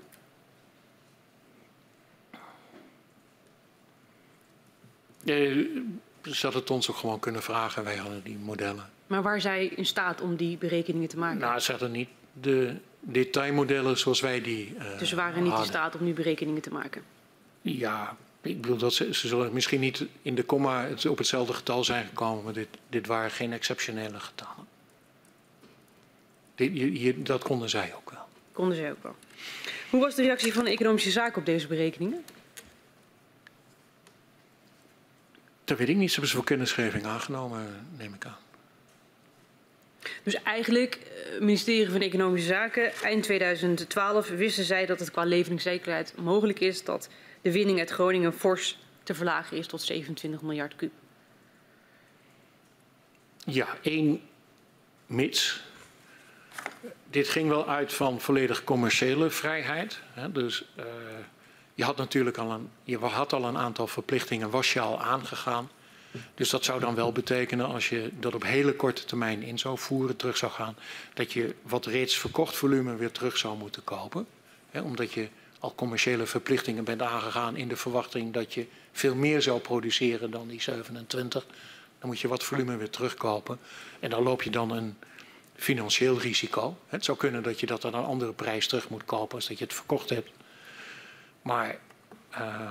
Ze hadden het ons ook gewoon kunnen vragen. Wij hadden die modellen. Maar waar zij in staat om die berekeningen te maken? Nou, ze hadden niet de detailmodellen zoals wij die uh, Dus ze waren niet hadden. in staat om die berekeningen te maken? Ja, ik bedoel dat ze, ze zullen misschien niet in de komma op hetzelfde getal zijn gekomen. Maar dit, dit waren geen exceptionele getallen. Dit, hier, dat konden zij ook wel. Konden zij ook wel. Hoe was de reactie van de Economische Zaken op deze berekeningen? Dat weet ik niet. Ze hebben ze voor kennisgeving aangenomen, neem ik aan. Dus eigenlijk, het ministerie van Economische Zaken, eind tweeduizend twaalf wisten zij dat het qua leveringszekerheid mogelijk is dat de winning uit Groningen fors te verlagen is tot zevenentwintig miljard kuub. Ja, één mits. Dit ging wel uit van volledig commerciële vrijheid. Hè, dus uh, je had natuurlijk al een, je had al een aantal verplichtingen, was je al aangegaan. Dus dat zou dan wel betekenen, als je dat op hele korte termijn in zou voeren, terug zou gaan, dat je wat reeds verkocht volume weer terug zou moeten kopen. Hè, omdat je al commerciële verplichtingen bent aangegaan in de verwachting dat je veel meer zou produceren dan die zevenentwintig. Dan moet je wat volume weer terugkopen. En dan loop je dan een financieel risico. Het zou kunnen dat je dat aan een andere prijs terug moet kopen als dat je het verkocht hebt. Maar uh,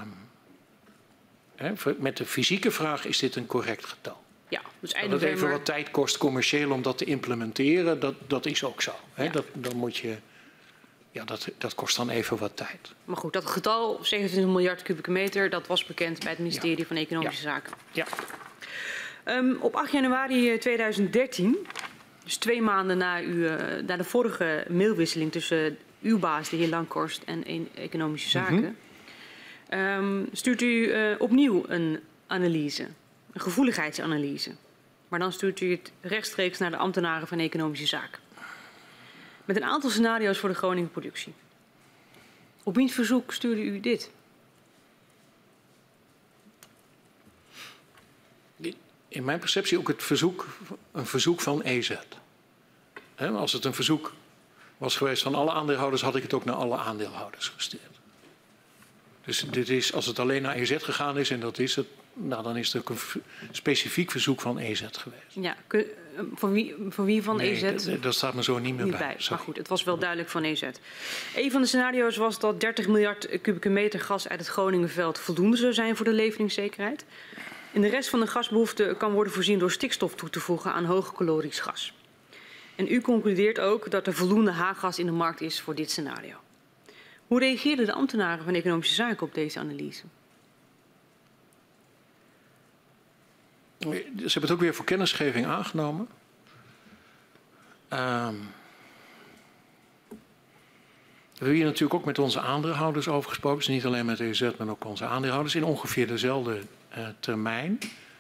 met de fysieke vraag is dit een correct getal. Ja, dus dat het even wat tijd kost commercieel om dat te implementeren, dat, dat is ook zo. Hè? Ja. Dat, dan moet je, ja, dat, dat kost dan even wat tijd. Maar goed, dat getal, zevenentwintig miljard kubieke meter, dat was bekend bij het ministerie ja. van Economische ja. Zaken. Ja. Um, op acht januari tweeduizend dertien, dus twee maanden na, uw, uh, na de vorige mailwisseling tussen uw baas, de heer Lankhorst, en Economische Zaken, mm-hmm. um, stuurt u uh, opnieuw een analyse, een gevoeligheidsanalyse. Maar dan stuurt u het rechtstreeks naar de ambtenaren van Economische Zaken. Met een aantal scenario's voor de Groningen productie. Op wiens verzoek stuurde u dit? in mijn perceptie ook het verzoek, een verzoek van E Z. He, als het een verzoek was geweest van alle aandeelhouders, had ik het ook naar alle aandeelhouders gestuurd. Dus dit is, als het alleen naar E Z gegaan is, en dat is het, nou, dan is het ook een specifiek verzoek van E Z geweest. Ja, kun, voor, wie, voor wie van nee, E Z? Dat staat me zo niet meer niet bij. bij. Maar goed, het was wel duidelijk van E Z. Een van de scenario's was dat dertig miljard kubieke meter gas uit het Groningenveld voldoende zou zijn voor de leveringszekerheid. En de rest van de gasbehoefte kan worden voorzien door stikstof toe te voegen aan hoogcalorisch gas. En u concludeert ook dat er voldoende H-gas in de markt is voor dit scenario. Hoe reageerden de ambtenaren van Economische Zaken op deze analyse? Ze hebben het ook weer voor kennisgeving aangenomen. Um, we hebben hier natuurlijk ook met onze aandeelhouders over gesproken. Dus niet alleen met E Z, maar ook onze aandeelhouders in ongeveer dezelfde uh, termijn.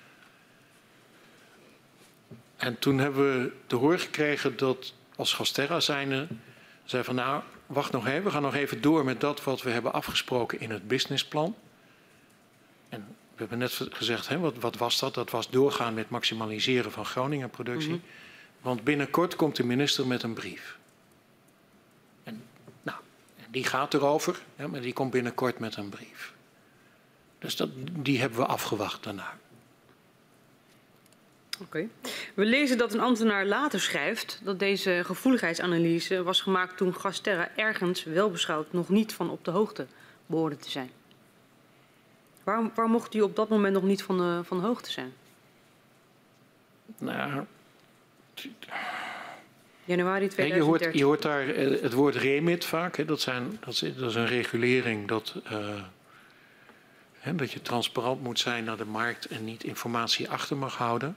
En toen hebben we te horen gekregen dat als Gasterra zijnde zei van nou, wacht nog even, we gaan nog even door met dat wat we hebben afgesproken in het businessplan. En we hebben net gezegd, hè, wat, wat was dat? Dat was doorgaan met maximaliseren van Groningen-productie. Mm-hmm. Want binnenkort komt de minister met een brief. En, nou, die gaat erover, hè, maar die komt binnenkort met een brief. Dus dat, die hebben we afgewacht daarna. Oké. Okay. We lezen dat een ambtenaar later schrijft dat deze gevoeligheidsanalyse was gemaakt toen Gasterra ergens, wel beschouwd, nog niet van op de hoogte behoorde te zijn. Waarom, waarom mocht u op dat moment nog niet van de, van de hoogte zijn? Nou, januari tweeduizend dertien. Je hoort, je hoort daar het woord remit vaak. Hè, dat, zijn, dat, is, dat is een regulering dat, uh, hè, dat je transparant moet zijn naar de markt en niet informatie achter mag houden.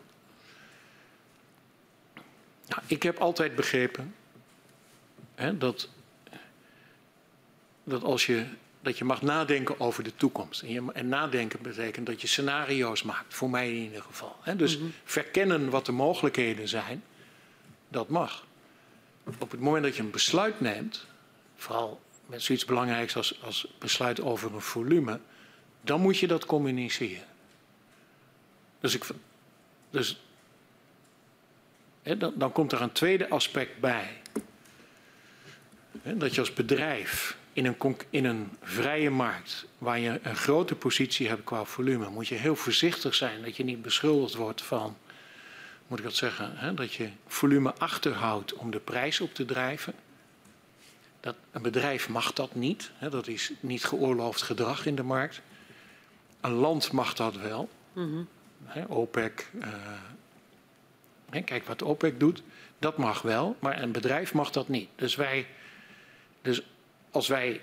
Nou, ik heb altijd begrepen hè, dat, dat als je... dat je mag nadenken over de toekomst. En, je, en nadenken betekent dat je scenario's maakt, voor mij in ieder geval. Hè? Dus mm-hmm. verkennen wat de mogelijkheden zijn, dat mag. Op het moment dat je een besluit neemt, vooral met zoiets belangrijks als, als besluit over een volume, dan moet je dat communiceren. Dus, ik, dus hè, dan, dan komt er een tweede aspect bij. Hè, dat je als bedrijf in een, in een vrije markt, waar je een grote positie hebt qua volume, moet je heel voorzichtig zijn dat je niet beschuldigd wordt van, moet ik dat zeggen, hè, dat je volume achterhoudt om de prijs op te drijven. Dat, een bedrijf mag dat niet. Hè, dat is niet geoorloofd gedrag in de markt. Een land mag dat wel. Mm-hmm. Hè, OPEC, uh, hè, kijk wat OPEC doet, dat mag wel, maar een bedrijf mag dat niet. Dus wij, dus als wij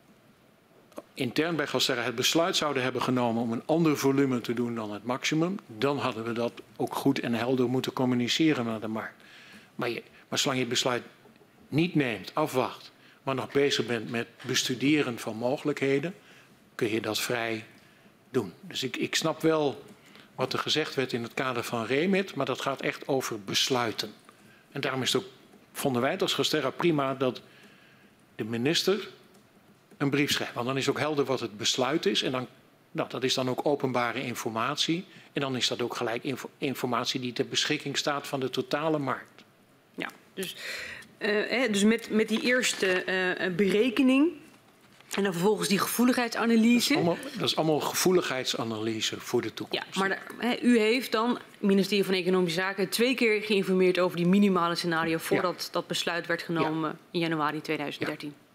intern bij Gasterra het besluit zouden hebben genomen om een ander volume te doen dan het maximum, dan hadden we dat ook goed en helder moeten communiceren naar de markt. Maar, je, maar zolang je het besluit niet neemt, afwacht, maar nog bezig bent met bestuderen van mogelijkheden, kun je dat vrij doen. Dus ik, ik snap wel wat er gezegd werd in het kader van remit, maar dat gaat echt over besluiten. En daarom is het ook, vonden wij het als Gasterra prima dat de minister een brief schrijft. Want dan is ook helder wat het besluit is. En dan, nou, dat is dan ook openbare informatie. En dan is dat ook gelijk info, informatie die ter beschikking staat van de totale markt. Ja, dus, uh, hè, dus met, met die eerste uh, berekening en dan vervolgens die gevoeligheidsanalyse. Dat is allemaal, dat is allemaal gevoeligheidsanalyse voor de toekomst. Ja, maar de, hè, u heeft dan, het ministerie van Economische Zaken, twee keer geïnformeerd over die minimale scenario voordat ja. dat besluit werd genomen ja. in januari tweeduizend dertien. Ja.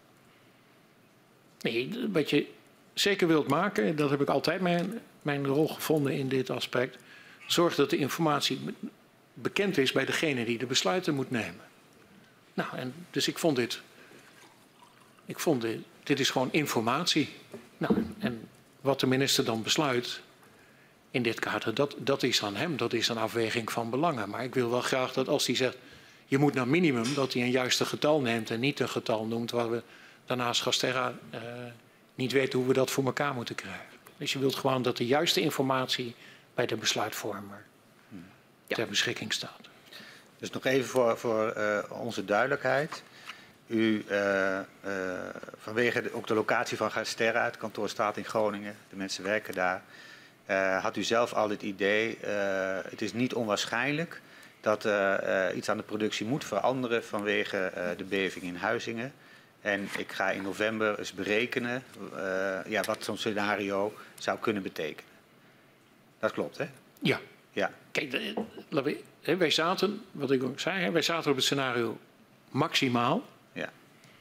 Nee, wat je zeker wilt maken, dat heb ik altijd mijn, mijn rol gevonden in dit aspect. Zorg dat de informatie bekend is bij degene die de besluiten moet nemen. Nou, en dus ik vond dit, ik vond dit, dit is gewoon informatie. Nou, en wat de minister dan besluit in dit kader, dat, dat is aan hem, dat is een afweging van belangen. Maar ik wil wel graag dat als hij zegt, je moet naar minimum, dat hij een juiste getal neemt en niet een getal noemt waar we daarnaast Gasterra uh, niet weten hoe we dat voor elkaar moeten krijgen. Dus je wilt gewoon dat de juiste informatie bij de besluitvormer ja. ter beschikking staat. Dus nog even voor, voor uh, onze duidelijkheid. U, uh, uh, vanwege de, ook de locatie van Gasterra, het kantoor staat in Groningen, de mensen werken daar. uh, had u zelf al het idee, uh, het is niet onwaarschijnlijk dat uh, uh, iets aan de productie moet veranderen vanwege uh, de beving in Huizingen. En ik ga in november eens berekenen uh, ja, wat zo'n scenario zou kunnen betekenen. Dat klopt, hè? Ja. Ja. Kijk, we, wij zaten, wat ik ook zei, wij zaten op het scenario maximaal. Ja.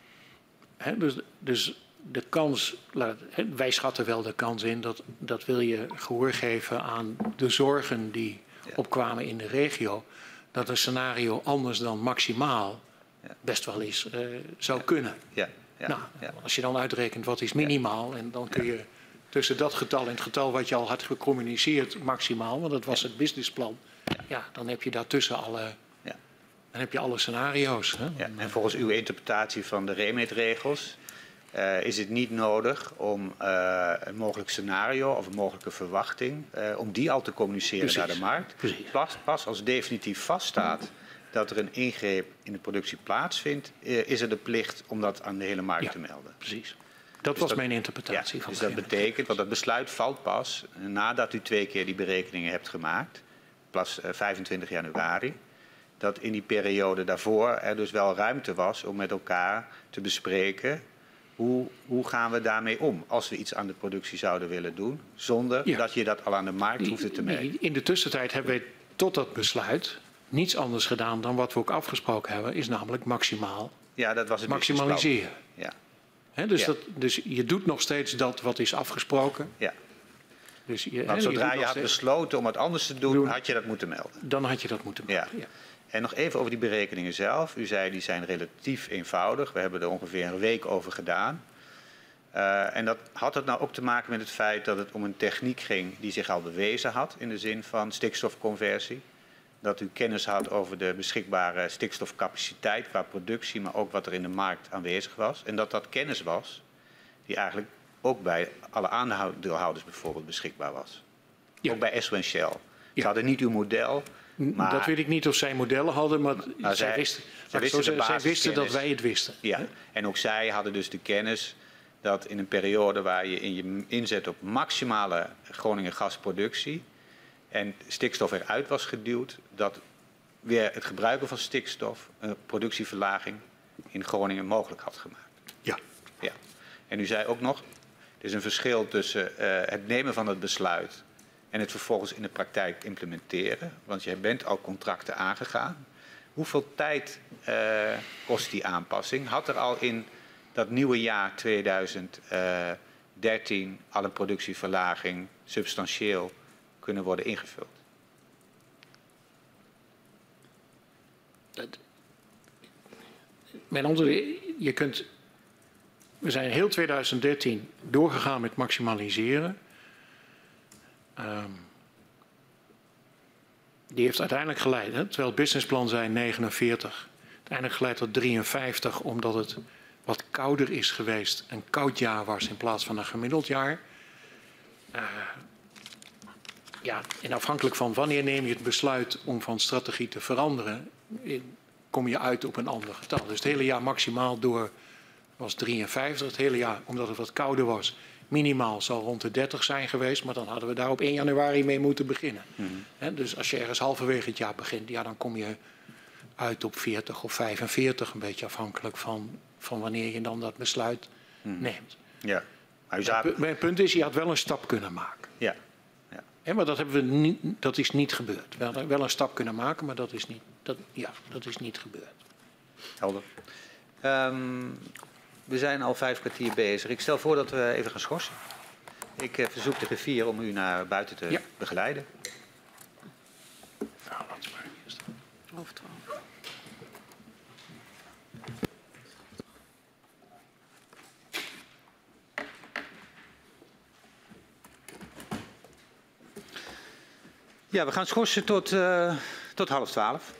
He, dus, dus de kans, wij schatten wel de kans in, dat, dat wil je gehoor geven aan de zorgen die ja. opkwamen in de regio, dat een scenario anders dan maximaal ja. best wel eens uh, zou ja. kunnen. Ja. Ja. Nou, ja. als je dan uitrekent wat is minimaal, en dan kun je tussen dat getal en het getal wat je al had gecommuniceerd maximaal, want dat was het businessplan, ja, dan heb je daartussen alle, ja. dan heb je alle scenario's. Hè? Ja. En volgens uw interpretatie van de REMIT-regels uh, is het niet nodig om uh, een mogelijk scenario of een mogelijke verwachting, uh, om die al te communiceren Precies. naar de markt. Pas, pas als definitief vaststaat dat er een ingreep in de productie plaatsvindt, uh, is er de plicht om dat aan de hele markt ja, te melden. Precies. Dat dus was dat, mijn interpretatie. Ja, van dus dat betekent, want dat besluit valt pas nadat u twee keer die berekeningen hebt gemaakt, pas uh, vijfentwintig januari, dat in die periode daarvoor er dus wel ruimte was om met elkaar te bespreken hoe, hoe gaan we daarmee om als we iets aan de productie zouden willen doen, zonder ja. dat je dat al aan de markt hoefde te merken. In de tussentijd hebben wij tot dat besluit niets anders gedaan dan wat we ook afgesproken hebben, is namelijk maximaal ja, dat was het maximaliseren. Ja. He, dus, ja. dat, dus je doet nog steeds dat wat is afgesproken. Ja. Dus je, Want he, zodra je, je had steeds... besloten om wat anders te doen, doen, had je dat moeten melden. Dan had je dat moeten melden, ja. ja. En nog even over die berekeningen zelf. U zei die zijn relatief eenvoudig. We hebben er ongeveer een week over gedaan. Uh, en dat had het nou ook te maken met het feit dat het om een techniek ging die zich al bewezen had in de zin van stikstofconversie. Dat u kennis had over de beschikbare stikstofcapaciteit qua productie, maar ook wat er in de markt aanwezig was. En dat dat kennis was die eigenlijk ook bij alle aandeelhouders bijvoorbeeld beschikbaar was. Ja. Ook bij Esso en Shell. Ze ja. hadden niet uw model. Maar, dat weet ik niet of zij modellen hadden, maar zij, zij wisten, zij wisten, zo, zij wisten dat wij het wisten. Ja. En ook zij hadden dus de kennis dat in een periode waar je in je inzet op maximale Groningen gasproductie en stikstof eruit was geduwd, dat weer het gebruiken van stikstof een productieverlaging in Groningen mogelijk had gemaakt. Ja. ja. En u zei ook nog, er is een verschil tussen uh, het nemen van het besluit en het vervolgens in de praktijk implementeren, want jij bent al contracten aangegaan. Hoeveel tijd uh, kost die aanpassing? Had er al in dat nieuwe jaar tweeduizend dertien al een productieverlaging substantieel kunnen worden ingevuld? Mijn antwoord, je kunt, we zijn heel tweeduizend dertien doorgegaan met maximaliseren. Um, die heeft uiteindelijk geleid, hè, terwijl het businessplan zei negenenveertig, uiteindelijk geleid tot drieënvijftig, omdat het wat kouder is geweest, een koud jaar was in plaats van een gemiddeld jaar. Uh, ja, en afhankelijk van wanneer neem je het besluit om van strategie te veranderen, kom je uit op een ander getal. Dus het hele jaar maximaal door was drieënvijftig. Het hele jaar, omdat het wat kouder was, minimaal zal rond de dertig zijn geweest. Maar dan hadden we daar op één januari mee moeten beginnen. Mm-hmm. He, dus als je ergens halverwege het jaar begint, ja, dan kom je uit op veertig of vijfenveertig. Een beetje afhankelijk van, van wanneer je dan dat besluit mm-hmm. neemt. Ja. Maar zaten... Mijn punt is, je had wel een stap kunnen maken. Ja. Ja. He, maar dat, hebben we niet, dat is niet gebeurd. We hadden wel een stap kunnen maken, maar dat is niet, dat, ja, dat is niet gebeurd. Helder. Um, we zijn al vijf kwartier bezig. Ik stel voor dat we even gaan schorsen. Ik uh, verzoek de griffier om u naar buiten te ja. begeleiden. Nou, dat is maar eerst. Half twaalf. Ja, we gaan schorsen tot, uh, tot half twaalf.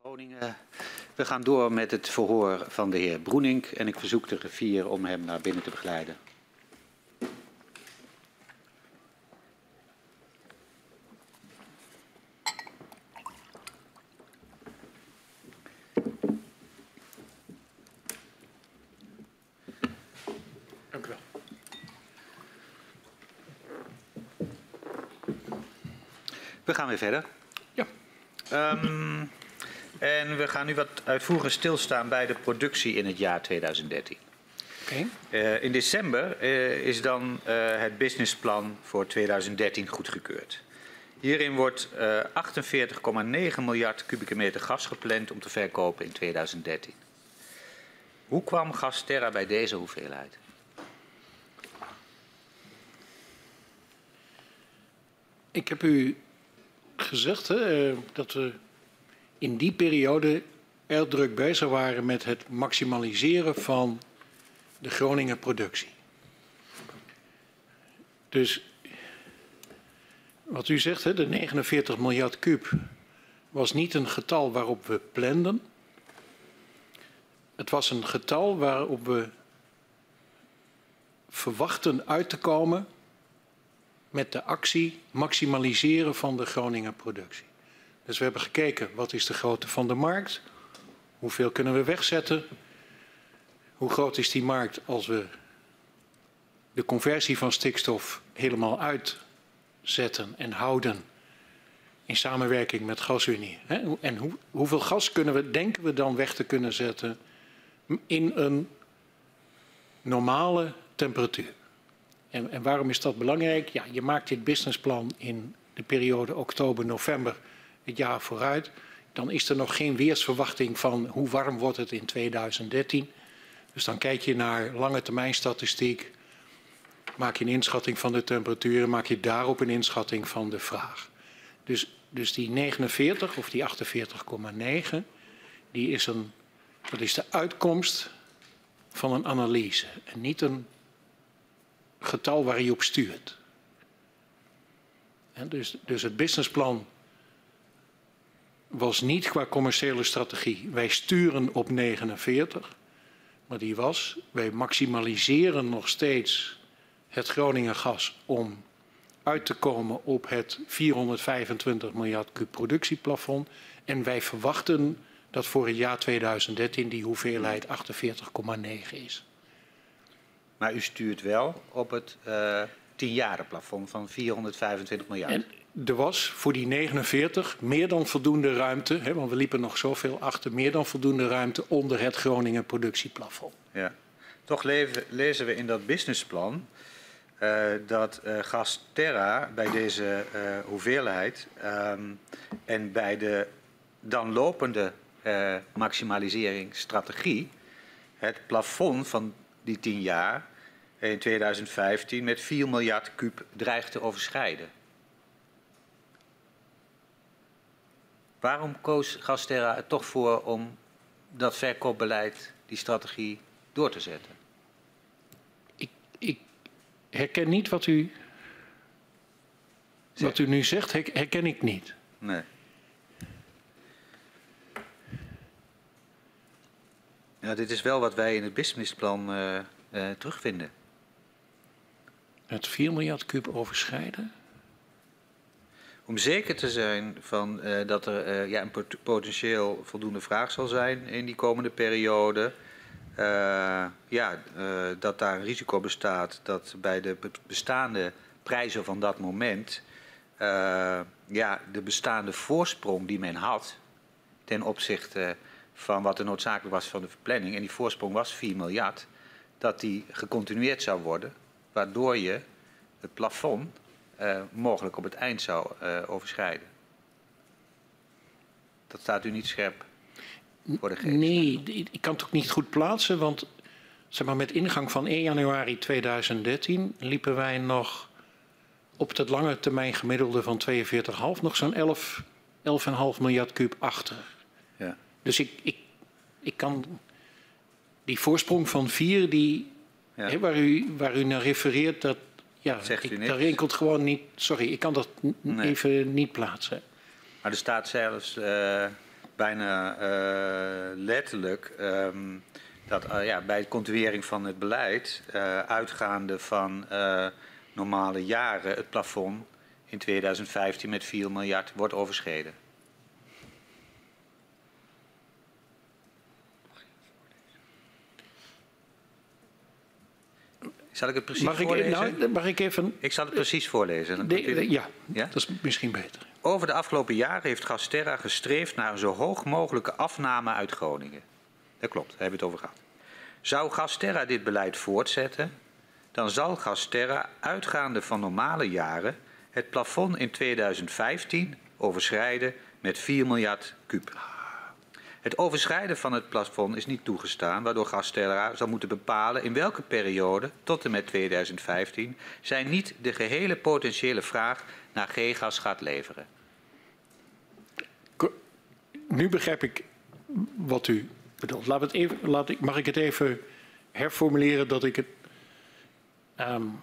Groningen. We gaan door met het verhoor van de heer Broenink en ik verzoek de griffier om hem naar binnen te begeleiden. Dank u wel. We gaan weer verder. Ja. Um, en we gaan nu wat uitvoeriger stilstaan bij de productie in het jaar tweeduizend dertien. Okay. Uh, in december uh, is dan uh, het businessplan voor tweeduizend dertien goedgekeurd. Hierin wordt uh, achtenveertig komma negen miljard kubieke meter gas gepland om te verkopen in tweeduizend dertien. Hoe kwam GasTerra bij deze hoeveelheid? Ik heb u gezegd hè, dat we in die periode erg druk bezig waren met het maximaliseren van de Groninger productie. Dus wat u zegt, hè, de negenenveertig miljard kuub was niet een getal waarop we planden. Het was een getal waarop we verwachten uit te komen met de actie maximaliseren van de Groninger productie. Dus we hebben gekeken wat is de grootte van de markt, hoeveel kunnen we wegzetten, hoe groot is die markt als we de conversie van stikstof helemaal uitzetten en houden in samenwerking met GasUnie. En hoe, hoeveel gas kunnen we, denken we dan weg te kunnen zetten in een normale temperatuur. En, en waarom is dat belangrijk? Ja, je maakt dit businessplan in de periode oktober-november het jaar vooruit. Dan is er nog geen weersverwachting van hoe warm wordt het in tweeduizend dertien. Dus dan kijk je naar lange termijn statistiek. Maak je een inschatting van de temperatuur. Maak je daarop een inschatting van de vraag. Dus, dus die negenenveertig of die achtenveertig komma negen, die is een, dat is de uitkomst van een analyse. En niet een getal waar je op stuurt. En dus, dus het businessplan was niet qua commerciële strategie. Wij sturen op negenenveertig. Maar die was, wij maximaliseren nog steeds het Groninger gas om uit te komen op het vierhonderdvijfentwintig miljard kuub productieplafond. En wij verwachten dat voor het jaar tweeduizend dertien die hoeveelheid achtenveertig komma negen is. Maar u stuurt wel op het uh, tienjarenplafond van vierhonderdvijfentwintig miljard. En er was voor die negenenveertig meer dan voldoende ruimte, hè, want we liepen nog zoveel achter, meer dan voldoende ruimte onder het Groninger productieplafond. Ja. Toch leven, lezen we in dat businessplan uh, dat uh, GasTerra bij deze uh, hoeveelheid um, en bij de dan lopende uh, maximaliseringsstrategie het plafond van die tien jaar in tweeduizend vijftien met vier miljard kuub dreigt te overschrijden. Waarom koos GasTerra er toch voor om dat verkoopbeleid, die strategie, door te zetten? Ik, ik herken niet wat u, wat u nu zegt, herken ik niet. Nee. Ja, dit is wel wat wij in het businessplan uh, uh, terugvinden. Het vier miljard kuub overschrijden? Om zeker te zijn van, uh, dat er uh, ja, een potentieel voldoende vraag zal zijn in die komende periode. Uh, ja, uh, dat daar een risico bestaat dat bij de bestaande prijzen van dat moment uh, ja, de bestaande voorsprong die men had ten opzichte van wat er noodzakelijk was van de verplanning, en die voorsprong was vier miljard, dat die gecontinueerd zou worden, waardoor je het plafond uh, mogelijk op het eind zou uh, overschrijden. Dat staat u niet scherp voor de geest. Nee, ik kan het ook niet goed plaatsen, want zeg maar, met ingang van één januari tweeduizend dertien liepen wij nog op het lange termijn gemiddelde van tweeënveertig komma vijf nog zo'n elf, elf komma vijf miljard kuub achter. Ja. Dus ik, ik, ik kan die voorsprong van vier, die, ja. hè, waar, u, waar u naar refereert, dat, ja, Zegt u ik, niks? daar rinkelt gewoon niet. Sorry, ik kan dat Nee. even niet plaatsen. Maar er staat zelfs uh, bijna uh, letterlijk um, dat uh, ja, bij de continuering van het beleid, uh, uitgaande van uh, normale jaren, het plafond in tweeduizend vijftien met vier miljard wordt overschreden. Zal ik het precies mag voorlezen? Ik, nou, mag ik even... Ik zal het precies voorlezen. Dan de, de, ja, ja, dat is misschien beter. Over de afgelopen jaren heeft GasTerra gestreefd naar een zo hoog mogelijke afname uit Groningen. Dat klopt, daar hebben we het over gehad. Zou GasTerra dit beleid voortzetten, dan zal GasTerra uitgaande van normale jaren het plafond in tweeduizend vijftien overschrijden met vier miljard kuub. Het overschrijden van het plafond is niet toegestaan, waardoor GasTerra zal moeten bepalen in welke periode, tot en met tweeduizend vijftien, zij niet de gehele potentiële vraag naar G-gas gaat leveren. Nu begrijp ik wat u bedoelt. Laat het even, laat ik, mag ik het even herformuleren dat ik het... Um,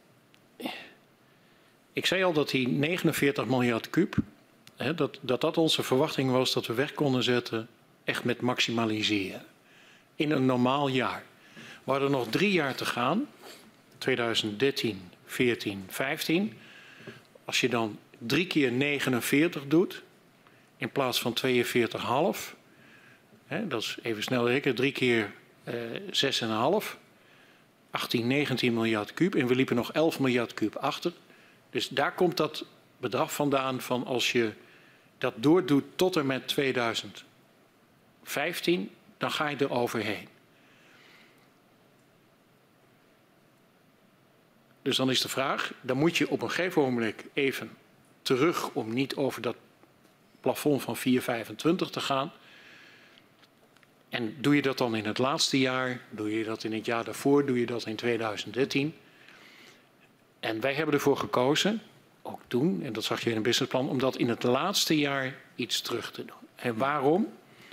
ik zei al dat die negenenveertig miljard kuub, hè, dat, dat dat onze verwachting was dat we weg konden zetten echt met maximaliseren. In een normaal jaar. We hadden nog drie jaar te gaan. tweeduizend dertien, veertien, vijftien. Als je dan drie keer negenenveertig doet, in plaats van tweeënveertig komma vijf. Hè, dat is even snel rekenen. Drie keer eh, zes komma vijf. achttien, negentien miljard kuub. En we liepen nog elf miljard kuub achter. Dus daar komt dat bedrag vandaan van als je dat doordoet tot en met tweeduizend vijftien, dan ga je er overheen. Dus dan is de vraag, dan moet je op een gegeven moment even terug om niet over dat plafond van vier komma vijfentwintig te gaan. En doe je dat dan in het laatste jaar, doe je dat in het jaar daarvoor, doe je dat in tweeduizend dertien. En wij hebben ervoor gekozen, ook toen, en dat zag je in een businessplan, om dat in het laatste jaar iets terug te doen. En waarom?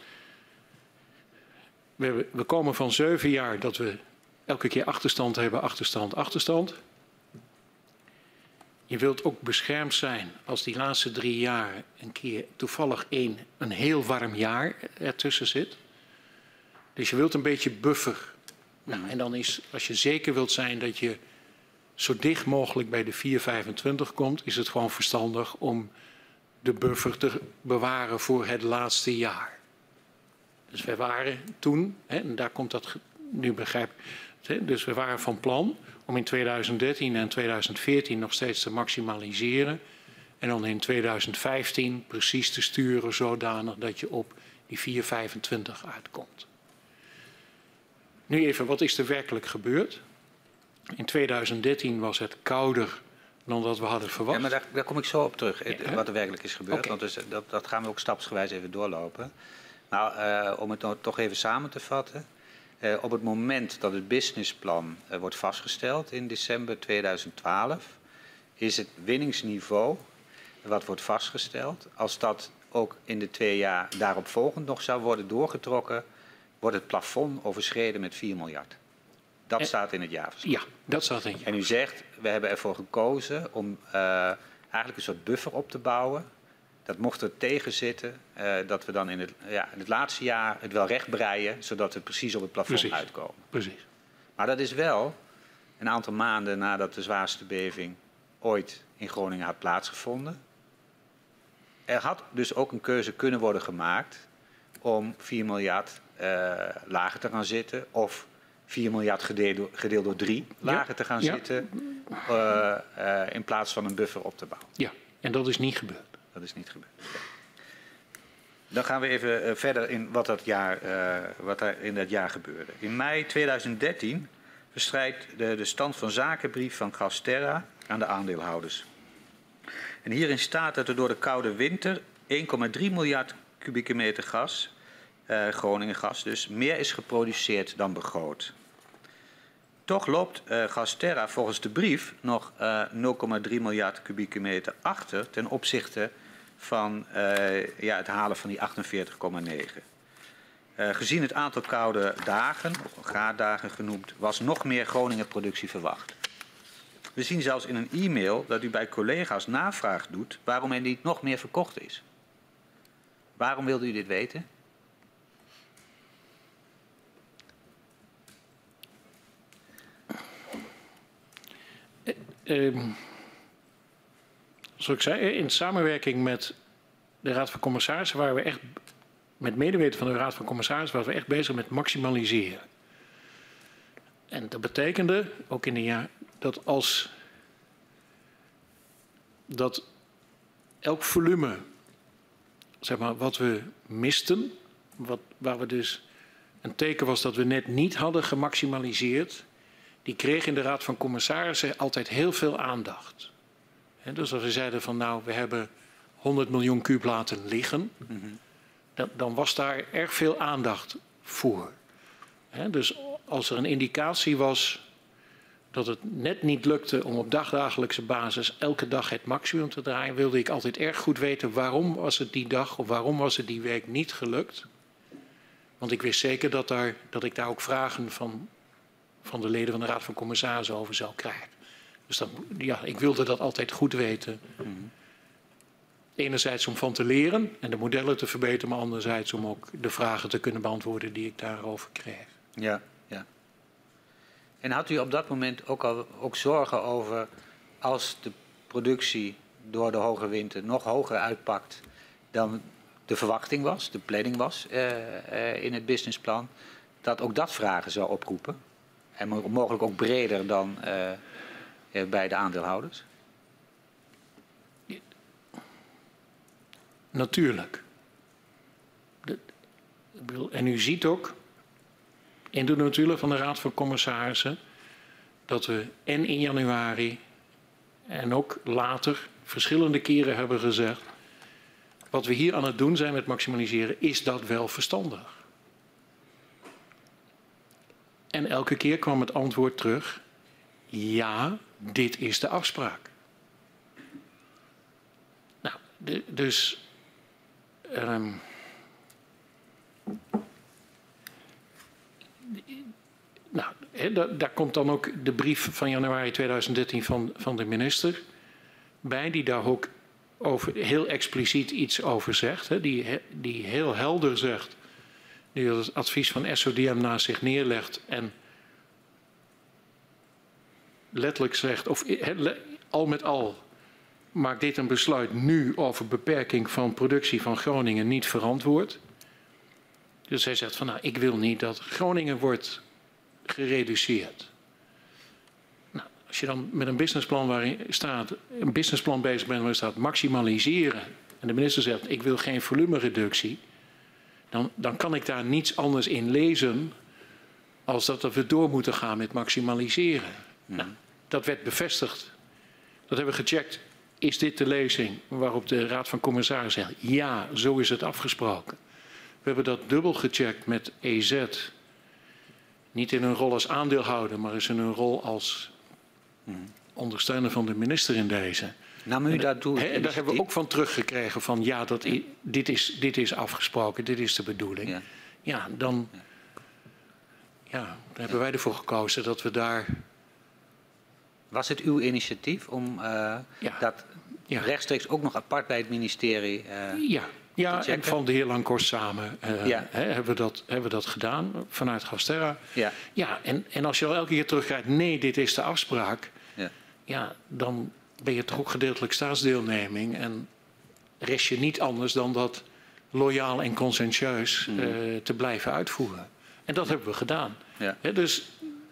We, hebben, we komen van zeven jaar dat we elke keer achterstand hebben, achterstand, achterstand. Je wilt ook beschermd zijn als die laatste drie jaar een keer toevallig één, een heel warm jaar ertussen zit. Dus je wilt een beetje buffer. Nou, en dan is, als je zeker wilt zijn dat je zo dicht mogelijk bij de vier komma vijfentwintig komt, is het gewoon verstandig om de buffer te bewaren voor het laatste jaar. Dus wij waren toen, hè, en daar komt dat, nu begrijp ik, dus we waren van plan om in tweeduizend dertien en tweeduizend veertien nog steeds te maximaliseren. En dan in tweeduizend vijftien precies te sturen zodanig dat je op die vier komma vijfentwintig uitkomt. Nu even, wat is er werkelijk gebeurd? In tweeduizend dertien was het kouder dan dat we hadden verwacht. Ja, maar daar, daar kom ik zo op terug, Ja, wat er werkelijk is gebeurd. Okay. Want dus, dat, dat gaan we ook stapsgewijs even doorlopen. Nou, uh, om het nou toch even samen te vatten. Uh, op het moment dat het businessplan uh, wordt vastgesteld in december tweeduizend twaalf... is het winningsniveau wat wordt vastgesteld. Als dat ook in de twee jaar daarop volgend nog zou worden doorgetrokken, wordt het plafond overschreden met vier miljard. Dat en, staat in het jaarverslag. Ja, dat staat in het jaarverslag. En u zegt, we hebben ervoor gekozen om uh, eigenlijk een soort buffer op te bouwen. Dat mocht er tegen zitten, uh, dat we dan in het, ja, in het laatste jaar het wel recht breien, zodat we precies op het plafond Precies. uitkomen. Precies. Maar dat is wel een aantal maanden nadat de zwaarste beving ooit in Groningen had plaatsgevonden. Er had dus ook een keuze kunnen worden gemaakt om vier miljard uh, lager te gaan zitten of vier miljard gedeeld door, gedeeld door drie lager ja. te gaan ja. zitten uh, uh, in plaats van een buffer op te bouwen. Ja, en dat is niet gebeurd. Dat is niet gebeurd. Dan gaan we even uh, verder in wat, dat jaar, uh, wat er in dat jaar gebeurde. In mei tweeduizend dertien verstrijkt de, de stand van zakenbrief van GasTerra aan de aandeelhouders. En hierin staat dat er door de koude winter één komma drie miljard kubieke meter gas, uh, Groningen gas dus, meer is geproduceerd dan begroot. Toch loopt uh, GasTerra volgens de brief nog uh, nul komma drie miljard kubieke meter achter ten opzichte van uh, ja, het halen van die achtenveertig komma negen. Uh, gezien het aantal koude dagen, of graaddagen genoemd, was nog meer Groningen productie verwacht. We zien zelfs in een e-mail dat u bij collega's navraag doet waarom er niet nog meer verkocht is. Waarom wilde u dit weten? Uh, zoals ik zei, in samenwerking met de Raad van Commissarissen waren we echt, met medeweten van de Raad van Commissarissen, waren we echt bezig met maximaliseren. En dat betekende, ook in de jaar, dat als dat elk volume, zeg maar, wat we misten, wat, waar we dus een teken was dat we net niet hadden gemaximaliseerd, die kreeg in de Raad van Commissarissen altijd heel veel aandacht. He, dus als we zeiden van nou, we hebben honderd miljoen kuub laten liggen, mm-hmm. dan, dan was daar erg veel aandacht voor. He, dus als er een indicatie was dat het net niet lukte om op dagdagelijkse basis elke dag het maximum te draaien, wilde ik altijd erg goed weten waarom was het die dag of waarom was het die week niet gelukt. Want ik wist zeker dat, daar, dat ik daar ook vragen van, van de leden van de Raad van Commissarissen over zou krijgen. Dus dat, ja, ik wilde dat altijd goed weten. Mm-hmm. Enerzijds om van te leren en de modellen te verbeteren, maar anderzijds om ook de vragen te kunnen beantwoorden die ik daarover kreeg. Ja, ja. En had u op dat moment ook al ook zorgen over als de productie door de hoge winter nog hoger uitpakt dan de verwachting was, de planning was uh, uh, in het businessplan, dat ook dat vragen zou oproepen? En mogelijk ook breder dan uh, uh, bij de aandeelhouders? Natuurlijk. De, en u ziet ook in de notulen van de Raad van Commissarissen dat we en in januari en ook later verschillende keren hebben gezegd, wat we hier aan het doen zijn met maximaliseren, is dat wel verstandig? En elke keer kwam het antwoord terug, ja, dit is de afspraak. Nou, de, dus Um, nou, he, daar, daar komt dan ook de brief van januari tweeduizend dertien van, van de minister bij, die daar ook over, heel expliciet iets over zegt. He, die, die heel helder zegt, die het advies van S O D M naast zich neerlegt en letterlijk zegt, of he, al met al, maakt dit een besluit nu over beperking van productie van Groningen niet verantwoord. Dus hij zegt van nou, ik wil niet dat Groningen wordt gereduceerd. Nou, als je dan met een businessplan waarin staat, een businessplan bezig bent waarin staat maximaliseren, en de minister zegt ik wil geen volumereductie, dan, dan kan ik daar niets anders in lezen als dat we door moeten gaan met maximaliseren. Ja. Nou, dat werd bevestigd. Dat hebben we gecheckt. Is dit de lezing waarop de Raad van Commissarissen zegt, ja, zo is het afgesproken. We hebben dat dubbel gecheckt met E Z. Niet in een rol als aandeelhouder, maar in een rol als ondersteuner van de minister in deze. Nam u dat toe? En daar hebben we ook van teruggekregen van, ja, dat i, dit, is, dit is afgesproken, dit is de bedoeling. Ja, ja dan, ja, dan hebben wij ervoor gekozen dat we daar... Was het uw initiatief om uh, ja. dat ja. rechtstreeks ook nog apart bij het ministerie uh, ja. Ja, te en van de heer Lankhorst samen uh, ja. he, hebben, we dat, hebben we dat gedaan vanuit Gasterra. Ja, ja en, en als je al elke keer terugkijkt, nee, dit is de afspraak. Ja. Ja, dan ben je toch ook gedeeltelijk staatsdeelneming. En rest je niet anders dan dat loyaal en conscientieus mm. uh, te blijven uitvoeren. En dat hebben we gedaan. Ja. He, dus...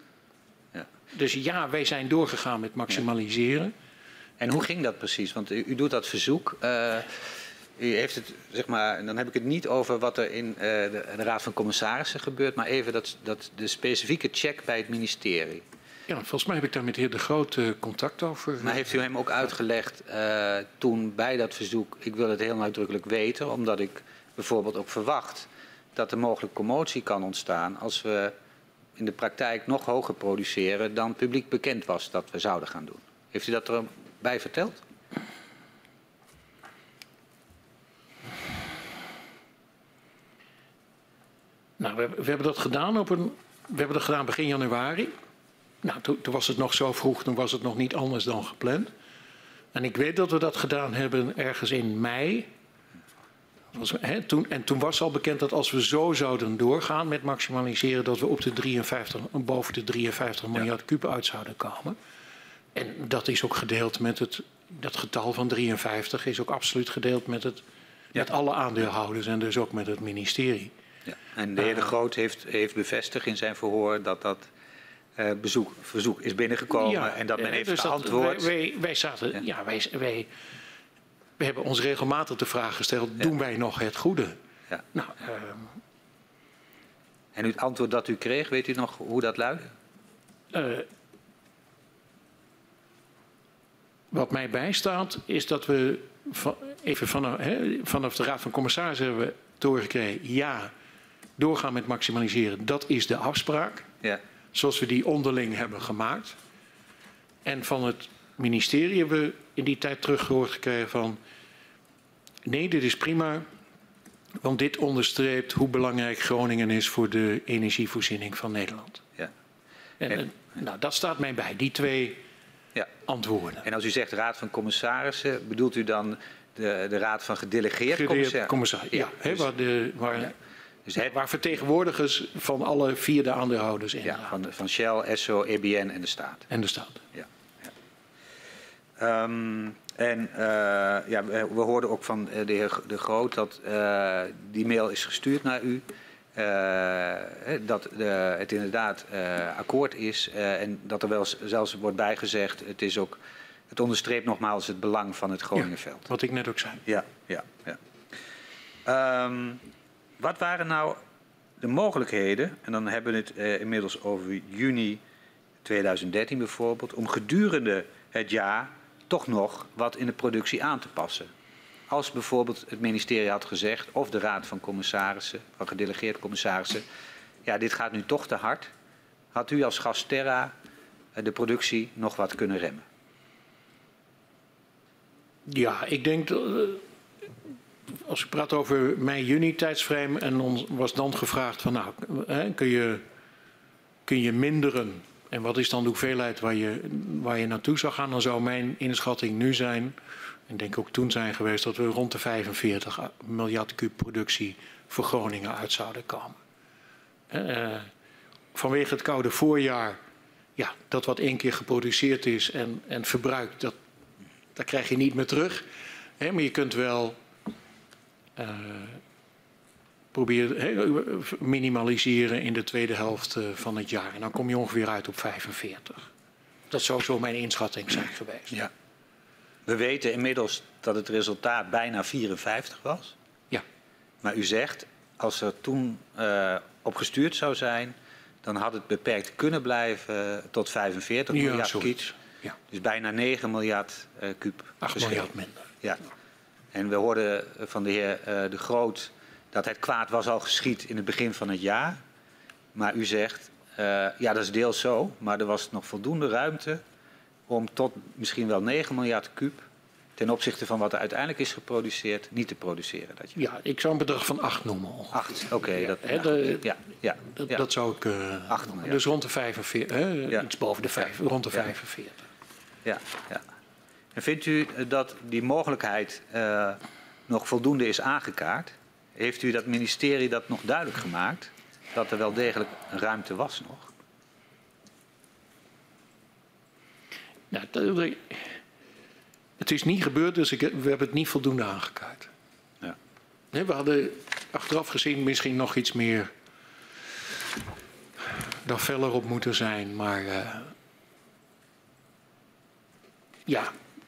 Dus ja, wij zijn doorgegaan met maximaliseren. Ja. En hoe ging dat precies? Want u, u doet dat verzoek. Uh, u heeft het, zeg maar, dan heb ik het niet over wat er in uh, de, de Raad van Commissarissen gebeurt, maar even dat, dat de specifieke check bij het ministerie. Ja, volgens mij heb ik daar met de heer De Groot uh, contact over. Maar heeft u hem ook uitgelegd uh, toen bij dat verzoek, ik wil het heel nadrukkelijk weten, omdat ik bijvoorbeeld ook verwacht dat er mogelijk commotie kan ontstaan als we in de praktijk nog hoger produceren dan publiek bekend was dat we zouden gaan doen. Heeft u dat erbij verteld? Nou, we, we hebben dat gedaan op een, we hebben dat gedaan begin januari. Nou, toen, toen was het nog zo vroeg, toen was het nog niet anders dan gepland. En ik weet dat we dat gedaan hebben ergens in mei Was, hè, toen, en toen was al bekend dat als we zo zouden doorgaan met maximaliseren, dat we op de drieënvijftig, boven de drieënvijftig miljard ja. kuub uit zouden komen. En dat is ook gedeeld met het, dat getal van drieënvijftig is ook absoluut gedeeld met, het, ja. met alle aandeelhouders en dus ook met het ministerie. Ja. En de heer De Groot heeft, heeft bevestigd in zijn verhoor dat dat uh, bezoek, verzoek is binnengekomen ja, en dat men heeft dus geantwoord. Wij, wij, wij zaten, ja, ja wij, wij, we hebben ons regelmatig de vraag gesteld, ja. doen wij nog het goede? Ja. Nou, uh, en het antwoord dat u kreeg, weet u nog hoe dat luidde? Uh, wat mij bijstaat is dat we van, even vanaf, hè, vanaf de Raad van Commissarissen hebben we doorgekregen, ja, doorgaan met maximaliseren, dat is de afspraak. Ja. Zoals we die onderling hebben gemaakt. En van het ministerie hebben we in die tijd teruggehoord gekregen van, nee, dit is prima, want dit onderstreept hoe belangrijk Groningen is voor de energievoorziening van Nederland. Ja. En, en, nou, dat staat mij bij, die twee ja. antwoorden. En als u zegt Raad van Commissarissen, bedoelt u dan de, de Raad van Gedelegeerd Commissarissen? Commissarissen, ja. ja dus, he, waar, de, waar, ja. Dus het, waar vertegenwoordigers van alle vier de aandeelhouders in. Ja, van, van Shell, Esso, E B N en de staat. En de staat. Ja. ja. Um, en uh, ja, we, we hoorden ook van de heer De Groot dat uh, die mail is gestuurd naar u. Uh, dat uh, het inderdaad uh, akkoord is uh, en dat er wel zelfs wordt bijgezegd, het is ook, het onderstreept nogmaals het belang van het Groningenveld. Ja, wat ik net ook zei. Ja, ja, ja. Um, wat waren nou de mogelijkheden, en dan hebben we het uh, inmiddels over juni tweeduizend dertien bijvoorbeeld, om gedurende het jaar toch nog wat in de productie aan te passen? Als bijvoorbeeld het ministerie had gezegd, of de Raad van Commissarissen, van gedelegeerde commissarissen, ja, dit gaat nu toch te hard. Had u als GasTerra de productie nog wat kunnen remmen? Ja, ik denk, als ik praat over mei-juni tijdsframe en ons was dan gevraagd van, nou, kun je, kun je minderen? En wat is dan de hoeveelheid waar je, waar je naartoe zou gaan? Dan zou mijn inschatting nu zijn, en denk ook toen zijn geweest, dat we rond de vijfenveertig miljard kuub productie voor Groningen uit zouden komen. Uh, vanwege het koude voorjaar, ja, dat wat één keer geproduceerd is en, en verbruikt, dat, dat krijg je niet meer terug. He, maar je kunt wel uh, proberen he, minimaliseren in de tweede helft uh, van het jaar. En dan kom je ongeveer uit op vijfenveertig. Dat zou zo mijn inschatting zijn geweest. Ja. We weten inmiddels dat het resultaat bijna vierenvijftig was. Ja. Maar u zegt, als er toen uh, op gestuurd zou zijn, dan had het beperkt kunnen blijven tot vijfenveertig ja, miljard kuub. Ja. Dus bijna negen miljard uh, kuub. acht miljard minder. Ja. En we hoorden van de heer uh, De Groot dat het kwaad was al geschied in het begin van het jaar. Maar u zegt, uh, ja, dat is deels zo, maar er was nog voldoende ruimte om tot misschien wel negen miljard kuub ten opzichte van wat er uiteindelijk is geproduceerd, niet te produceren. Dat je... Ja, ik zou een bedrag van acht noemen. acht, oké. Okay, ja, dat, ja, de, ja, ja, dat, ja. dat zou ik... Uh, acht miljard. Dus rond de vijfenveertig, hè, ja. iets boven de vijf, ja. rond de vijfenveertig. Ja, ja. En vindt u dat die mogelijkheid uh, nog voldoende is aangekaart? Heeft u dat ministerie dat nog duidelijk gemaakt? Dat er wel degelijk ruimte was nog? Nou, dat, het is niet gebeurd, dus ik, we hebben het niet voldoende aangekaart. Ja. Nee, we hadden achteraf gezien misschien nog iets meer daar feller op moeten zijn, maar uh, ja,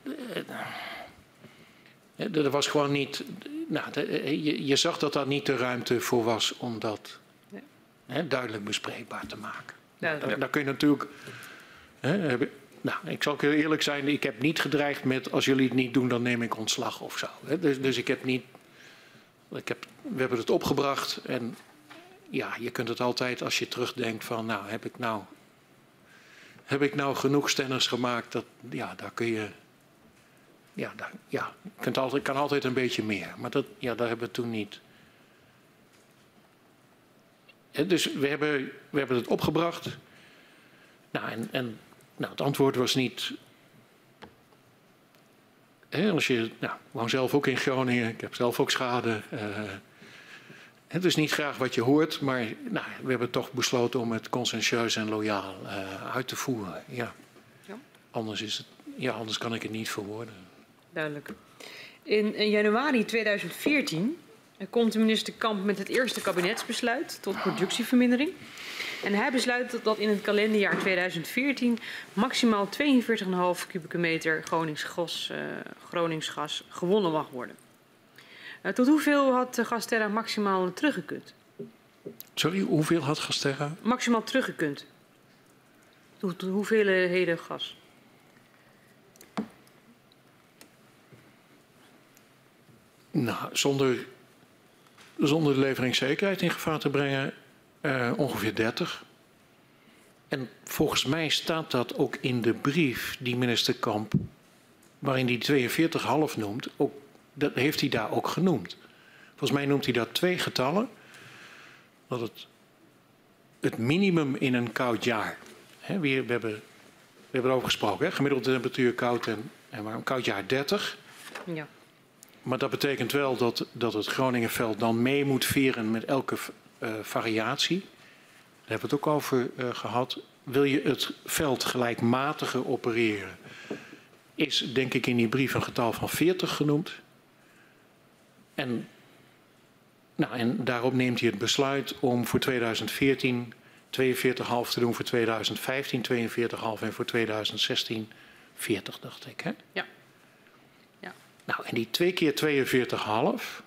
uh, er was gewoon niet, nou, de, je, je zag dat daar niet de ruimte voor was om dat ja. hè, duidelijk bespreekbaar te maken. Ja, daar, daar kun je natuurlijk, hè, hebben, nou, ik zal eerlijk zijn, ik heb niet gedreigd met als jullie het niet doen, dan neem ik ontslag of zo. Hè. Dus, dus ik heb niet, ik heb, we hebben het opgebracht en ja, je kunt het altijd als je terugdenkt van, nou, heb ik nou, heb ik nou genoeg stenners gemaakt, dat, ja, daar kun je, ja, daar, ja, je kunt altijd, kan altijd een beetje meer, maar dat, ja, daar hebben we toen niet. He, dus we hebben, we hebben het opgebracht, nou, en, en nou, het antwoord was niet hè, als je, nou, ik woon zelf ook in Groningen, ik heb zelf ook schade. Uh, het is niet graag wat je hoort, maar nou, we hebben toch besloten om het conscientieus en loyaal uh, uit te voeren. Ja. Ja. Anders, is het, ja, anders kan ik het niet verwoorden. Duidelijk. In, in januari tweeduizend veertien komt de minister Kamp met het eerste kabinetsbesluit tot productievermindering. En hij besluit dat in het kalenderjaar tweeduizend veertien maximaal tweeënveertig komma vijf kubieke meter Groningsgas, uh, Groningsgas gewonnen mag worden. Uh, tot hoeveel had GasTerra maximaal teruggekund? Sorry, hoeveel had GasTerra? Maximaal teruggekund. Tot, tot hoeveelheden gas? Nou, zonder, zonder de leveringszekerheid in gevaar te brengen, uh, ongeveer dertig. En volgens mij staat dat ook in de brief die minister Kamp, waarin hij tweeënveertig komma vijf noemt, ook, dat heeft hij daar ook genoemd. Volgens mij noemt hij daar twee getallen. Dat het, het minimum in een koud jaar, hè, we, we, hebben, we hebben erover gesproken, hè, gemiddelde temperatuur koud en, en warm, koud jaar dertig. Ja. Maar dat betekent wel dat, dat het Groningenveld dan mee moet veren met elke uh, variatie. Daar hebben we het ook over uh, gehad. Wil je het veld gelijkmatiger opereren, is denk ik in die brief een getal van veertig genoemd. En, nou, en daarop neemt hij het besluit om voor tweeduizend veertien tweeënveertig komma vijf te doen, voor tweeduizend vijftien tweeënveertig komma vijf en voor tweeduizend zestien veertig, dacht ik. Hè? Ja. Ja. Nou, en die twee keer tweeënveertig komma vijf,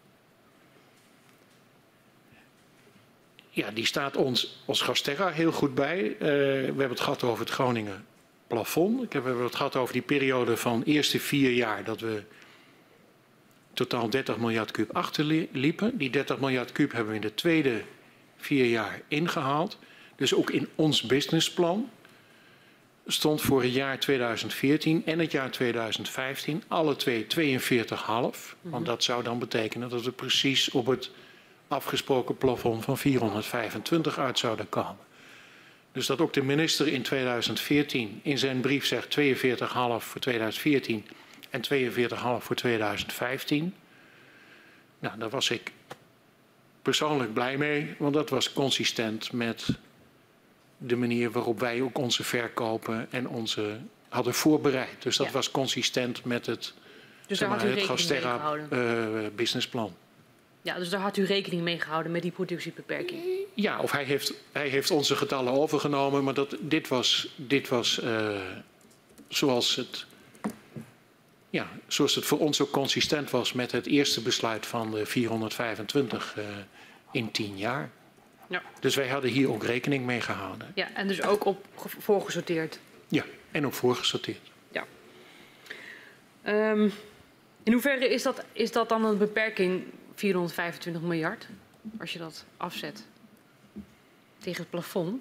ja, die staat ons als GasTerra heel goed bij. Uh, we hebben het gehad over het Groningen plafond. Ik heb, we hebben het gehad over die periode van de eerste vier jaar dat we totaal dertig miljard kuub achterliepen. Die dertig miljard kuub hebben we in de tweede vier jaar ingehaald. Dus ook in ons businessplan stond voor het jaar tweeduizend veertien en het jaar tweeduizend vijftien alle twee tweeënveertig komma vijf. Mm-hmm. Want dat zou dan betekenen dat we precies op het afgesproken plafond van vierhonderdvijfentwintig uit zouden komen. Dus dat ook de minister in tweeduizend veertien in zijn brief zegt tweeënveertig komma vijf voor tweeduizend veertien en tweeënveertig komma vijf voor tweeduizend vijftien. Nou, daar was ik persoonlijk blij mee, want dat was consistent met de manier waarop wij ook onze verkopen en onze hadden voorbereid. Dus dat ja. was consistent met het, dus zeg maar, het GasTerra uh, businessplan. Ja, dus daar had u rekening mee gehouden met die productiebeperking? Ja, of hij heeft, hij heeft onze getallen overgenomen, maar dat, dit was, dit was uh, zoals, het, ja, zoals het voor ons ook consistent was met het eerste besluit van de vierhonderdvijfentwintig uh, in tien jaar. Ja. Dus wij hadden hier ook rekening mee gehouden. Ja, en dus ook op voorgesorteerd? Ja, en ook voorgesorteerd. Ja. Um, in hoeverre is dat, is dat dan een beperking vierhonderdvijfentwintig miljard, als je dat afzet tegen het plafond?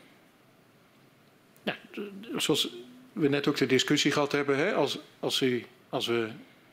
Ja, zoals we net ook de discussie gehad hebben, hè, als, als, u, als we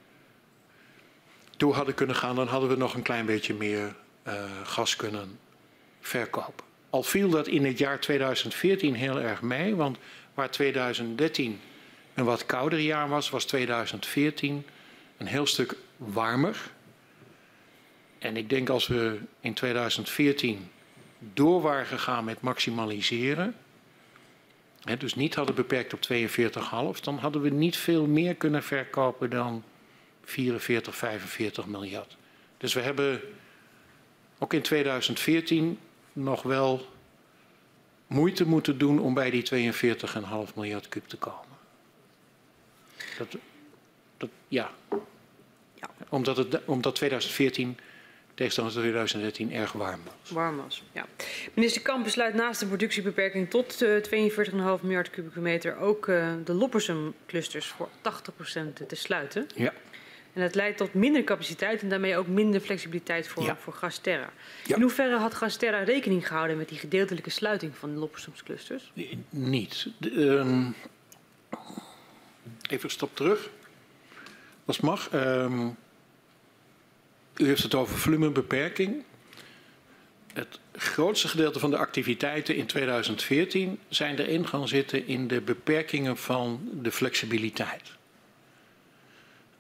door hadden kunnen gaan, dan hadden we nog een klein beetje meer uh, gas kunnen verkopen. Al viel dat in het jaar tweeduizend veertien heel erg mee, want waar tweeduizend dertien een wat kouder jaar was, was tweeduizend veertien een heel stuk warmer. En ik denk als we in tweeduizend veertien door waren gegaan met maximaliseren, hè, dus niet hadden beperkt op tweeënveertig komma vijf, dan hadden we niet veel meer kunnen verkopen dan vierenveertig, vijfenveertig miljard. Dus we hebben ook in tweeduizend veertien nog wel moeite moeten doen om bij die tweeënveertig komma vijf miljard kuub te komen. Dat, dat, ja. ja. Omdat, het, omdat tweeduizend veertien tegenstander tweeduizend dertien erg warm was. Warm was, ja. Minister Kamp besluit naast de productiebeperking tot uh, tweeënveertig komma vijf miljard kubieke meter ook uh, de Loppersum-clusters voor tachtig procent te sluiten. Ja. En dat leidt tot minder capaciteit en daarmee ook minder flexibiliteit voor, ja. voor GasTerra. Ja. In hoeverre had GasTerra rekening gehouden met die gedeeltelijke sluiting van de Loppersum-clusters? Nee, niet. De, um, even een stap terug. Als het mag. Um, u heeft het over volumebeperking. Het grootste gedeelte van de activiteiten in tweeduizend veertien zijn erin gaan zitten in de beperkingen van de flexibiliteit.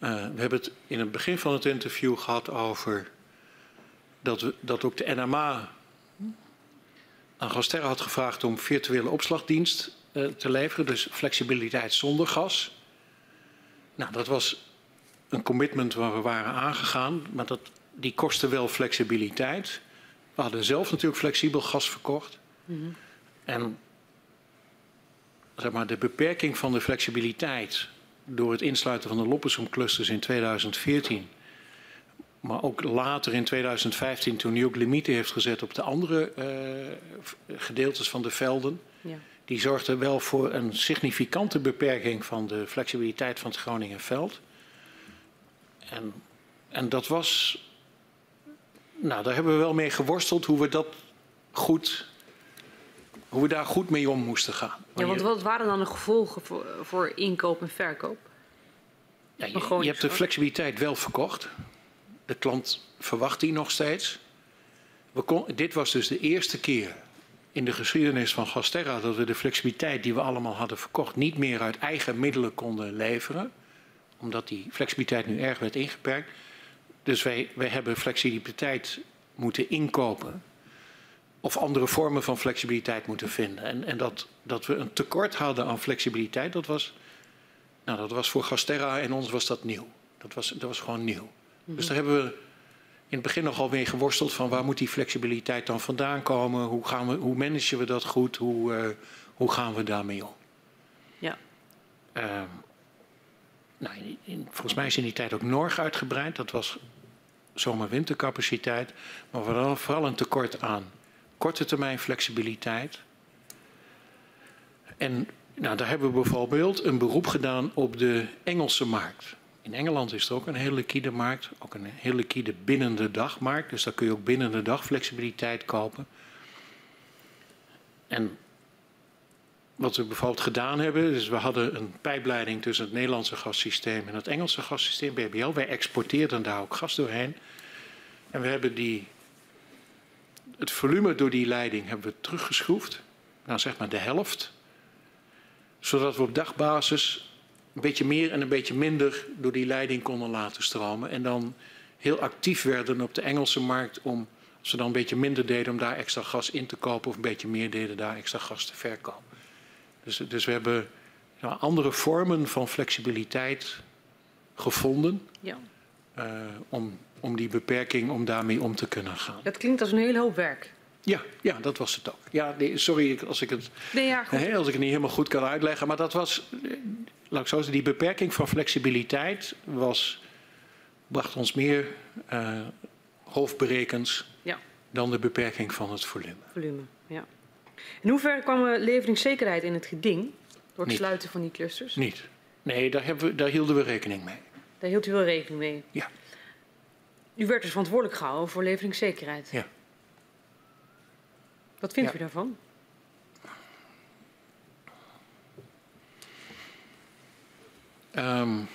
Uh, we hebben het in het begin van het interview gehad over dat, we, dat ook de N M A aan GasTerra had gevraagd om virtuele opslagdienst uh, te leveren. Dus flexibiliteit zonder gas. Nou, dat was een commitment waar we waren aangegaan. Maar dat, die kostte wel flexibiliteit. We hadden zelf natuurlijk flexibel gas verkocht. Mm-hmm. En zeg maar, de beperking van de flexibiliteit door het insluiten van de Loppersum-clusters in tweeduizend veertien... maar ook later in tweeduizend vijftien, toen hij ook limieten heeft gezet op de andere uh, gedeeltes van de velden. Ja. Die zorgde wel voor een significante beperking van de flexibiliteit van het Groningenveld. En, en dat was... Nou, daar hebben we wel mee geworsteld hoe we dat goed... hoe we daar goed mee om moesten gaan. Ja, want wat waren dan de gevolgen voor, voor inkoop en verkoop? Ja, je, je hebt de flexibiliteit wel verkocht. De klant verwacht die nog steeds. We kon, dit was dus de eerste keer in de geschiedenis van GasTerra dat we de flexibiliteit die we allemaal hadden verkocht niet meer uit eigen middelen konden leveren. Omdat die flexibiliteit nu erg werd ingeperkt. Dus wij, wij hebben flexibiliteit moeten inkopen. Of andere vormen van flexibiliteit moeten vinden. En, en dat, dat we een tekort hadden aan flexibiliteit, dat was, nou, dat was voor GasTerra en ons was dat nieuw. Dat was, dat was gewoon nieuw. Mm-hmm. Dus daar hebben we in het begin nogal mee geworsteld van waar moet die flexibiliteit dan vandaan komen? Hoe, gaan we, hoe managen we dat goed? Hoe, uh, hoe gaan we daarmee om? Ja. Uh, nou, in, in, volgens mij is in die tijd ook Norg uitgebreid. Dat was zomer-wintercapaciteit. Maar vooral, vooral een tekort aan korte termijn flexibiliteit. En nou, daar hebben we bijvoorbeeld een beroep gedaan op de Engelse markt. In Engeland is er ook een heel liquide markt, ook een heel liquide binnen de dag markt. Dus daar kun je ook binnen de dag flexibiliteit kopen. En wat we bijvoorbeeld gedaan hebben, is we hadden een pijpleiding tussen het Nederlandse gassysteem en het Engelse gassysteem, B B L. Wij exporteerden daar ook gas doorheen. En we hebben die, het volume door die leiding hebben we teruggeschroefd, nou zeg maar de helft. Zodat we op dagbasis een beetje meer en een beetje minder door die leiding konden laten stromen. En dan heel actief werden op de Engelse markt om, als we dan een beetje minder deden, om daar extra gas in te kopen of een beetje meer deden daar extra gas te verkopen. Dus, dus we hebben nou, andere vormen van flexibiliteit gevonden ja. uh, om, om die beperking, om daarmee om te kunnen gaan. Dat klinkt als een hele hoop werk. Ja, ja, dat was het ook. Ja, nee, sorry als ik, het, nee, ja, hè, als ik het niet helemaal goed kan uitleggen, maar dat was, laat ik zo zeggen, die beperking van flexibiliteit was, bracht ons meer uh, hoofdberekens ja. dan de beperking van het volume. Volume, ja. In hoeverre kwam leveringszekerheid in het geding door het Niet. sluiten van die clusters? Niet. Nee, daar, hebben we, daar hielden we rekening mee. Daar hield u wel rekening mee? Ja. U werd dus verantwoordelijk gehouden voor leveringszekerheid? Ja. Wat vindt ja. u daarvan? Um,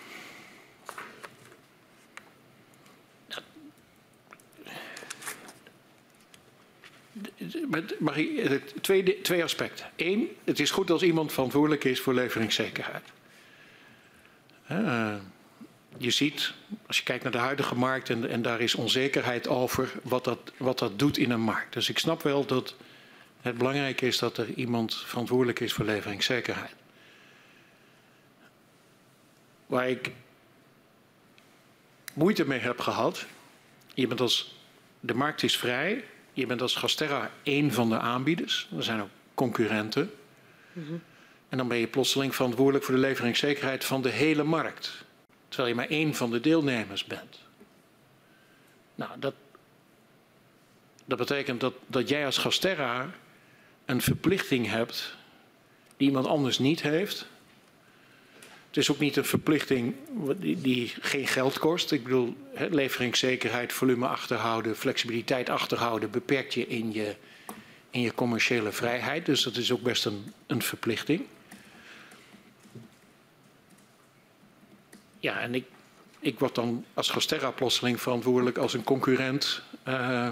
Mag ik, twee, twee aspecten. Eén, het is goed als iemand verantwoordelijk is voor leveringszekerheid. Uh, je ziet, als je kijkt naar de huidige markt en, en daar is onzekerheid over wat dat, wat dat doet in een markt. Dus ik snap wel dat het belangrijk is dat er iemand verantwoordelijk is voor leveringszekerheid. Waar ik moeite mee heb gehad, je bent als, de markt is vrij, je bent als GasTerra één van de aanbieders, er zijn ook concurrenten. Mm-hmm. En dan ben je plotseling verantwoordelijk voor de leveringszekerheid van de hele markt. Terwijl je maar één van de deelnemers bent. Nou, dat, dat betekent dat, dat jij als GasTerra een verplichting hebt die iemand anders niet heeft. Het is ook niet een verplichting die, die geen geld kost. Ik bedoel, leveringszekerheid, volume achterhouden, flexibiliteit achterhouden beperkt je in je, in je commerciële vrijheid. Dus dat is ook best een, een verplichting. Ja, en ik, ik word dan als GasTerra plotseling verantwoordelijk als een concurrent uh,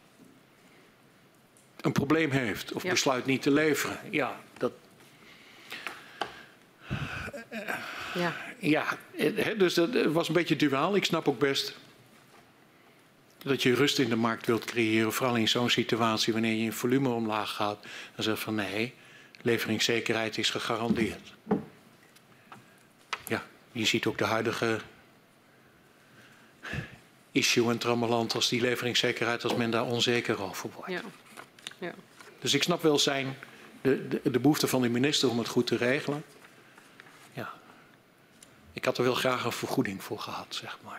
een probleem heeft of ja. besluit niet te leveren. Ja, dat... Uh, ja. Ja, dus dat was een beetje duaal. Ik snap ook best dat je rust in de markt wilt creëren. Vooral in zo'n situatie wanneer je in volume omlaag gaat. Dan zeg je van nee, leveringszekerheid is gegarandeerd. Ja, je ziet ook de huidige issue en trammeland als die leveringszekerheid, als men daar onzeker over wordt. Ja. Ja. Dus ik snap wel zijn, de, de, de behoefte van de minister om het goed te regelen. Ja. Ik had er wel graag een vergoeding voor gehad, zeg maar.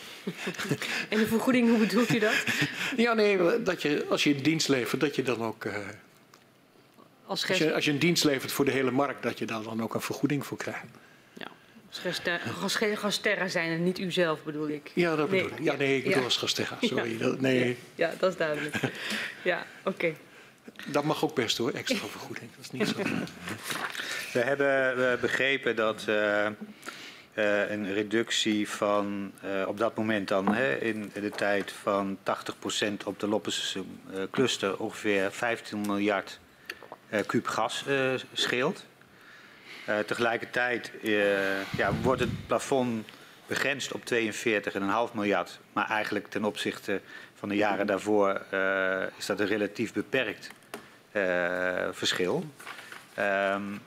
En de vergoeding, hoe bedoelt u dat? Ja, nee, dat je, als je een dienst levert, dat je dan ook... Uh, als, als, je, als je een dienst levert voor de hele markt, dat je daar dan ook een vergoeding voor krijgt. Ja. Als Gasterra zijn en niet u zelf, bedoel ik. Ja, dat bedoel nee. ik. Ja, nee, ik bedoel ja. als Gasterra, sorry. Ja. Dat, nee. Ja, dat is duidelijk. Ja, oké. Okay. Dat mag ook best hoor, extra vergoeding. Dat is niet zo. We hebben uh, begrepen dat uh, uh, een reductie van uh, op dat moment dan hè, in de tijd van tachtig procent op de Loppersum uh, cluster ongeveer vijftien miljard uh, kuub gas uh, scheelt. Uh, tegelijkertijd uh, ja, wordt het plafond begrensd op tweeënveertig komma vijf miljard. Maar eigenlijk ten opzichte van de jaren daarvoor uh, is dat een relatief beperkt uh, verschil. Um,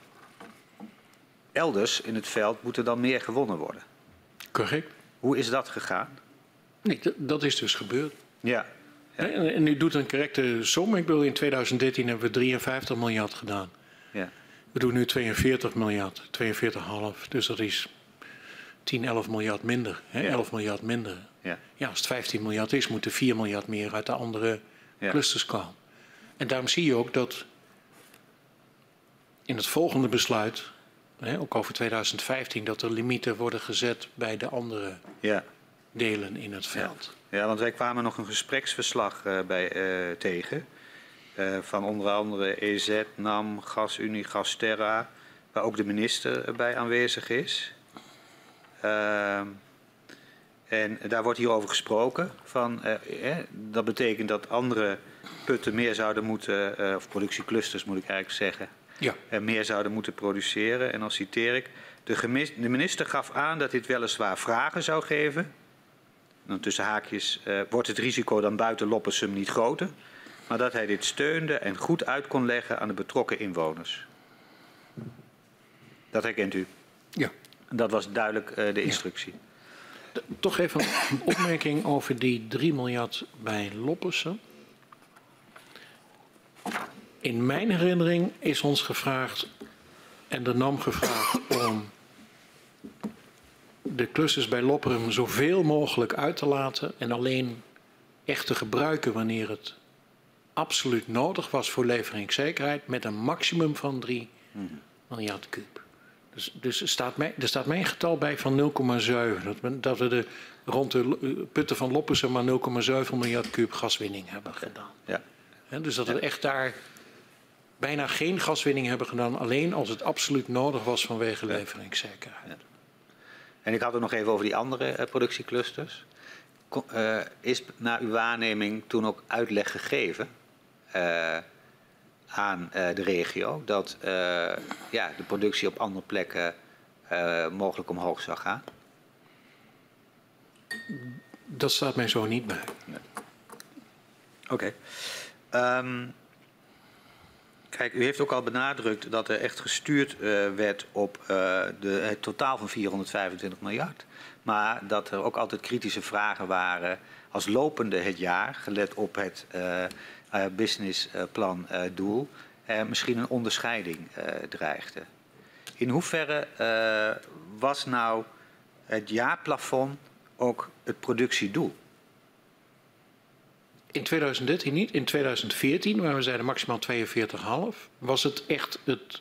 elders in het veld moet er dan meer gewonnen worden. Correct. Hoe is dat gegaan? Nee, dat is dus gebeurd. Ja. ja. En, en u doet een correcte som. Ik bedoel, in twintig dertien hebben we drieënvijftig miljard gedaan. Ja. We doen nu tweeënveertig miljard, tweeënveertig komma vijf. Dus dat is tien, elf miljard minder. Hè? Ja. elf miljard minder. Ja. Ja, als het vijftien miljard is, moet er vier miljard meer uit de andere ja. clusters komen. En daarom zie je ook dat in het volgende besluit, hè, ook over twintig vijftien, dat er limieten worden gezet bij de andere ja. delen in het veld. Ja, ja want wij kwamen nog een gespreksverslag uh, bij, uh, tegen. Uh, van onder andere E Z, NAM, GasUnie, Gasterra, waar ook de minister bij aanwezig is. Uh, en daar wordt hierover gesproken. Van, uh, eh, dat betekent dat andere putten meer zouden moeten, uh, of productieclusters moet ik eigenlijk zeggen, Ja. uh, meer zouden moeten produceren. En dan citeer ik, de, gemis, de minister gaf aan dat dit weliswaar vragen zou geven. Dan tussen haakjes, uh, wordt het risico dan buiten Loppersum niet groter? Maar dat hij dit steunde en goed uit kon leggen aan de betrokken inwoners. Dat herkent u? Ja. Dat was duidelijk uh, de instructie. Ja. Toch even een opmerking over die drie miljard bij Loppersum. In mijn herinnering is ons gevraagd en de NAM gevraagd om de clusters bij Loppersum zoveel mogelijk uit te laten en alleen echt te gebruiken wanneer het absoluut nodig was voor leveringszekerheid met een maximum van drie miljard kuub. Dus, dus er, staat mij, er staat mijn getal bij van nul komma zeven. Dat we, dat we de, rond de putten van Loppersum maar nul komma zeven miljard kuub gaswinning hebben gedaan. Ja. He, dus dat we echt daar bijna geen gaswinning hebben gedaan, alleen als het absoluut nodig was vanwege leveringszekerheid. Ja. En ik had het nog even over die andere uh, productieclusters. Kom, uh, is naar uw waarneming toen ook uitleg gegeven uh, aan uh, de regio dat uh, ja, de productie op andere plekken uh, mogelijk omhoog zou gaan? Dat staat mij zo niet bij. Nee. Oké. Okay. Um, kijk, u heeft ook al benadrukt dat er echt gestuurd uh, werd op uh, de, het totaal van vierhonderdvijfentwintig miljard. Maar dat er ook altijd kritische vragen waren als lopende het jaar, gelet op het uh, uh, businessplan uh, doel, er misschien een onderscheiding uh, dreigde. In hoeverre uh, was nou het jaarplafond ook het productiedoel? In twintig dertien niet. In twintig veertien, waar we zeiden maximaal tweeënveertig komma vijf, was het echt het,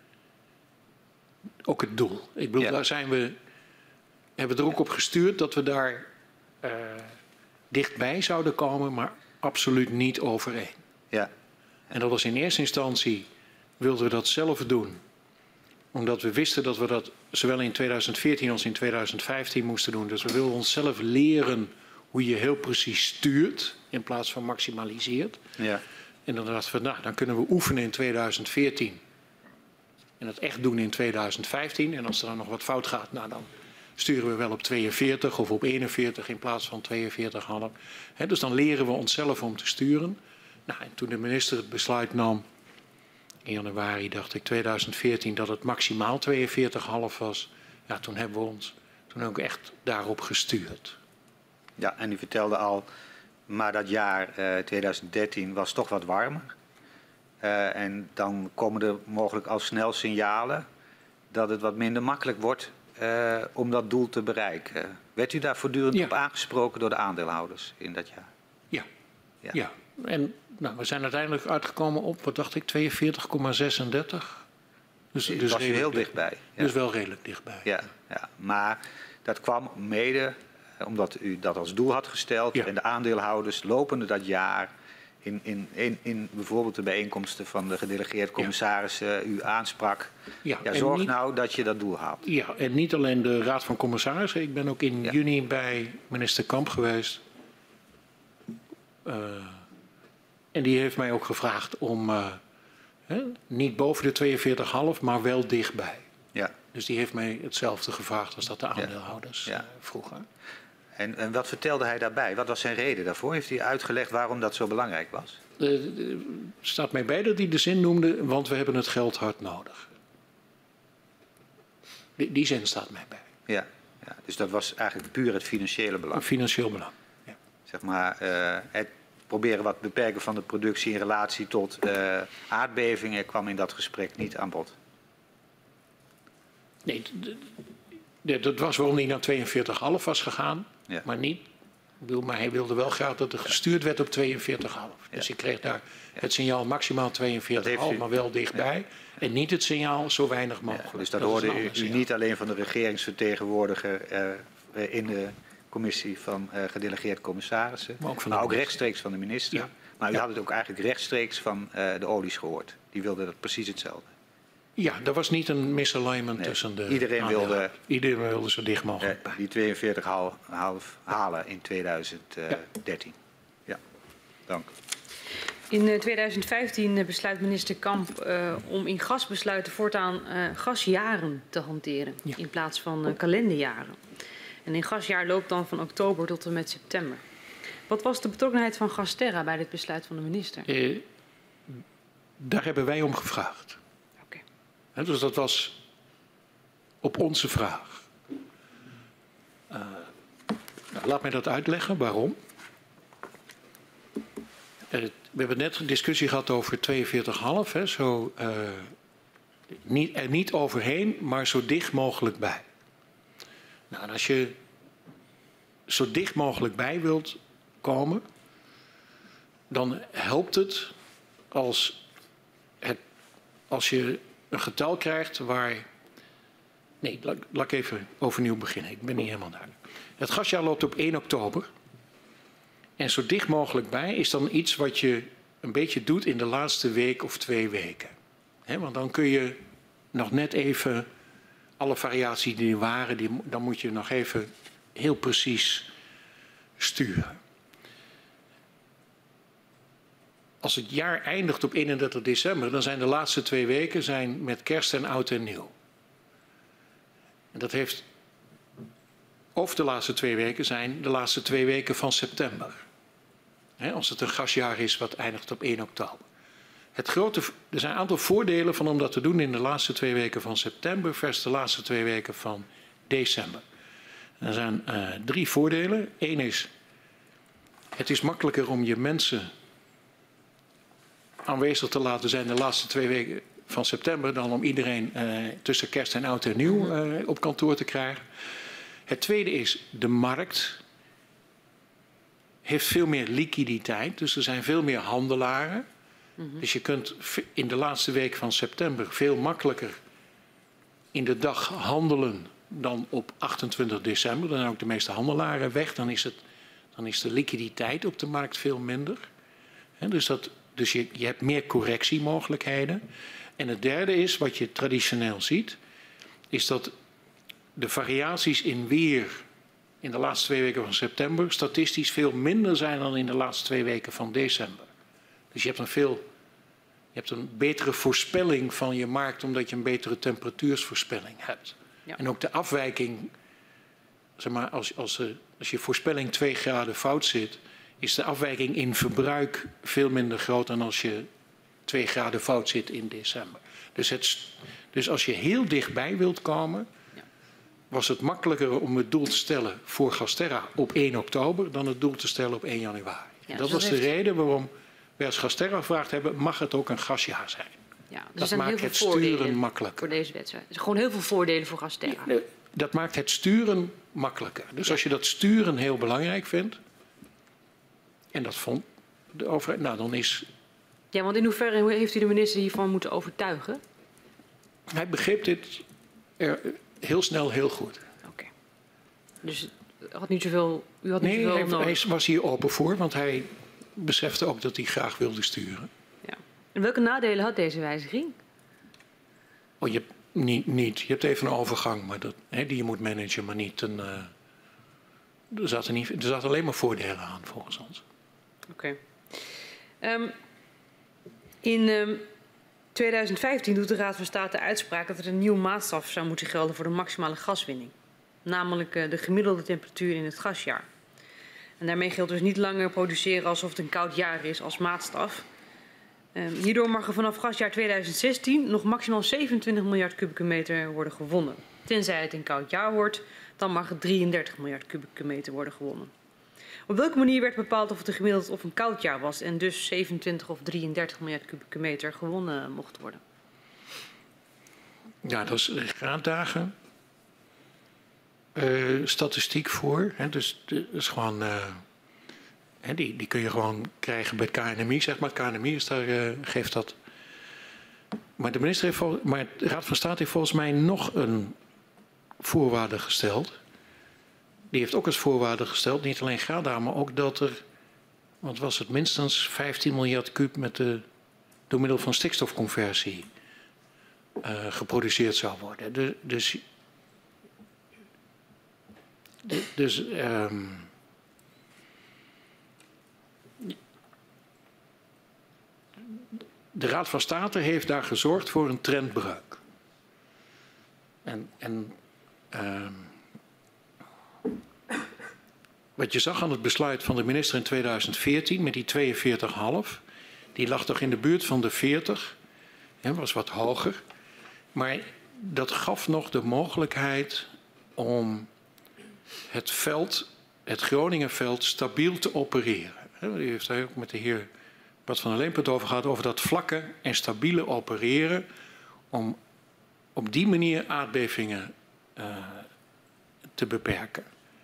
ook het doel. Ik bedoel, ja. Daar zijn we, hebben we er ook op gestuurd dat we daar uh, dichtbij zouden komen, maar absoluut niet overeen. Ja. En dat was in eerste instantie, wilden we dat zelf doen, omdat we wisten dat we dat zowel in twintig veertien als in twintig vijftien moesten doen. Dus we wilden onszelf leren hoe je heel precies stuurt in plaats van maximaliseert. Ja. En dan dachten we, nou, dan kunnen we oefenen in twintig veertien. En dat echt doen in twintig vijftien. En als er dan nog wat fout gaat, nou, dan sturen we wel op tweeënveertig of op eenenveertig in plaats van tweeënveertig komma vijf. Dus dan leren we onszelf om te sturen. Nou, en toen de minister het besluit nam, in januari dacht ik tweeduizend veertien, dat het maximaal tweeënveertig komma vijf was. Ja, toen hebben we ons toen ook echt daarop gestuurd. Ja, en u vertelde al, maar dat jaar uh, tweeduizend dertien was toch wat warmer. Uh, en dan komen er mogelijk al snel signalen dat het wat minder makkelijk wordt uh, om dat doel te bereiken. Werd u daar voortdurend ja. op aangesproken door de aandeelhouders in dat jaar? Ja, ja. ja. En nou, we zijn uiteindelijk uitgekomen op, wat dacht ik, tweeënveertig komma zesendertig. Dus, Dus dus was u heel dichtbij. Ja. Dus wel redelijk dichtbij. Ja, ja, maar dat kwam mede omdat u dat als doel had gesteld ja. en de aandeelhouders lopende dat jaar in, in, in, in bijvoorbeeld de bijeenkomsten van de gedelegeerde commissarissen ja. u aansprak. Ja, ja, zorg niet, nou dat je dat doel haalt. Ja, en niet alleen de Raad van Commissarissen. Ik ben ook in ja. juni bij minister Kamp geweest. Uh, en die heeft mij ook gevraagd om uh, hè, niet boven de tweeënveertig komma vijf, maar wel dichtbij. Ja. Dus die heeft mij hetzelfde gevraagd als dat de aandeelhouders ja. Ja. Uh, vroegen. En, en wat vertelde hij daarbij? Wat was zijn reden daarvoor? Heeft hij uitgelegd waarom dat zo belangrijk was? Er staat mij bij dat hij de zin noemde, want we hebben het geld hard nodig. Die, die zin staat mij bij. Ja, ja, dus dat was eigenlijk puur het financiële belang. Een financieel belang, ja. Zeg maar, uh, het proberen wat beperken van de productie in relatie tot uh, aardbevingen kwam in dat gesprek niet aan bod. Nee, dat was waarom hij naar tweeënveertig komma vijf was gegaan, ja. maar niet. Maar hij wilde wel graag dat er gestuurd werd op tweeënveertig komma vijf. Dus ja. ik kreeg daar het signaal maximaal tweeënveertig komma vijf, maar wel dichtbij. Ja. En niet het signaal zo weinig mogelijk. Ja, dus dat, dat hoorde u, u niet alleen van de regeringsvertegenwoordiger uh, in de commissie van uh, gedelegeerde commissarissen, maar ook, van maar ook rechtstreeks van de minister. Ja. Maar u ja. had het ook eigenlijk rechtstreeks van uh, de olies gehoord. Die wilden dat precies hetzelfde. Ja, er was niet een misalignment nee, tussen de... Iedereen wilde, iedereen wilde zo dicht mogelijk uh, bij. Die tweeënveertig komma vijf halen in tweeduizend dertien. Ja, ja. Dank. In tweeduizend vijftien besluit minister Kamp uh, om in gasbesluiten voortaan uh, gasjaren te hanteren. Ja. In plaats van uh, kalenderjaren. En een gasjaar loopt dan van oktober tot en met september. Wat was de betrokkenheid van GasTerra bij dit besluit van de minister? Uh, daar hebben wij om gevraagd. He, dus dat was op onze vraag. Uh, nou, laat mij dat uitleggen, waarom. Uh, we hebben net een discussie gehad over tweeënveertig komma vijf. Zo, uh, niet, er niet overheen, maar zo dicht mogelijk bij. Nou, en als je zo dicht mogelijk bij wilt komen, dan helpt het als, het, als je een getal krijgt waar... Nee, laat, laat ik even overnieuw beginnen. Ik ben niet helemaal duidelijk. Het gasjaar loopt op één oktober. En zo dicht mogelijk bij is dan iets wat je een beetje doet in de laatste week of twee weken. He, want dan kun je nog net even alle variaties die er waren, die, dan moet je nog even heel precies sturen. Als het jaar eindigt op eenendertig december, dan zijn de laatste twee weken zijn met kerst en oud en nieuw. En dat heeft, of de laatste twee weken zijn de laatste twee weken van september. He, als het een gasjaar is wat eindigt op één oktober. Het grote, er zijn een aantal voordelen van om dat te doen in de laatste twee weken van september versus de laatste twee weken van december. Er zijn uh, drie voordelen. Eén is, het is makkelijker om je mensen aanwezig te laten zijn de laatste twee weken van september dan om iedereen uh, tussen kerst en oud en nieuw uh, op kantoor te krijgen. Het tweede is, de markt heeft veel meer liquiditeit, dus er zijn veel meer handelaren. Mm-hmm. Dus je kunt in de laatste week van september veel makkelijker in de dag handelen dan op achtentwintig december. Dan zijn ook de meeste handelaren weg, dan is, het, dan is de liquiditeit op de markt veel minder. He, dus dat, dus je, je hebt meer correctiemogelijkheden. En het derde is, wat je traditioneel ziet, is dat de variaties in weer in de laatste twee weken van september statistisch veel minder zijn dan in de laatste twee weken van december. Dus je hebt een veel, je hebt een betere voorspelling van je markt omdat je een betere temperatuursvoorspelling hebt. Ja. En ook de afwijking zeg maar, als, als, als je voorspelling twee graden fout zit, is de afwijking in verbruik veel minder groot dan als je twee graden fout zit in december. Dus, het, dus als je heel dichtbij wilt komen, was het makkelijker om het doel te stellen voor GasTerra op één oktober dan het doel te stellen op één januari. Ja, dat was de heeft... reden waarom wij als GasTerra gevraagd hebben, mag het ook een gasjaar zijn? Ja, dus dat er maakt het sturen makkelijker. Voor deze wedstrijd. Er zijn gewoon heel veel voordelen voor GasTerra. Ja, dat maakt het sturen makkelijker. Dus ja. als je dat sturen heel belangrijk vindt, en dat vond de overheid, nou dan is... Ja, want in hoeverre heeft u de minister hiervan moeten overtuigen? Hij begreep dit er heel snel heel goed. Oké. Okay. Dus had niet zoveel, u had niet nee, zoveel hij, nodig? hij was hier open voor, want hij besefte ook dat hij graag wilde sturen. Ja. En welke nadelen had deze wijziging? Oh, je, niet, niet. Je hebt even een overgang maar dat, hè, die je moet managen, maar niet een... Uh, er, zaten niet, er zaten alleen maar voordelen aan, volgens ons. Oké. Okay. Um, in um, tweeduizend vijftien doet de Raad van State uitspraak dat er een nieuwe maatstaf zou moeten gelden voor de maximale gaswinning. Namelijk uh, de gemiddelde temperatuur in het gasjaar. En daarmee geldt dus niet langer produceren alsof het een koud jaar is als maatstaf. Um, hierdoor mag er vanaf gasjaar tweeduizend zestien nog maximaal zevenentwintig miljard kubieke meter worden gewonnen. Tenzij het een koud jaar wordt, dan mag het drieëndertig miljard kubieke meter worden gewonnen. Op welke manier werd bepaald of het een gemiddeld of een koud jaar was en dus zevenentwintig of drieëndertig miljard kubieke meter gewonnen mocht worden? Ja, dat is graaddagen. Uh, statistiek voor. Hè, dus dat is gewoon, uh, hè, die, die kun je gewoon krijgen bij het K N M I, zeg maar. Het K N M I is daar, uh, geeft dat. Maar de minister heeft vol, maar de Raad van State heeft volgens mij nog een voorwaarde gesteld. Die heeft ook als voorwaarde gesteld, niet alleen graaddagen, maar ook dat er, wat was het, minstens vijftien miljard kuub met de, door middel van stikstofconversie uh, geproduceerd zou worden. De, dus de, dus um, de Raad van State heeft daar gezorgd voor een trendbreuk. En, en um, wat je zag aan het besluit van de minister in tweeduizend veertien met die tweeënveertig komma vijf, die lag toch in de buurt van de veertig, hè, was wat hoger. Maar dat gaf nog de mogelijkheid om het veld, het Groningenveld, stabiel te opereren. U heeft daar ook met de heer Bart van der Leempert over gehad, over dat vlakke en stabiele opereren, om op die manier aardbevingen uh, te beperken.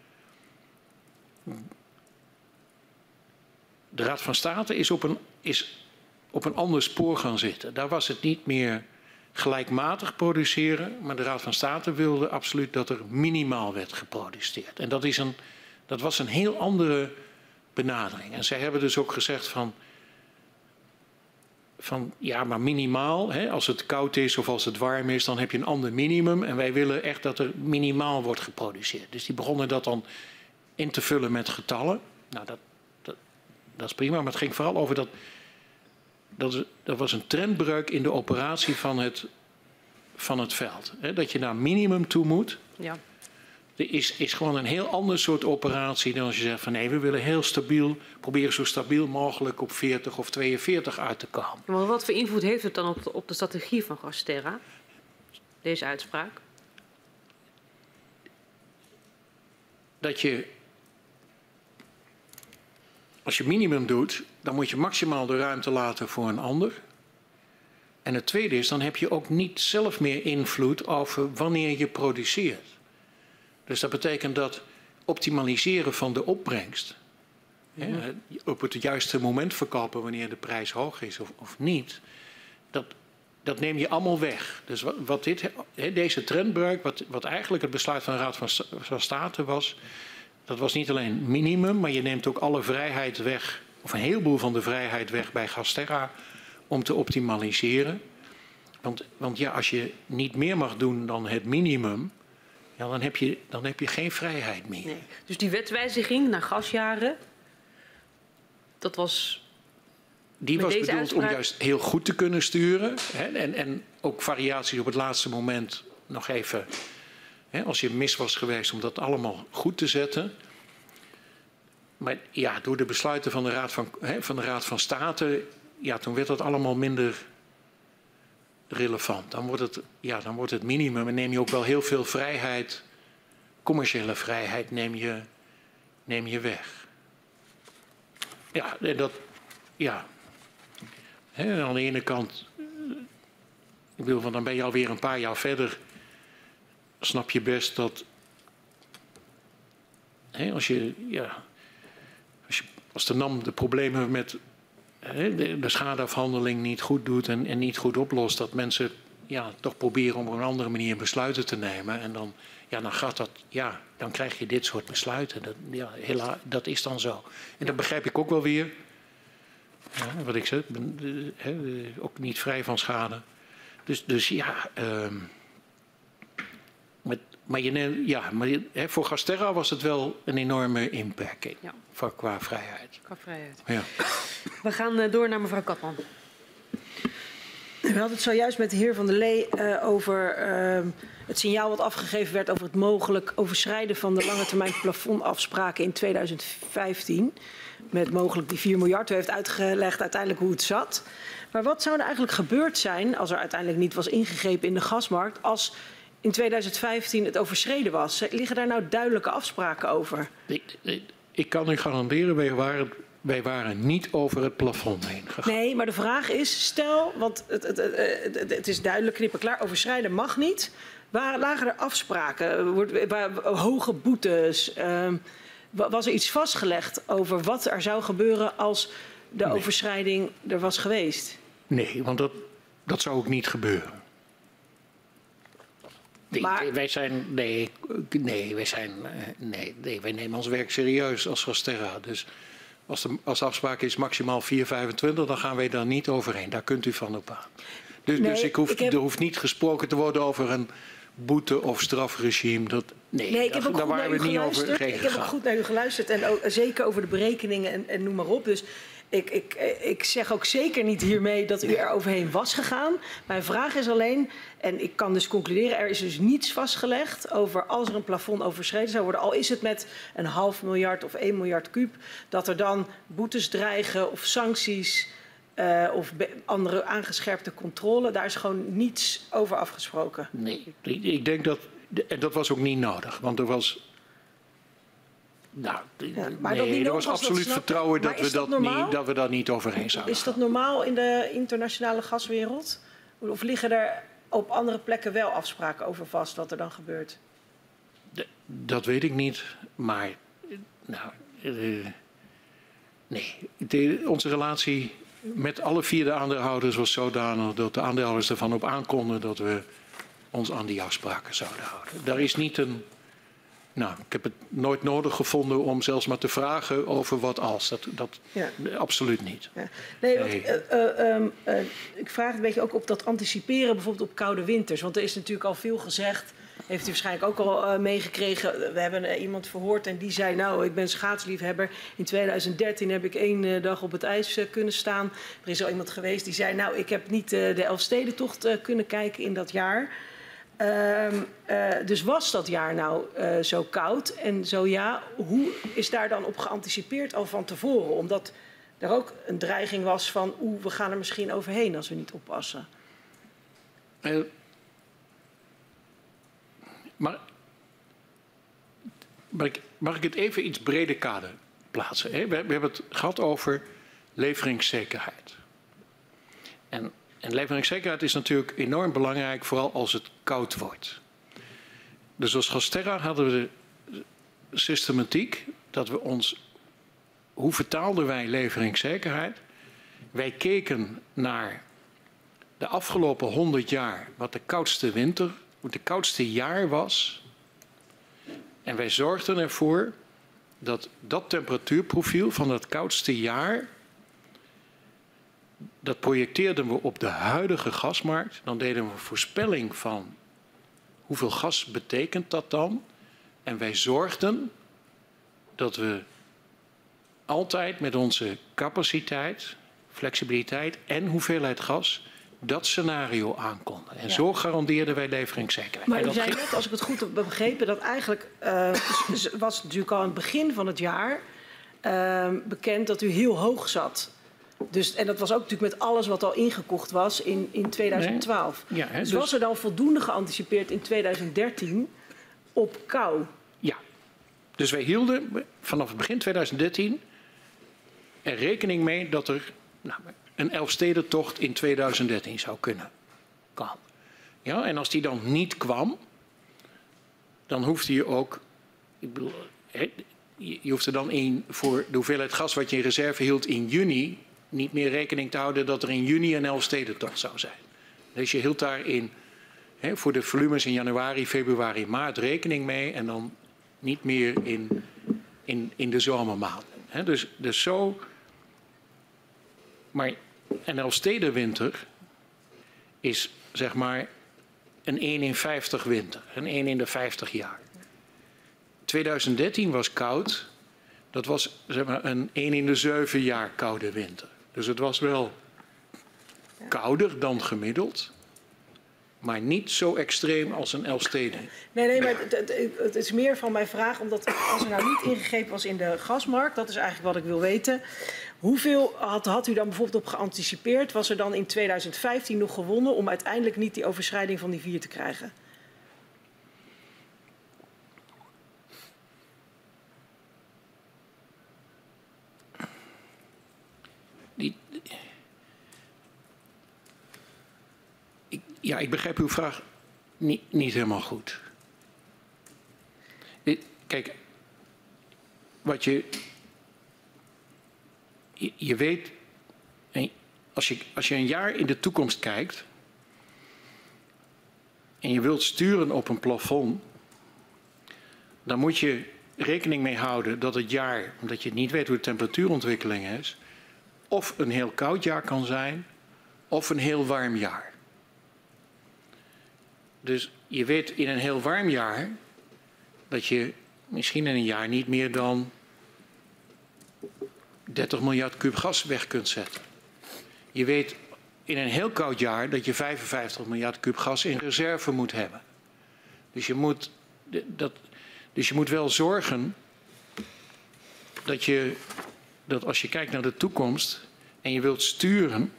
De Raad van State is op, een, is op een ander spoor gaan zitten. Daar was het niet meer gelijkmatig produceren, maar de Raad van State wilde absoluut dat er minimaal werd geproduceerd. En dat, is een, dat was een heel andere benadering. En zij hebben dus ook gezegd van, van ja, maar minimaal, hè, als het koud is of als het warm is, dan heb je een ander minimum. En wij willen echt dat er minimaal wordt geproduceerd. Dus die begonnen dat dan in te vullen met getallen. Nou, dat, dat, dat is prima, maar het ging vooral over dat, dat... Dat was een trendbreuk in de operatie van het, van het veld. He, dat je naar minimum toe moet. Ja. Er is, is gewoon een heel ander soort operatie dan als je zegt van nee, we willen heel stabiel, proberen zo stabiel mogelijk op veertig of tweeënveertig uit te komen. Maar wat voor invloed heeft het dan op de, op de strategie van GasTerra, deze uitspraak? Dat je, als je minimum doet, dan moet je maximaal de ruimte laten voor een ander. En het tweede is, dan heb je ook niet zelf meer invloed over wanneer je produceert. Dus dat betekent dat optimaliseren van de opbrengst, ja. hè, op het juiste moment verkopen wanneer de prijs hoog is of, of niet, dat, dat neem je allemaal weg. Dus wat, wat dit, hè, deze trendbreuk, wat, wat eigenlijk het besluit van de Raad van, van State was, dat was niet alleen minimum, maar je neemt ook alle vrijheid weg, of een heleboel van de vrijheid weg bij GasTerra om te optimaliseren. Want, want ja, als je niet meer mag doen dan het minimum, ja, dan, heb je, dan heb je geen vrijheid meer. Nee. Dus die wetswijziging naar gasjaren, dat was... Die was bedoeld uitspraak... om juist heel goed te kunnen sturen. Hè, en, en ook variaties op het laatste moment nog even Hè, als je mis was geweest om dat allemaal goed te zetten. Maar ja, door de besluiten van de Raad van, hè, van, de Raad van State, ja, toen werd dat allemaal minder relevant. Dan wordt het, ja, dan wordt het minimum en neem je ook wel heel veel vrijheid, commerciële vrijheid neem je, neem je weg. Ja, en dat, ja. Hè, aan de ene kant, ik bedoel, van dan ben je alweer een paar jaar verder, snap je best dat, hè, als je, ja, als je, als de N A M de problemen met hè, de, de schadeafhandeling niet goed doet en, en niet goed oplost, dat mensen ja, toch proberen om op een andere manier besluiten te nemen. En dan, ja, dan gaat dat, ja, dan krijg je dit soort besluiten. Dat, ja, helaas, dat is dan zo. En dat begrijp ik ook wel weer. Ja, wat ik zeg, ben, uh, uh, ook niet vrij van schade. Dus, dus ja, uh, met, maar, je, ja maar je, hè, voor Gasterra was het wel een enorme inperking ja. voor, qua vrijheid. Qua vrijheid. Ja. We gaan uh, door naar mevrouw Katman. We hadden het zojuist met de heer Van der Lee uh, over uh, het signaal wat afgegeven werd over het mogelijk overschrijden van de lange termijn plafondafspraken in tweeduizend vijftien. Met mogelijk die vier miljard. U heeft uitgelegd uiteindelijk hoe het zat. Maar wat zou er eigenlijk gebeurd zijn als er uiteindelijk niet was ingegrepen in de gasmarkt als in tweeduizend vijftien het overschreden was? Liggen daar nou duidelijke afspraken over? Ik, ik, ik kan u garanderen, wij waren, wij waren niet over het plafond heen gegaan. Nee, maar de vraag is, stel, want het, het, het, het, het is duidelijk, knippen klaar, overschrijden mag niet. Waar lagen er afspraken? Hoge boetes? Uh, was er iets vastgelegd over wat er zou gebeuren als de nee. overschrijding er was geweest? Nee, want dat, dat zou ook niet gebeuren. Nee, maar, wij zijn, nee, nee, wij zijn, nee, nee, wij nemen ons werk serieus als Gasterra. Dus als de, als de afspraak is maximaal vier komma vijfentwintig, dan gaan wij daar niet overheen. Daar kunt u van op aan. Dus, nee, dus ik hoef, ik heb... er hoeft niet gesproken te worden over een boete- of strafregime. Dat, nee, nee, ik heb ook daar goed waren naar we u niet geluisterd. over Ik heb ook goed naar u geluisterd en ook, zeker over de berekeningen en, en noem maar op. Dus ik, ik, ik zeg ook zeker niet hiermee dat u er overheen was gegaan. Mijn vraag is alleen, en ik kan dus concluderen, er is dus niets vastgelegd over als er een plafond overschreden zou worden, al is het met een half miljard of één miljard kuub, dat er dan boetes dreigen of sancties uh, of andere aangescherpte controle. Daar is gewoon niets over afgesproken. Nee, ik denk dat, en dat was ook niet nodig, want er was... Nou, ja, maar nee, er was absoluut dat vertrouwen dat we dat, dat, niet, dat we daar niet overheen zouden. Is dat normaal in de internationale gaswereld? Of liggen er op andere plekken wel afspraken over vast wat er dan gebeurt? De, dat weet ik niet, maar nou, uh, nee. De, onze relatie met alle vier de aandeelhouders was zodanig dat de aandeelhouders ervan op aankonden dat we ons aan die afspraken zouden houden. Daar is niet een... Nou, ik heb het nooit nodig gevonden om zelfs maar te vragen over wat als. Dat, dat ja. Absoluut niet. Ja. Nee, want, nee. Uh, uh, um, uh, ik vraag een beetje ook op dat anticiperen bijvoorbeeld op koude winters. Want er is natuurlijk al veel gezegd. Heeft u waarschijnlijk ook al uh, meegekregen. We hebben uh, iemand verhoord en die zei, nou, ik ben schaatsliefhebber. In tweeduizend dertien heb ik één uh, dag op het ijs uh, kunnen staan. Er is al iemand geweest die zei, nou, ik heb niet uh, de Elfstedentocht uh, kunnen kijken in dat jaar. Uh, uh, dus was dat jaar nou uh, zo koud? En zo ja, hoe is daar dan op geanticipeerd al van tevoren? Omdat er ook een dreiging was van, oeh, we gaan er misschien overheen als we niet oppassen. Uh, maar mag ik, mag ik het even iets breder kader plaatsen? Hè? We, we hebben het gehad over leveringszekerheid. En... En leveringszekerheid is natuurlijk enorm belangrijk, vooral als het koud wordt. Dus als Gasterra hadden we de systematiek dat we ons... Hoe vertaalden wij leveringszekerheid? Wij keken naar de afgelopen honderd jaar wat de koudste winter, wat de koudste jaar was. En wij zorgden ervoor dat dat temperatuurprofiel van het koudste jaar... Dat projecteerden we op de huidige gasmarkt. Dan deden we een voorspelling van hoeveel gas betekent dat dan. En wij zorgden dat we altijd met onze capaciteit, flexibiliteit en hoeveelheid gas dat scenario aankonden. En Ja. zo garandeerden wij leveringszekerheid. Maar En u dat zei ging- net, als ik het goed heb begrepen, dat eigenlijk uh, was het natuurlijk al aan het begin van het jaar uh, bekend dat u heel hoog zat. Dus, en dat was ook natuurlijk met alles wat al ingekocht was in, in tweeduizend twaalf. Nee. Ja, hè, dus, dus- was er dan voldoende geanticipeerd in tweeduizend dertien op kou? Ja. Dus wij hielden vanaf het begin tweeduizend dertien er rekening mee dat er nou, een Elfstedentocht in tweeduizend dertien zou kunnen komen. Ja, en als die dan niet kwam, dan hoefde je ook, ik bedoel, hè, je hoefde dan in, voor de hoeveelheid gas wat je in reserve hield in juni niet meer rekening te houden dat er in juni een Elfstedentocht zou zijn. Dus je hield daarin hè, voor de volumes in januari, februari, maart rekening mee en dan niet meer in, in, in de zomermaanden. Hè, dus, dus zo. Maar een Elfstedenwinter is zeg maar een één in vijftig winter, een één in de vijftig jaar. tweeduizend dertien was koud, dat was zeg maar een één in de zeven jaar koude winter. Dus het was wel kouder dan gemiddeld, maar niet zo extreem als een Elfsteden. Nee, nee, maar het, het, het is meer van mijn vraag, omdat als er nou niet ingegrepen was in de gasmarkt, dat is eigenlijk wat ik wil weten. Hoeveel had, had u dan bijvoorbeeld op geanticipeerd? Was er dan in tweeduizend vijftien nog gewonnen om uiteindelijk niet die overschrijding van die vier te krijgen? Die, ik, ja, ik begrijp uw vraag niet, niet helemaal goed. Kijk, wat je, je, je weet, als je, als je een jaar in de toekomst kijkt en je wilt sturen op een plafond, dan moet je rekening mee houden dat het jaar, omdat je niet weet hoe de temperatuurontwikkeling is, of een heel koud jaar kan zijn, of een heel warm jaar. Dus je weet in een heel warm jaar dat je misschien in een jaar niet meer dan dertig miljard kub gas weg kunt zetten. Je weet in een heel koud jaar dat je vijfenvijftig miljard kub gas in reserve moet hebben. Dus je moet, dat, dus je moet wel zorgen dat je, dat als je kijkt naar de toekomst en je wilt sturen,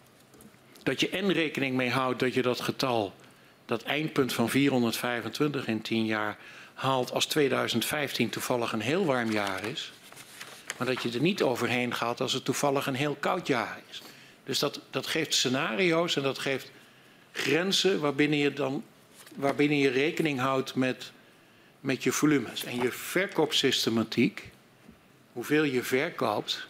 dat je en rekening mee houdt dat je dat getal, dat eindpunt van vierhonderdvijfentwintig in tien jaar, haalt als tweeduizend vijftien toevallig een heel warm jaar is, maar dat je er niet overheen gaat als het toevallig een heel koud jaar is. Dus dat, dat geeft scenario's en dat geeft grenzen waarbinnen je, dan, waarbinnen je rekening houdt met, met je volumes. En je verkoopsystematiek, hoeveel je verkoopt,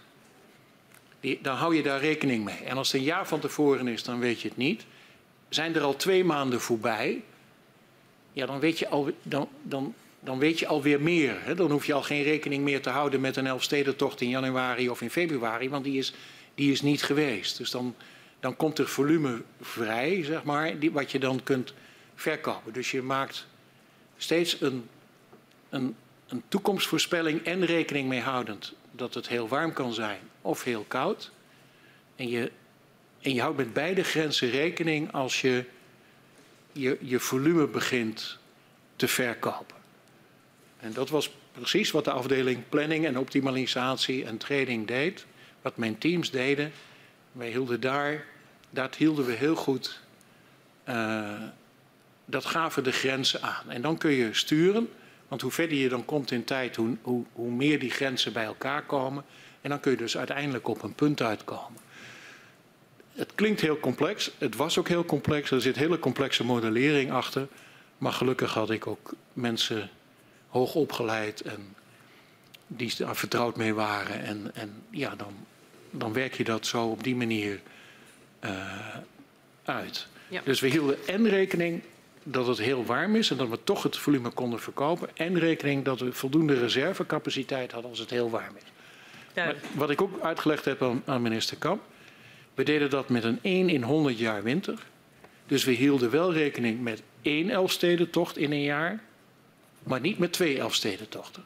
die, dan hou je daar rekening mee. En als het een jaar van tevoren is, dan weet je het niet. Zijn er al twee maanden voorbij, ja, dan weet je al, dan, dan, dan weet je alweer meer. Hè? Dan hoef je al geen rekening meer te houden met een Elfstedentocht in januari of in februari, want die is, die is niet geweest. Dus dan, dan komt er volume vrij, zeg maar, die, wat je dan kunt verkopen. Dus je maakt steeds een, een, een toekomstvoorspelling en rekening mee houdend dat het heel warm kan zijn of heel koud. En je, en je houdt met beide grenzen rekening als je je, je volume begint te verkopen. En dat was precies wat de afdeling planning en optimalisatie en trading deed. Wat mijn teams deden. Wij hielden daar, dat hielden we heel goed, uh, dat gaven de grenzen aan. En dan kun je sturen, want hoe verder je dan komt in tijd, hoe, hoe, hoe meer die grenzen bij elkaar komen. En dan kun je dus uiteindelijk op een punt uitkomen. Het klinkt heel complex, het was ook heel complex, er zit hele complexe modellering achter. Maar gelukkig had ik ook mensen hoog opgeleid en die daar vertrouwd mee waren. En, en ja, dan, dan werk je dat zo op die manier uh, uit. Ja. Dus we hielden en rekening dat het heel warm is en dat we toch het volume konden verkopen. En rekening dat we voldoende reservecapaciteit hadden als het heel warm is. Ja. Maar wat ik ook uitgelegd heb aan, aan minister Kamp. We deden dat met een één in honderd jaar winter. Dus we hielden wel rekening met één Elfstedentocht in een jaar, maar niet met twee Elfstedentochten.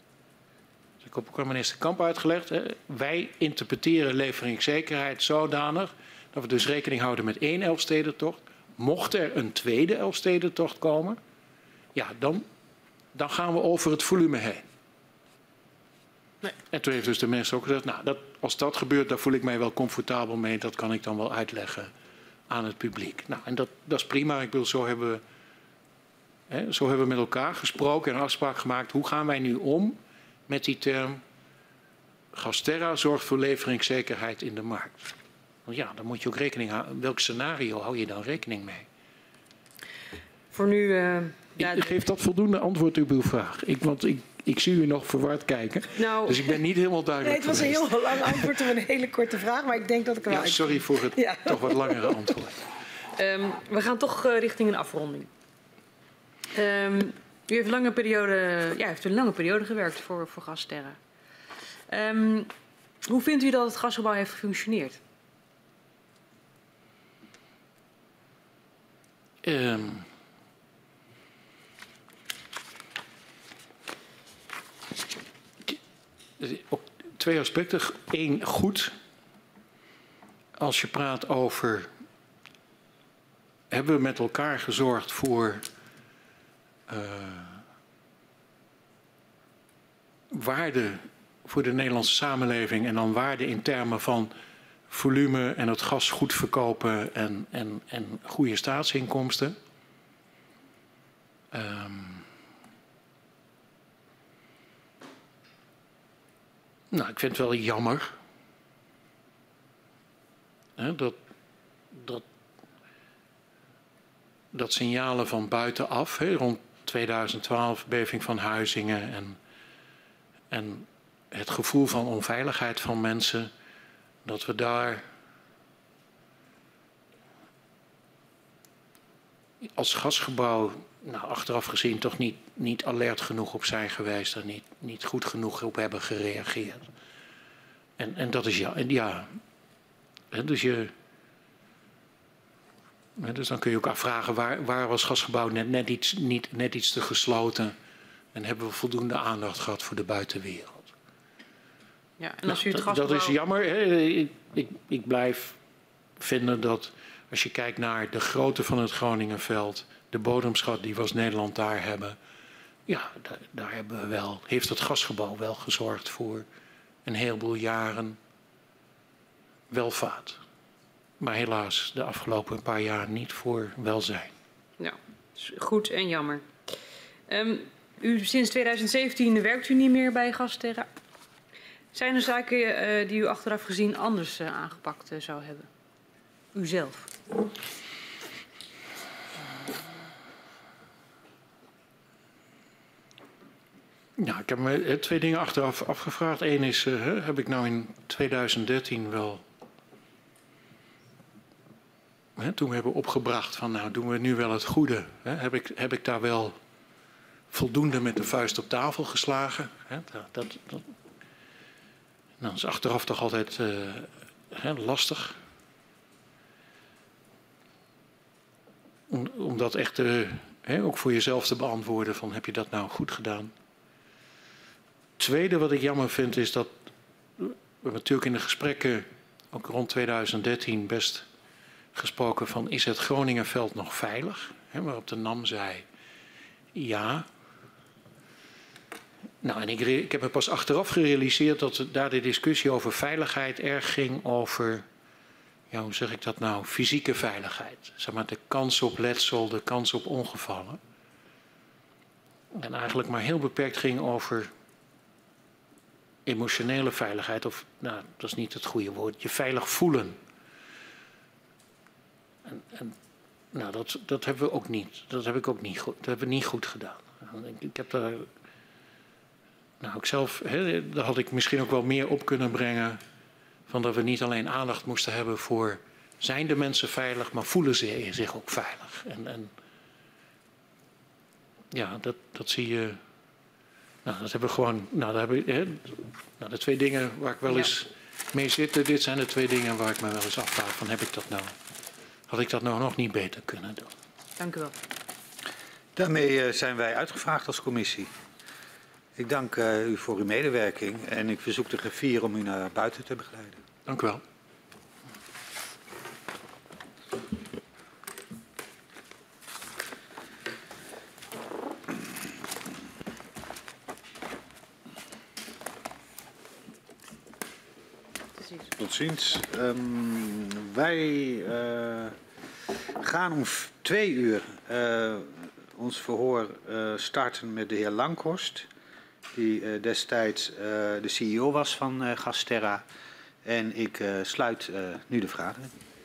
Dus ik heb ook aan minister Kamp uitgelegd. Hè, wij interpreteren leveringszekerheid zodanig Dat we dus rekening houden met één Elfstedentocht. Mocht er een tweede Elfstedentocht komen, ja, dan, dan gaan we over het volume heen. Nee. En toen heeft dus de mensen ook gezegd, nou, dat, als dat gebeurt, daar voel ik mij wel comfortabel mee. Dat kan ik dan wel uitleggen aan het publiek. Nou, en dat, dat is prima. Ik bedoel, zo hebben we, hè, zo hebben we met elkaar gesproken en afspraak gemaakt. Hoe gaan wij nu om met die term Gasterra zorgt voor leveringszekerheid in de markt? Want ja, dan moet je ook rekening houden. Welk scenario hou je dan rekening mee? Voor nu... Uh, ja, ik, geef dat voldoende antwoord op uw vraag. Ik, want ik, ik zie u nog verward kijken. Nou, dus ik ben niet helemaal duidelijk. Nee, het was geweest. Een heel lang antwoord op een hele korte vraag. Maar ik denk dat ik er wel ja, sorry voor het ja. toch wat langere antwoord. Um, we gaan toch uh, richting een afronding. Um, u heeft, lange periode, ja, heeft een lange periode gewerkt voor, voor Gasterra. Um, hoe vindt u dat het gasgebouw heeft gefunctioneerd? Um, op twee aspecten. Eén, goed. Als je praat over... hebben we met elkaar gezorgd voor... Uh, waarde voor de Nederlandse samenleving... en dan waarde in termen van volume en het gas goed verkopen... en, en, en goede staatsinkomsten. Um, Nou, ik vind het wel jammer hè, dat, dat, dat signalen van buitenaf, hè, rond tweeduizend twaalf, beving van Huizingen en, en het gevoel van onveiligheid van mensen, dat we daar als gasgebouw, nou, achteraf gezien toch niet, niet alert genoeg op zijn geweest en niet, niet goed genoeg op hebben gereageerd. En, en dat is ja, en ja. En dus, je, dus dan kun je ook afvragen, waar, waar was gasgebouw net, net, iets, niet, net iets te gesloten en hebben we voldoende aandacht gehad voor de buitenwereld. Ja, en als u het nou, gasgebouw... Dat is jammer. Hè. Ik, ik, ik blijf vinden dat als je kijkt naar de grootte van het Groningenveld, de bodemschat die we als Nederland daar hebben, ja, daar, daar hebben we wel, heeft het gasgebouw wel gezorgd voor een heleboel jaren welvaart. Maar helaas de afgelopen paar jaar niet voor welzijn. Ja, goed en jammer. Um, u, sinds tweeduizend zeventien werkt u niet meer bij Gasterra. Zijn er zaken uh, die u achteraf gezien anders uh, aangepakt uh, zou hebben? Uzelf? Ja, ik heb me twee dingen achteraf afgevraagd. Eén is, uh, heb ik nou in tweeduizend dertien wel... Hè, toen we hebben opgebracht van, nou doen we nu wel het goede. Hè, heb, ik, heb ik daar wel voldoende met de vuist op tafel geslagen? Hè, dat, dat, dat, nou, dat is achteraf toch altijd uh, hè, lastig. Om, om dat echt uh, hè, ook voor jezelf te beantwoorden van, heb je dat nou goed gedaan? Tweede wat ik jammer vind is dat we natuurlijk in de gesprekken, ook rond tweeduizend dertien, best gesproken van, is het Groningenveld nog veilig? He, waarop de N A M zei, ja. Nou, en ik, ik heb me pas achteraf gerealiseerd dat daar de discussie over veiligheid erg ging over, ja, hoe zeg ik dat nou, fysieke veiligheid. Zeg maar de kans op letsel, de kans op ongevallen. En eigenlijk maar heel beperkt ging over emotionele veiligheid, of, nou, dat is niet het goede woord, je veilig voelen. En, en nou, dat, dat hebben we ook niet. Dat heb ik ook niet goed. Dat hebben we niet goed gedaan. Ik, ik heb daar, nou, ik zelf, hè, daar had ik misschien ook wel meer op kunnen brengen, van dat we niet alleen aandacht moesten hebben voor, zijn de mensen veilig, maar voelen ze zich ook veilig. En, en ja, dat, dat zie je. Nou, dat hebben we gewoon. Nou, daar hebben, hè, nou, de twee dingen waar ik wel eens mee zit, dit zijn de twee dingen waar ik me wel eens afvraag van, heb ik dat nou? Had ik dat nou nog niet beter kunnen doen? Dank u wel. Daarmee zijn wij uitgevraagd als commissie. Ik dank uh, u voor uw medewerking en ik verzoek de griffier om u naar buiten te begeleiden. Dank u wel. ziens. Tot ziens. Um, wij uh, gaan om twee uur uh, ons verhoor uh, starten met de heer Langhorst, die uh, destijds uh, de C E O was van uh, Gasterra. En ik uh, sluit uh, nu de vragen.